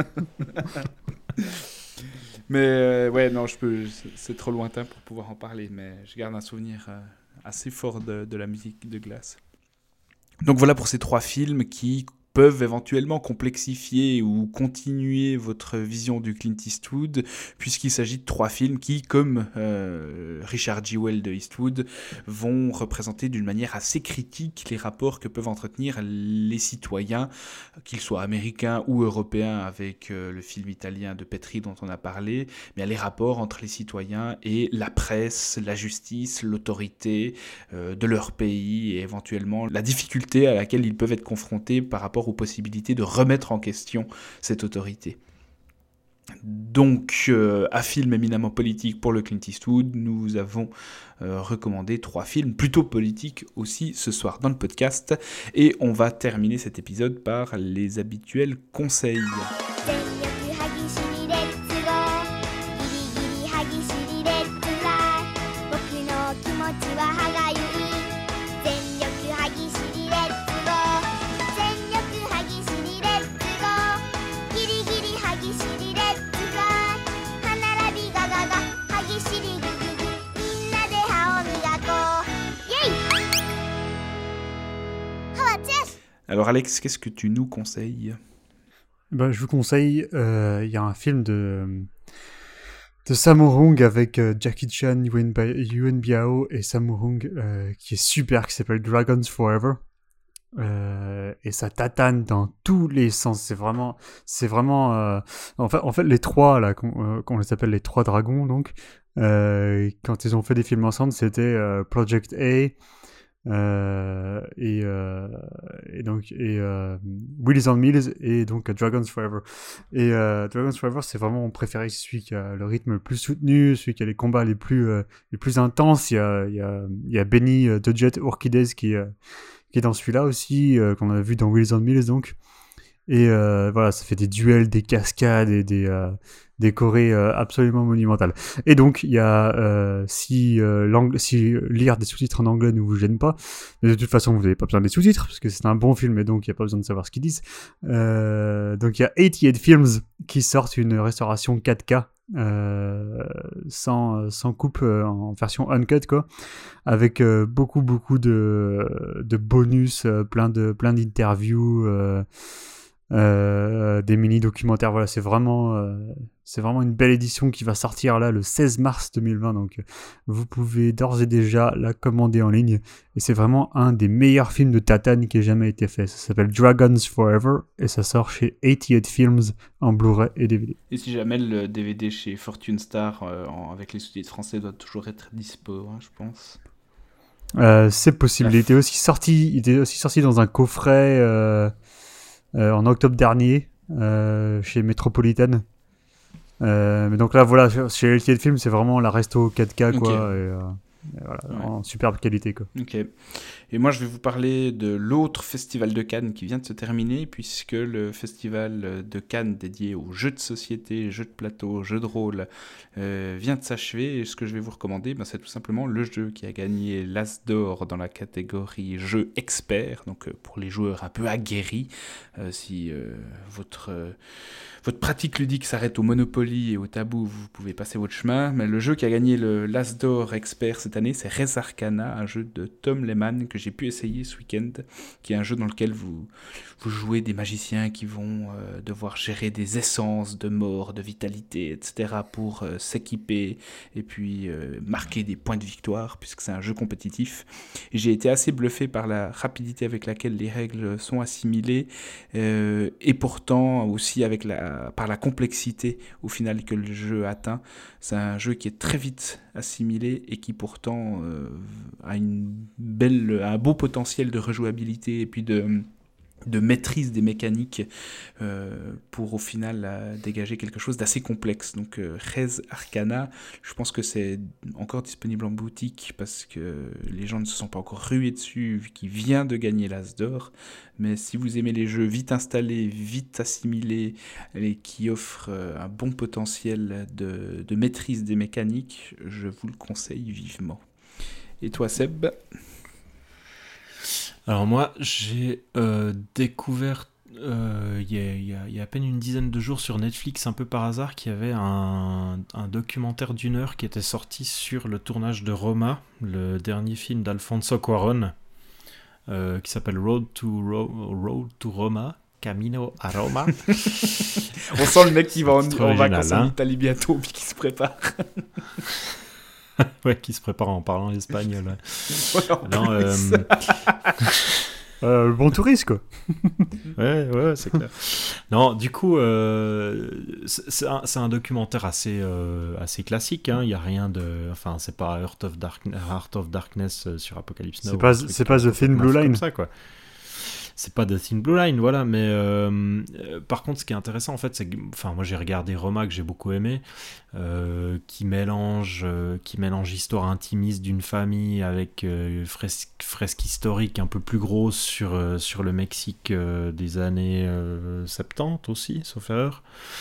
Mais euh, ouais, non, je peux, c'est, c'est trop lointain pour pouvoir en parler, mais je garde un souvenir euh, assez fort de, de la musique de Glass. Donc voilà pour ces trois films qui peuvent éventuellement complexifier ou continuer votre vision du Clint Eastwood, puisqu'il s'agit de trois films qui, comme euh, Richard G. Well de Eastwood, vont représenter d'une manière assez critique les rapports que peuvent entretenir les citoyens, qu'ils soient américains ou européens, avec euh, le film italien de Petri dont on a parlé, mais les rapports entre les citoyens et la presse, la justice, l'autorité euh, de leur pays, et éventuellement la difficulté à laquelle ils peuvent être confrontés par rapport aux possibilités de remettre en question cette autorité. Donc, euh, à film éminemment politique pour le Clint Eastwood, nous avons euh, recommandé trois films plutôt politiques aussi ce soir dans le podcast, et on va terminer cet épisode par les habituels conseils. 全力歯ぎしりレッツゴーギリギリ歯ぎしりレッツフライ僕の気持ちは歯がゆい全力歯ぎしりレッツゴー全力歯ぎしりレッツゴーギリギリ歯ぎしりレッツフライ歯並びガガガ歯ぎしりグググみんなで歯を磨こうイェイ歯はチェス Alors Alex, qu'est-ce que tu nous conseilles ? Ben, je vous conseille, euh, il y a un film de, de Sammo Hung avec euh, Jackie Chan, Yuen, Ba- Yuen Biao et Sammo Hung euh, qui est super, qui s'appelle Dragons Forever. Euh, et ça tatane dans tous les sens. C'est vraiment, c'est vraiment. Euh, en fait, en fait, les trois là, qu'on, euh, qu'on les appelle les trois dragons, donc, euh, quand ils ont fait des films ensemble, c'était euh, Project A. Euh, et, euh, et donc et euh, Wheels on Mills et donc Dragons Forever. Et euh, Dragons Forever, c'est vraiment mon préféré, c'est celui qui a le rythme le plus soutenu, celui qui a les combats les plus euh, les plus intenses. Il y a il y a il y a Benny euh, de Jet Orchides qui euh, qui est dans celui-là aussi, euh, qu'on a vu dans Wheels on Mills donc. Et euh, voilà, ça fait des duels, des cascades et des euh, des chorés euh, absolument monumentales. Et donc il y a euh, si euh, l'angle, si lire des sous-titres en anglais ne vous gêne pas, mais de toute façon vous n'avez pas besoin des sous-titres parce que c'est un bon film et donc il n'y a pas besoin de savoir ce qu'ils disent. Euh, donc il y a quatre-vingt-dix-huit Films qui sortent une restauration quatre K euh, sans sans coupe euh, en version uncut quoi, avec euh, beaucoup beaucoup de de bonus, euh, plein de plein d'interviews. Euh, Euh, des mini documentaires, voilà, c'est vraiment euh, c'est vraiment une belle édition qui va sortir là le seize mars deux mille vingt, donc vous pouvez d'ores et déjà la commander en ligne et c'est vraiment un des meilleurs films de tatane qui ait jamais été fait. Ça s'appelle Dragons Forever et ça sort chez quatre-vingt-dix-huit Films en Blu-ray et D V D. Et si jamais le D V D chez Fortune Star euh, en- avec les sous-titres français doit toujours être dispo, hein, je pense. Euh, c'est possible. Il était aussi sorti, il était aussi sorti dans un coffret euh, euh, en octobre dernier euh, chez Metropolitan. Euh, mais donc là, voilà, chez L T L Film, c'est vraiment la resto quatre K, quoi. Ok. Et, euh, et voilà, Ouais. en superbe qualité, quoi. Ok. Et moi, je vais vous parler de l'autre festival de Cannes qui vient de se terminer, puisque le festival de Cannes dédié aux jeux de société, jeux de plateau, jeux de rôle, euh, vient de s'achever. Et ce que je vais vous recommander, ben, c'est tout simplement le jeu qui a gagné l'As d'or dans la catégorie jeu expert, donc euh, pour les joueurs un peu aguerris. Euh, si euh, votre... Euh, Votre pratique ludique s'arrête au Monopoly et au Tabou, vous pouvez passer votre chemin. Mais le jeu qui a gagné le l'As d'or expert cette année, c'est Res Arcana, un jeu de Tom Lehmann que j'ai pu essayer ce week-end, qui est un jeu dans lequel vous, vous jouez des magiciens qui vont euh, devoir gérer des essences de mort, de vitalité, et cetera pour euh, s'équiper et puis euh, marquer des points de victoire, puisque c'est un jeu compétitif. Et j'ai été assez bluffé par la rapidité avec laquelle les règles sont assimilées euh, et pourtant aussi avec la par la complexité au final que le jeu atteint. C'est un jeu qui est très vite assimilé et qui pourtant euh, a une belle, un beau potentiel de rejouabilité et puis de, de maîtrise des mécaniques euh, pour au final euh, dégager quelque chose d'assez complexe. Donc euh, Res Arcana, je pense que c'est encore disponible en boutique parce que les gens ne se sont pas encore rués dessus vu qu'il vient de gagner l'As d'or. Mais si vous aimez les jeux vite installés, vite assimilés et qui offrent euh, un bon potentiel de, de maîtrise des mécaniques, je vous le conseille vivement. Et toi Seb ? Alors moi, j'ai euh, découvert euh, il y, a- il y a- il y a à peine une dizaine de jours sur Netflix, un peu par hasard, qu'il y avait un, un documentaire d'une heure qui était sorti sur le tournage de Roma, le dernier film d'Alfonso Cuarón, euh, qui s'appelle Road to, Ro- Road to Roma, Camino a Roma. On sent le mec qui va en, C'est trop en original, vacances en hein. Italie bientôt puis qui se prépare. Ouais, qui se prépare en parlant espagnol. Ouais. Ouais, en Non, euh, plus. Euh, bon touriste, quoi. Ouais, ouais, c'est clair. Non, du coup, euh, c'est c'est un, c'est un documentaire assez, euh, assez classique. Hein. Il y a rien de, enfin, c'est pas Heart of, Dark, Heart of Darkness euh, sur Apocalypse Now. C'est pas, un truc, c'est pas euh, The Thin Blue complètement Line. comme ça, quoi. C'est pas The Thin Blue Line, voilà. Mais euh, euh, par contre, ce qui est intéressant, en fait, c'est que, enfin, moi, j'ai regardé Roma que j'ai beaucoup aimé, euh, qui mélange, euh, qui mélange histoire intimiste d'une famille avec euh, fresque, fresque historique un peu plus grosse sur euh, sur le Mexique euh, des années euh, soixante-dix aussi, sauf erreur.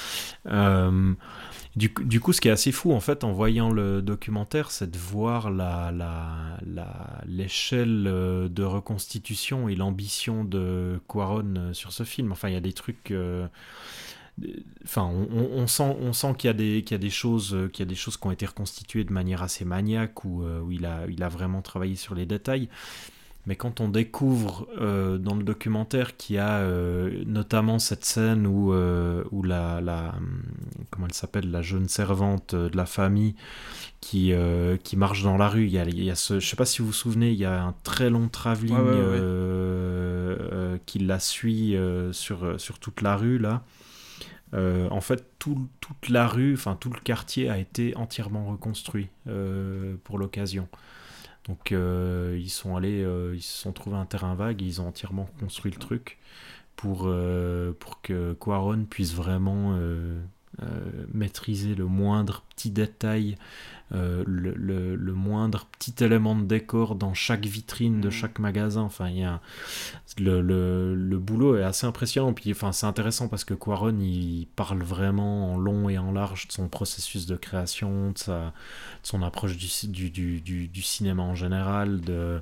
Euh, du, coup- du coup, ce qui est assez fou, en fait, en voyant le documentaire, c'est de voir la, la, la- l'échelle euh, de reconstitution et l'ambition de Cuarón euh, sur ce film. Enfin, il y a des trucs... euh, des- Enfin, on, on- on sent, on sent qu'il y a des, qu'il y a des choses, euh, qu'il y a des choses qui ont été reconstituées de manière assez maniaque, où, euh, où il a, il a vraiment travaillé sur les détails. Mais quand on découvre euh, dans le documentaire qu'il y a euh, notamment cette scène où, euh, où la, la, hum, comment elle s'appelle, la jeune servante euh, de la famille qui, euh, qui marche dans la rue, il y a, il y a ce, je sais pas si vous vous souvenez, il y a un très long travelling Ouais, ouais, ouais. euh, euh, qui la suit euh, sur, sur toute la rue là. Euh, en fait, tout- toute la rue, enfin tout le quartier a été entièrement reconstruit euh, pour l'occasion. Donc euh, ils sont allés, euh, ils se sont trouvés un terrain vague, et ils ont entièrement construit le truc pour, euh, pour que Cuarón puisse vraiment euh, euh, maîtriser le moindre petit détail, euh, le, le- le moindre petit élément de décor dans chaque vitrine de Mhm. chaque magasin. Enfin, il y a le, le, le boulot est assez impressionnant. Puis, enfin, c'est intéressant parce que Cuarón, il parle vraiment en long et en large de son processus de création, de, sa, de son approche du, ci- du, du, du, du cinéma en général, de,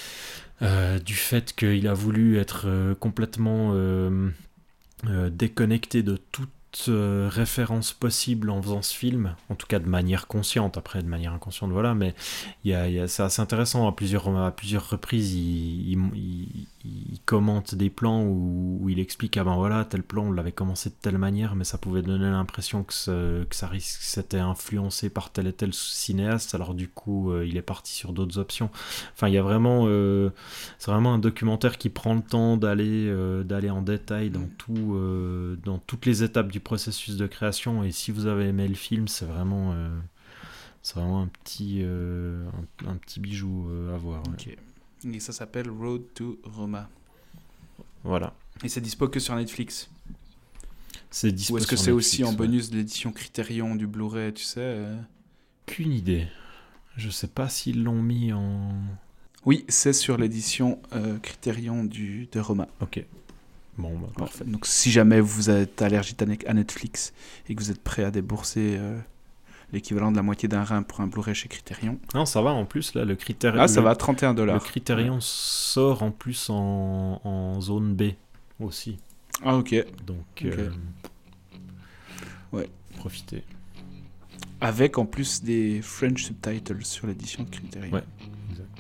euh, du fait qu'il a voulu être euh, complètement euh, euh, déconnecté de toute euh, référence possible en faisant ce film, en tout cas de manière consciente, après de manière inconsciente, voilà, mais il y a, il y a- c'est assez intéressant, à plusieurs, à plusieurs reprises, il, il, il- il commente des plans où, où il explique, ah ben voilà, tel plan, on l'avait commencé de telle manière, mais ça pouvait donner l'impression que, ce- que ça risque, c'était influencé par tel et tel cinéaste, alors du coup, euh, il est parti sur d'autres options. Enfin, il y a vraiment, euh, c'est vraiment un documentaire qui prend le temps d'aller, euh, d'aller en détail dans tout, euh, dans toutes les étapes du processus de création, et si vous avez aimé le film, c'est vraiment, euh, c'est vraiment un petit, euh, un, un petit bijou euh, à voir. Ouais. Ok. Et ça s'appelle Road to Roma. Voilà. Et c'est dispo que sur Netflix. C'est dispo Ou est-ce que sur c'est Netflix, aussi en ouais. bonus de l'édition Criterion du Blu-ray, tu sais euh... Aucune idée. Je sais pas s'ils l'ont mis en... Oui, c'est sur l'édition euh, Criterion du, de Roma. Ok. Bon, bah, parfait. Donc si jamais vous êtes allergique à Netflix et que vous êtes prêt à débourser euh, l'équivalent de la moitié d'un rein pour un Blu-ray chez Criterion... Non, ça va en plus, là, le Criterion... Ah, ça le, va, trente et un dollars. Le Criterion ouais. sort en plus en, en zone B aussi. Ah, ok. Donc, okay. Euh, ouais. Profitez. Avec en plus des French subtitles sur l'édition de Criterion. Ouais, exact.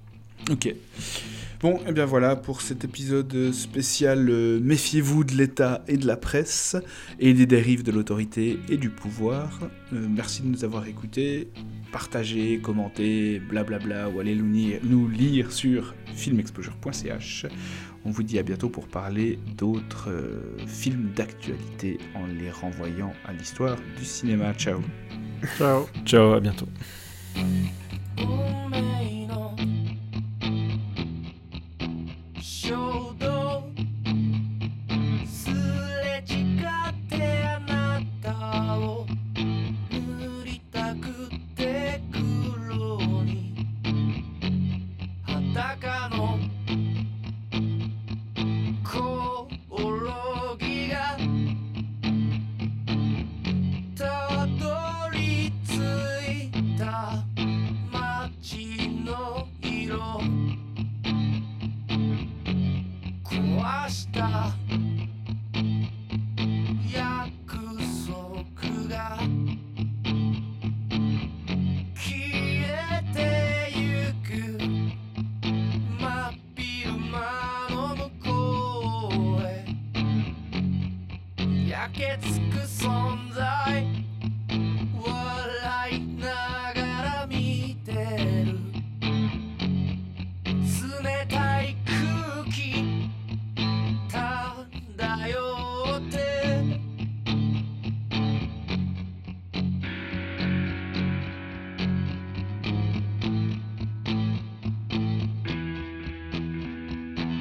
Ok. Bon, et bien voilà pour cet épisode spécial euh, Méfiez-vous de l'État et de la presse et des dérives de l'autorité et du pouvoir. Euh, merci de nous avoir écoutés. Partagez, commentez, blablabla, ou allez nous lire, nous lire sur film exposure point c h. On vous dit à bientôt pour parler d'autres euh, films d'actualité en les renvoyant à l'histoire du cinéma. Ciao. Ciao. Ciao, à bientôt.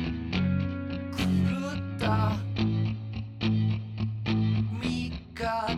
God.